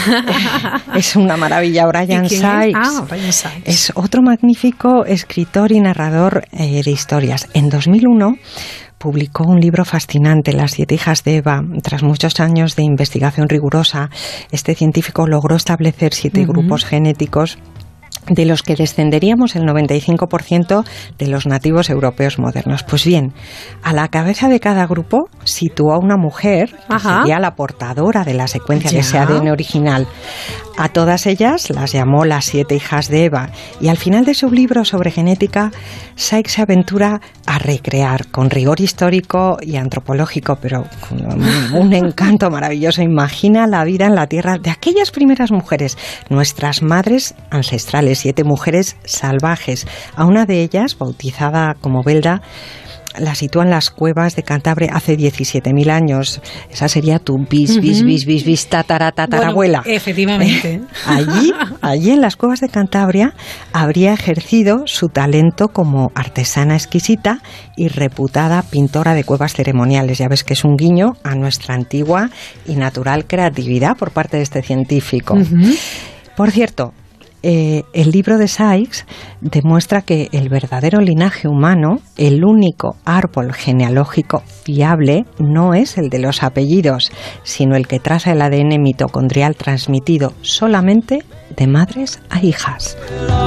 eh, es una maravilla. Brian Sykes. Ah, Brian Sykes. Es otro magnífico escritor y narrador eh, de historias. En dos mil uno publicó un libro fascinante, Las siete hijas de Eva. Tras muchos años de investigación rigurosa, este científico logró establecer siete uh-huh. grupos genéticos de los que descenderíamos el noventa y cinco por ciento de los nativos europeos modernos. Pues bien, a la cabeza de cada grupo situó a una mujer que Ajá. sería la portadora de la secuencia ya. de ese A D N original. A todas ellas las llamó las siete hijas de Eva, y al final de su libro sobre genética, Sykes se aventura a recrear con rigor histórico y antropológico, pero con un encanto maravilloso. Imagina la vida en la Tierra de aquellas primeras mujeres, nuestras madres ancestrales, siete mujeres salvajes. A una de ellas, bautizada como Belda, la sitúa en las cuevas de Cantabria hace diecisiete mil años. Esa sería tu bis, bis, bis, bis, bis, tatara, tatarabuela. Bueno, efectivamente. Allí, allí en las cuevas de Cantabria habría ejercido su talento como artesana exquisita y reputada pintora de cuevas ceremoniales. Ya ves que es un guiño a nuestra antigua y natural creatividad por parte de este científico. Uh-huh. Por cierto, Eh, el libro de Sykes demuestra que el verdadero linaje humano, el único árbol genealógico fiable, no es el de los apellidos, sino el que traza el A D N mitocondrial transmitido solamente de madres a hijas.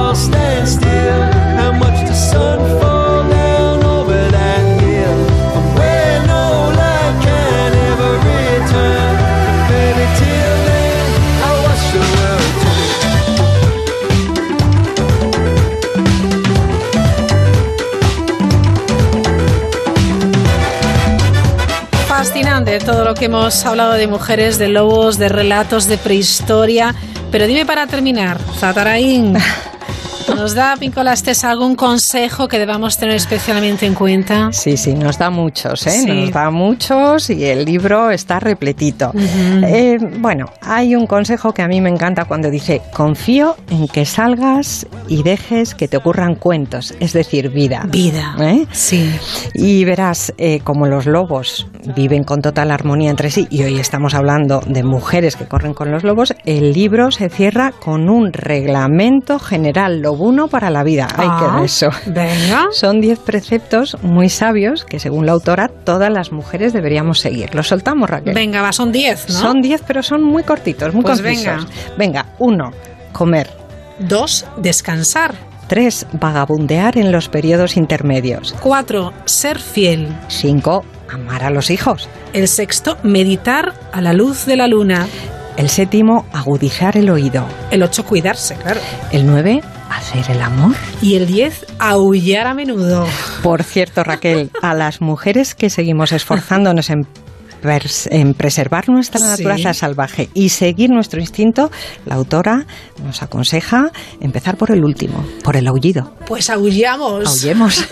Fascinante todo lo que hemos hablado de mujeres, de lobos, de relatos, de prehistoria. Pero dime para terminar, Zatarain, ¿Nos da, Píncola Estés, algún consejo que debamos tener especialmente en cuenta? Sí, sí, nos da muchos, ¿eh? Sí. Nos da muchos y el libro está repletito. Uh-huh. Eh, bueno, hay un consejo que a mí me encanta cuando dice: confío en que salgas y dejes que te ocurran cuentos, es decir, vida. Vida, ¿eh? Sí. Y verás, eh, como los lobos viven con total armonía entre sí, y hoy estamos hablando de mujeres que corren con los lobos, el libro se cierra con un reglamento general lobuno para la vida. ¡Ay, ah, qué de eso! Venga. Son diez preceptos muy sabios que, según la autora, todas las mujeres deberíamos seguir. ¿Los soltamos, Raquel? Venga, va, son diez, ¿no? Son diez, pero son muy cortitos, muy pues concisos. Venga. Venga, uno, comer. Dos, descansar. Tres, vagabundear en los periodos intermedios. Cuatro, ser fiel. Cinco, amar a los hijos. El sexto, meditar a la luz de la luna. El séptimo, agudizar el oído. El ocho, cuidarse, claro. El nueve, hacer el amor. Y el diez, aullar a menudo. Por cierto, Raquel, a las mujeres que seguimos esforzándonos en en preservar nuestra naturaleza sí. salvaje y seguir nuestro instinto, la autora nos aconseja empezar por el último, por el aullido. Pues aullamos. Aullemos.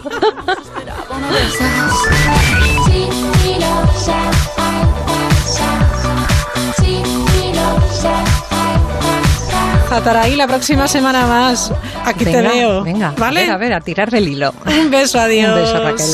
Zataraí, la próxima semana más. Aquí venga, te veo. Venga, ¿vale? A ver, a ver, a tirar del hilo. Un beso, adiós. Un beso, Raquel.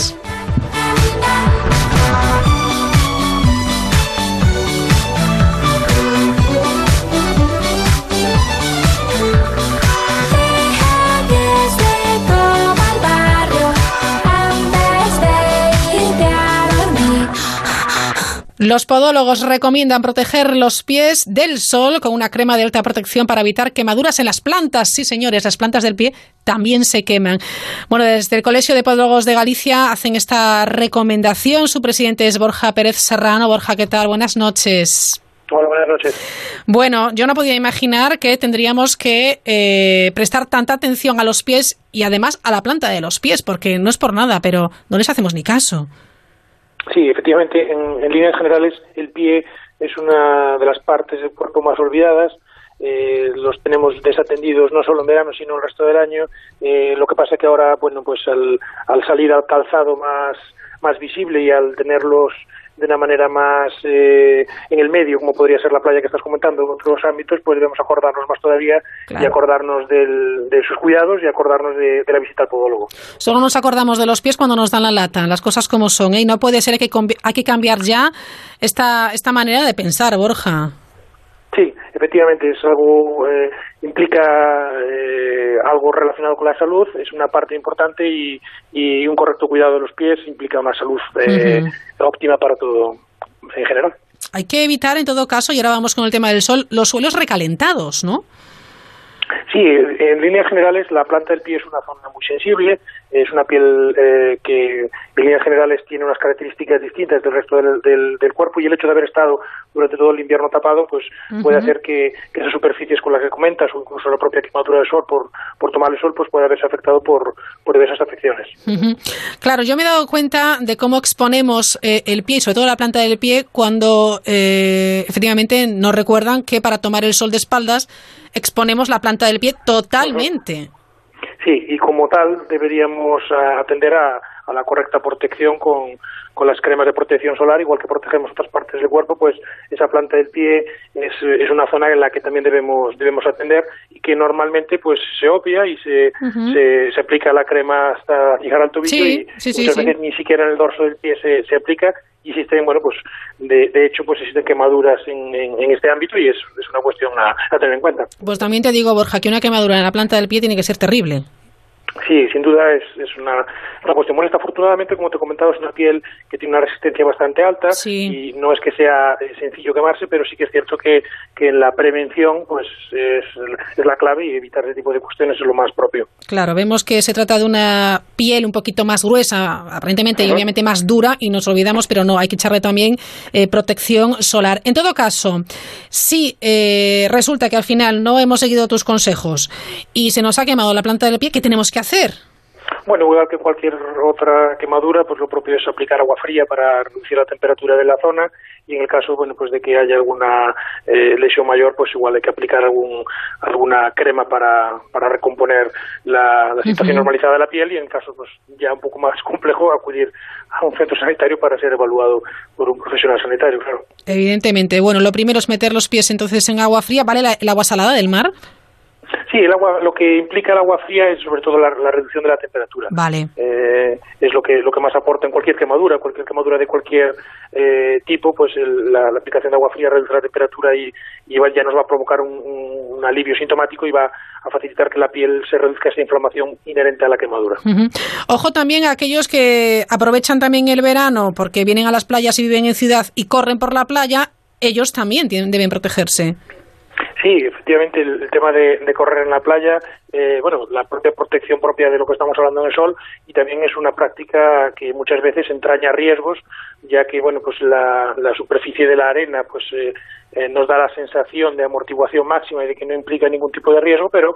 Los podólogos recomiendan proteger los pies del sol con una crema de alta protección para evitar quemaduras en las plantas. Sí, señores, las plantas del pie también se queman. Bueno, desde el Colegio de Podólogos de Galicia hacen esta recomendación. Su presidente es Borja Pérez Serrano. Borja, ¿qué tal? Buenas noches. Hola, buenas noches. Bueno, yo no podía imaginar que tendríamos que eh, prestar tanta atención a los pies y además a la planta de los pies, porque no es por nada, pero no les hacemos ni caso. Sí, efectivamente, en, en líneas generales el pie es una de las partes del cuerpo más olvidadas. Eh, los tenemos desatendidos no solo en verano sino el resto del año. Eh, lo que pasa es que ahora, bueno, pues al, al salir al calzado más, más visible y al tenerlos de una manera más eh, en el medio, como podría ser la playa que estás comentando, en otros ámbitos, pues debemos acordarnos más todavía claro. y acordarnos del, de sus cuidados y acordarnos de, de la visita al podólogo. Solo nos acordamos de los pies cuando nos dan la lata, las cosas como son, ¿eh? Y no puede ser que hay que cambiar ya esta, esta manera de pensar, Borja. Sí, efectivamente, es algo eh, implica eh, algo relacionado con la salud, es una parte importante y, y un correcto cuidado de los pies implica una salud eh, uh-huh. óptima para todo en general. Hay que evitar, en todo caso, y ahora vamos con el tema del sol, los suelos recalentados, ¿no? Sí, en líneas generales la planta del pie es una zona muy sensible, es una piel eh, que en líneas generales tiene unas características distintas del resto del, del, del cuerpo y el hecho de haber estado durante todo el invierno tapado pues uh-huh. puede hacer que, que esas superficies con las que comentas o incluso la propia quemadura del sol por, por tomar el sol pues puede haberse afectado por, por diversas afecciones. Uh-huh. Claro, yo me he dado cuenta de cómo exponemos eh, el pie y sobre todo la planta del pie cuando eh, efectivamente nos recuerdan que para tomar el sol de espaldas exponemos la planta del pie totalmente. Sí, y como tal deberíamos uh, atender a, a la correcta protección con, con las cremas de protección solar, igual que protegemos otras partes del cuerpo, pues esa planta del pie es, es una zona en la que también debemos debemos atender y que normalmente pues se obvia y se, uh-huh. se, se aplica la crema hasta llegar al tobillo sí, y sí, sí, muchas sí. veces ni siquiera en el dorso del pie se, se aplica y existen, bueno, pues de, de hecho pues existen quemaduras en, en, en este ámbito y es, es una cuestión a, a tener en cuenta. Pues también te digo, Borja, que una quemadura en la planta del pie tiene que ser terrible. Sí, sin duda es, es una, una cuestión molesta. Afortunadamente, como te he comentado, es una piel que tiene una resistencia bastante alta sí. y no es que sea sencillo quemarse, pero sí que es cierto que, que en la prevención pues es, es la clave y evitar ese tipo de cuestiones es lo más propio. Claro, vemos que se trata de una piel un poquito más gruesa, aparentemente uh-huh. y obviamente más dura y nos olvidamos, pero no, hay que echarle también eh, protección solar. En todo caso, si eh, resulta que al final no hemos seguido tus consejos y se nos ha quemado la planta del pie, ¿qué tenemos que hacer? Bueno, igual que cualquier otra quemadura, pues lo propio es aplicar agua fría para reducir la temperatura de la zona, y en el caso, bueno, pues de que haya alguna eh, lesión mayor, pues igual hay que aplicar algún alguna crema para, para recomponer la, la situación uh-huh. normalizada de la piel, y en el caso pues ya un poco más complejo, acudir a un centro sanitario para ser evaluado por un profesional sanitario, claro. Evidentemente. Bueno, lo primero es meter los pies entonces en agua fría. ¿Vale la, el agua salada del mar? Sí, el agua, lo que implica el agua fría es sobre todo la, la reducción de la temperatura. Vale. Eh, es lo que lo que más aporta en cualquier quemadura, cualquier quemadura de cualquier eh, tipo, pues el, la, la aplicación de agua fría reduce la temperatura y, y ya nos va a provocar un, un, un alivio sintomático y va a facilitar que la piel se reduzca esa inflamación inherente a la quemadura. Uh-huh. Ojo también a aquellos que aprovechan también el verano porque vienen a las playas y viven en ciudad y corren por la playa, ellos también tienen, deben protegerse. Sí, efectivamente, el, el tema de, de correr en la playa, eh, bueno, la propia protección propia de lo que estamos hablando en el sol, y también es una práctica que muchas veces entraña riesgos, ya que, bueno, pues la, la superficie de la arena, pues eh, eh, nos da la sensación de amortiguación máxima y de que no implica ningún tipo de riesgo, pero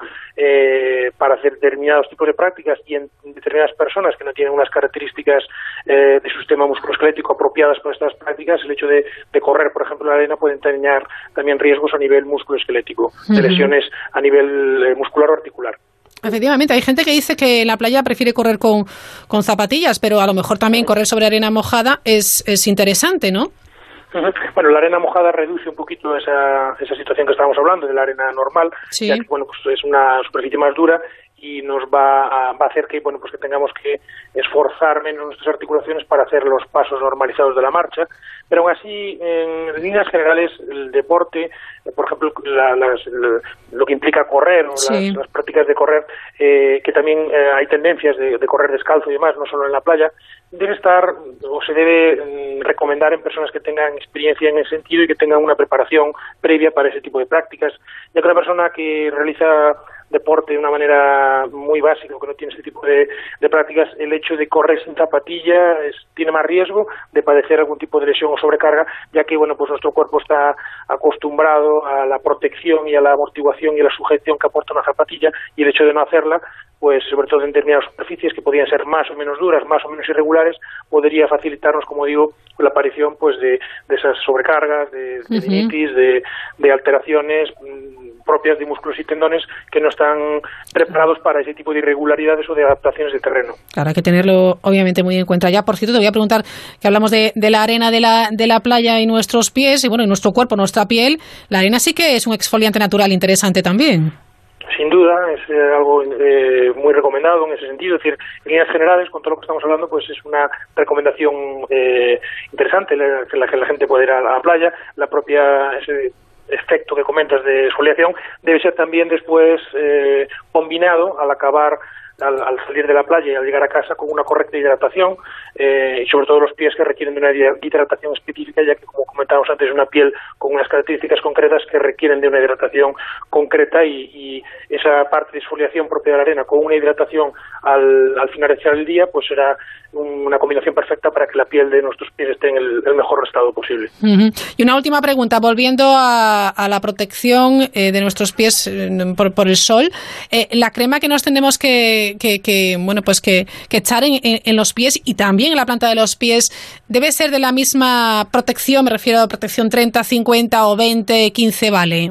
eh, para hacer determinados tipos de prácticas y en determinadas personas que no tienen unas características eh, de su sistema musculoesquelético apropiadas para estas prácticas, el hecho de, de correr, por ejemplo, en la arena puede entrañar también riesgos a nivel musculoesquelético, de lesiones a nivel eh, muscular o articular. Efectivamente, hay gente que dice que en la playa prefiere correr con, con zapatillas, pero a lo mejor también correr sobre arena mojada es, es interesante, ¿no? Bueno, la arena mojada reduce un poquito esa, esa situación que estábamos hablando de la arena normal, sí. ya que, bueno, pues es una superficie más dura y nos va a, va a hacer que, bueno, pues que tengamos que esforzar menos nuestras articulaciones para hacer los pasos normalizados de la marcha, pero aún así, en líneas generales, el deporte, por ejemplo, la, las, la, lo que implica correr, o sí. las, las prácticas de correr, eh, que también eh, hay tendencias de, de correr descalzo y demás, no solo en la playa, debe estar o se debe mm, recomendar en personas que tengan experiencia en ese sentido y que tengan una preparación previa para ese tipo de prácticas, ya que una persona que realiza deporte de una manera muy básica, que no tiene ese tipo de, de prácticas, el hecho de correr sin zapatilla es, tiene más riesgo de padecer algún tipo de lesión o sobrecarga, ya que, bueno, pues nuestro cuerpo está acostumbrado a la protección y a la amortiguación y a la sujeción que aporta una zapatilla, y el hecho de no hacerla, pues sobre todo en determinadas superficies que podían ser más o menos duras, más o menos irregulares, podría facilitarnos, como digo, la aparición pues de, de esas sobrecargas, de tendinitis, uh-huh. de, de alteraciones mmm, propias de músculos y tendones que no están preparados para ese tipo de irregularidades o de adaptaciones de terreno. Claro, hay que tenerlo obviamente muy en cuenta. Ya, por cierto, te voy a preguntar, que hablamos de, de la arena de la, de la playa y nuestros pies, y bueno, y nuestro cuerpo, nuestra piel, la arena sí que es un exfoliante natural interesante también. Sin duda, es eh, algo eh, muy recomendado en ese sentido. Es decir, en líneas generales, con todo lo que estamos hablando, pues es una recomendación eh, interesante la, que, la que la gente puede ir a la playa. La propia ese efecto que comentas de exfoliación debe ser también después eh, combinado al acabar Al, al salir de la playa y al llegar a casa con una correcta hidratación eh, y sobre todo los pies que requieren de una hidratación específica, ya que, como comentábamos antes, es una piel con unas características concretas que requieren de una hidratación concreta, y, y esa parte de exfoliación propia de la arena con una hidratación al, al finalizar el día, pues será una combinación perfecta para que la piel de nuestros pies esté en el, el mejor estado posible. Uh-huh. Y una última pregunta, volviendo a, a la protección eh, de nuestros pies eh, por, por el sol, eh, la crema que nos tenemos que, que, que bueno pues que, que echar en, en, en los pies y también en la planta de los pies, ¿debe ser de la misma protección? Me refiero a protección treinta, cincuenta o veinte, quince, ¿vale?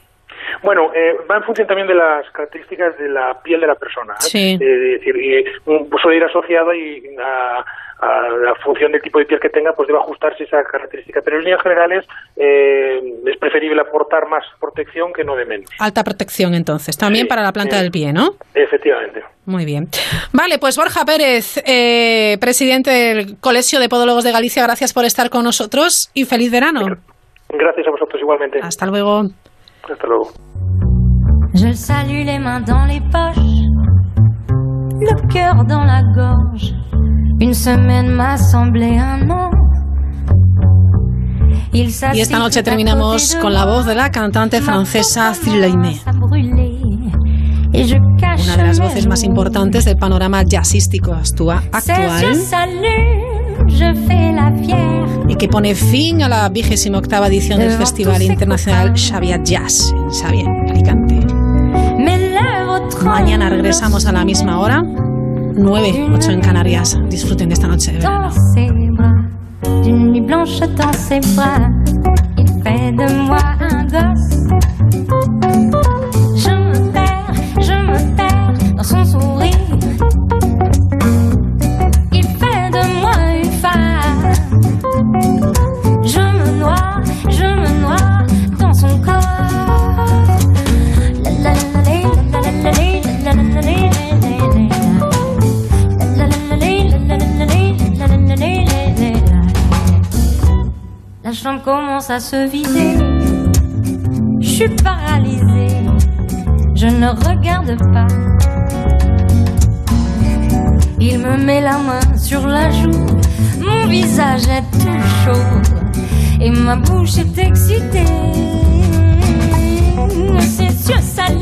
Bueno, eh, va en función también de las características de la piel de la persona. ¿eh? Sí. Eh, es decir, y, pues suele ir asociada y a, a la función del tipo de piel que tenga, pues debe ajustarse esa característica. Pero en líneas generales eh, es preferible aportar más protección que no de menos. Alta protección, entonces, también sí, para la planta sí. del pie, ¿no? Efectivamente. Muy bien. Vale, pues Borja Pérez, eh, presidente del Colegio de Podólogos de Galicia, gracias por estar con nosotros y feliz verano. Gracias a vosotros igualmente. Hasta luego. Hasta luego. Je salue les mains dans les poches, le cœur dans la gorge. Une semaine m'a semblé un an. Y esta noche terminamos con la voz de la cantante francesa Thilainé, una de las voces más importantes del panorama jazzístico actual, y que pone fin a la vigésima octava edición del Festival Internacional Xavier Jazz en Xavier, Alicante. Mañana regresamos a la misma hora. nueve, ocho en Canarias. Disfruten de esta noche de verano. D'une nuit blanche dans ses bras, il fait de moi un gosse. Je me perds, je me perds dans son sourire. Il fait de moi une femme. Je me noie, je me noie dans son corps. La la la la la la la la la la la. La chambre commence à se vider. Je suis paralysée. Je ne regarde pas. Il me met la main sur la joue. Mon visage est tout chaud et ma bouche est excitée. Ses yeux s'allument.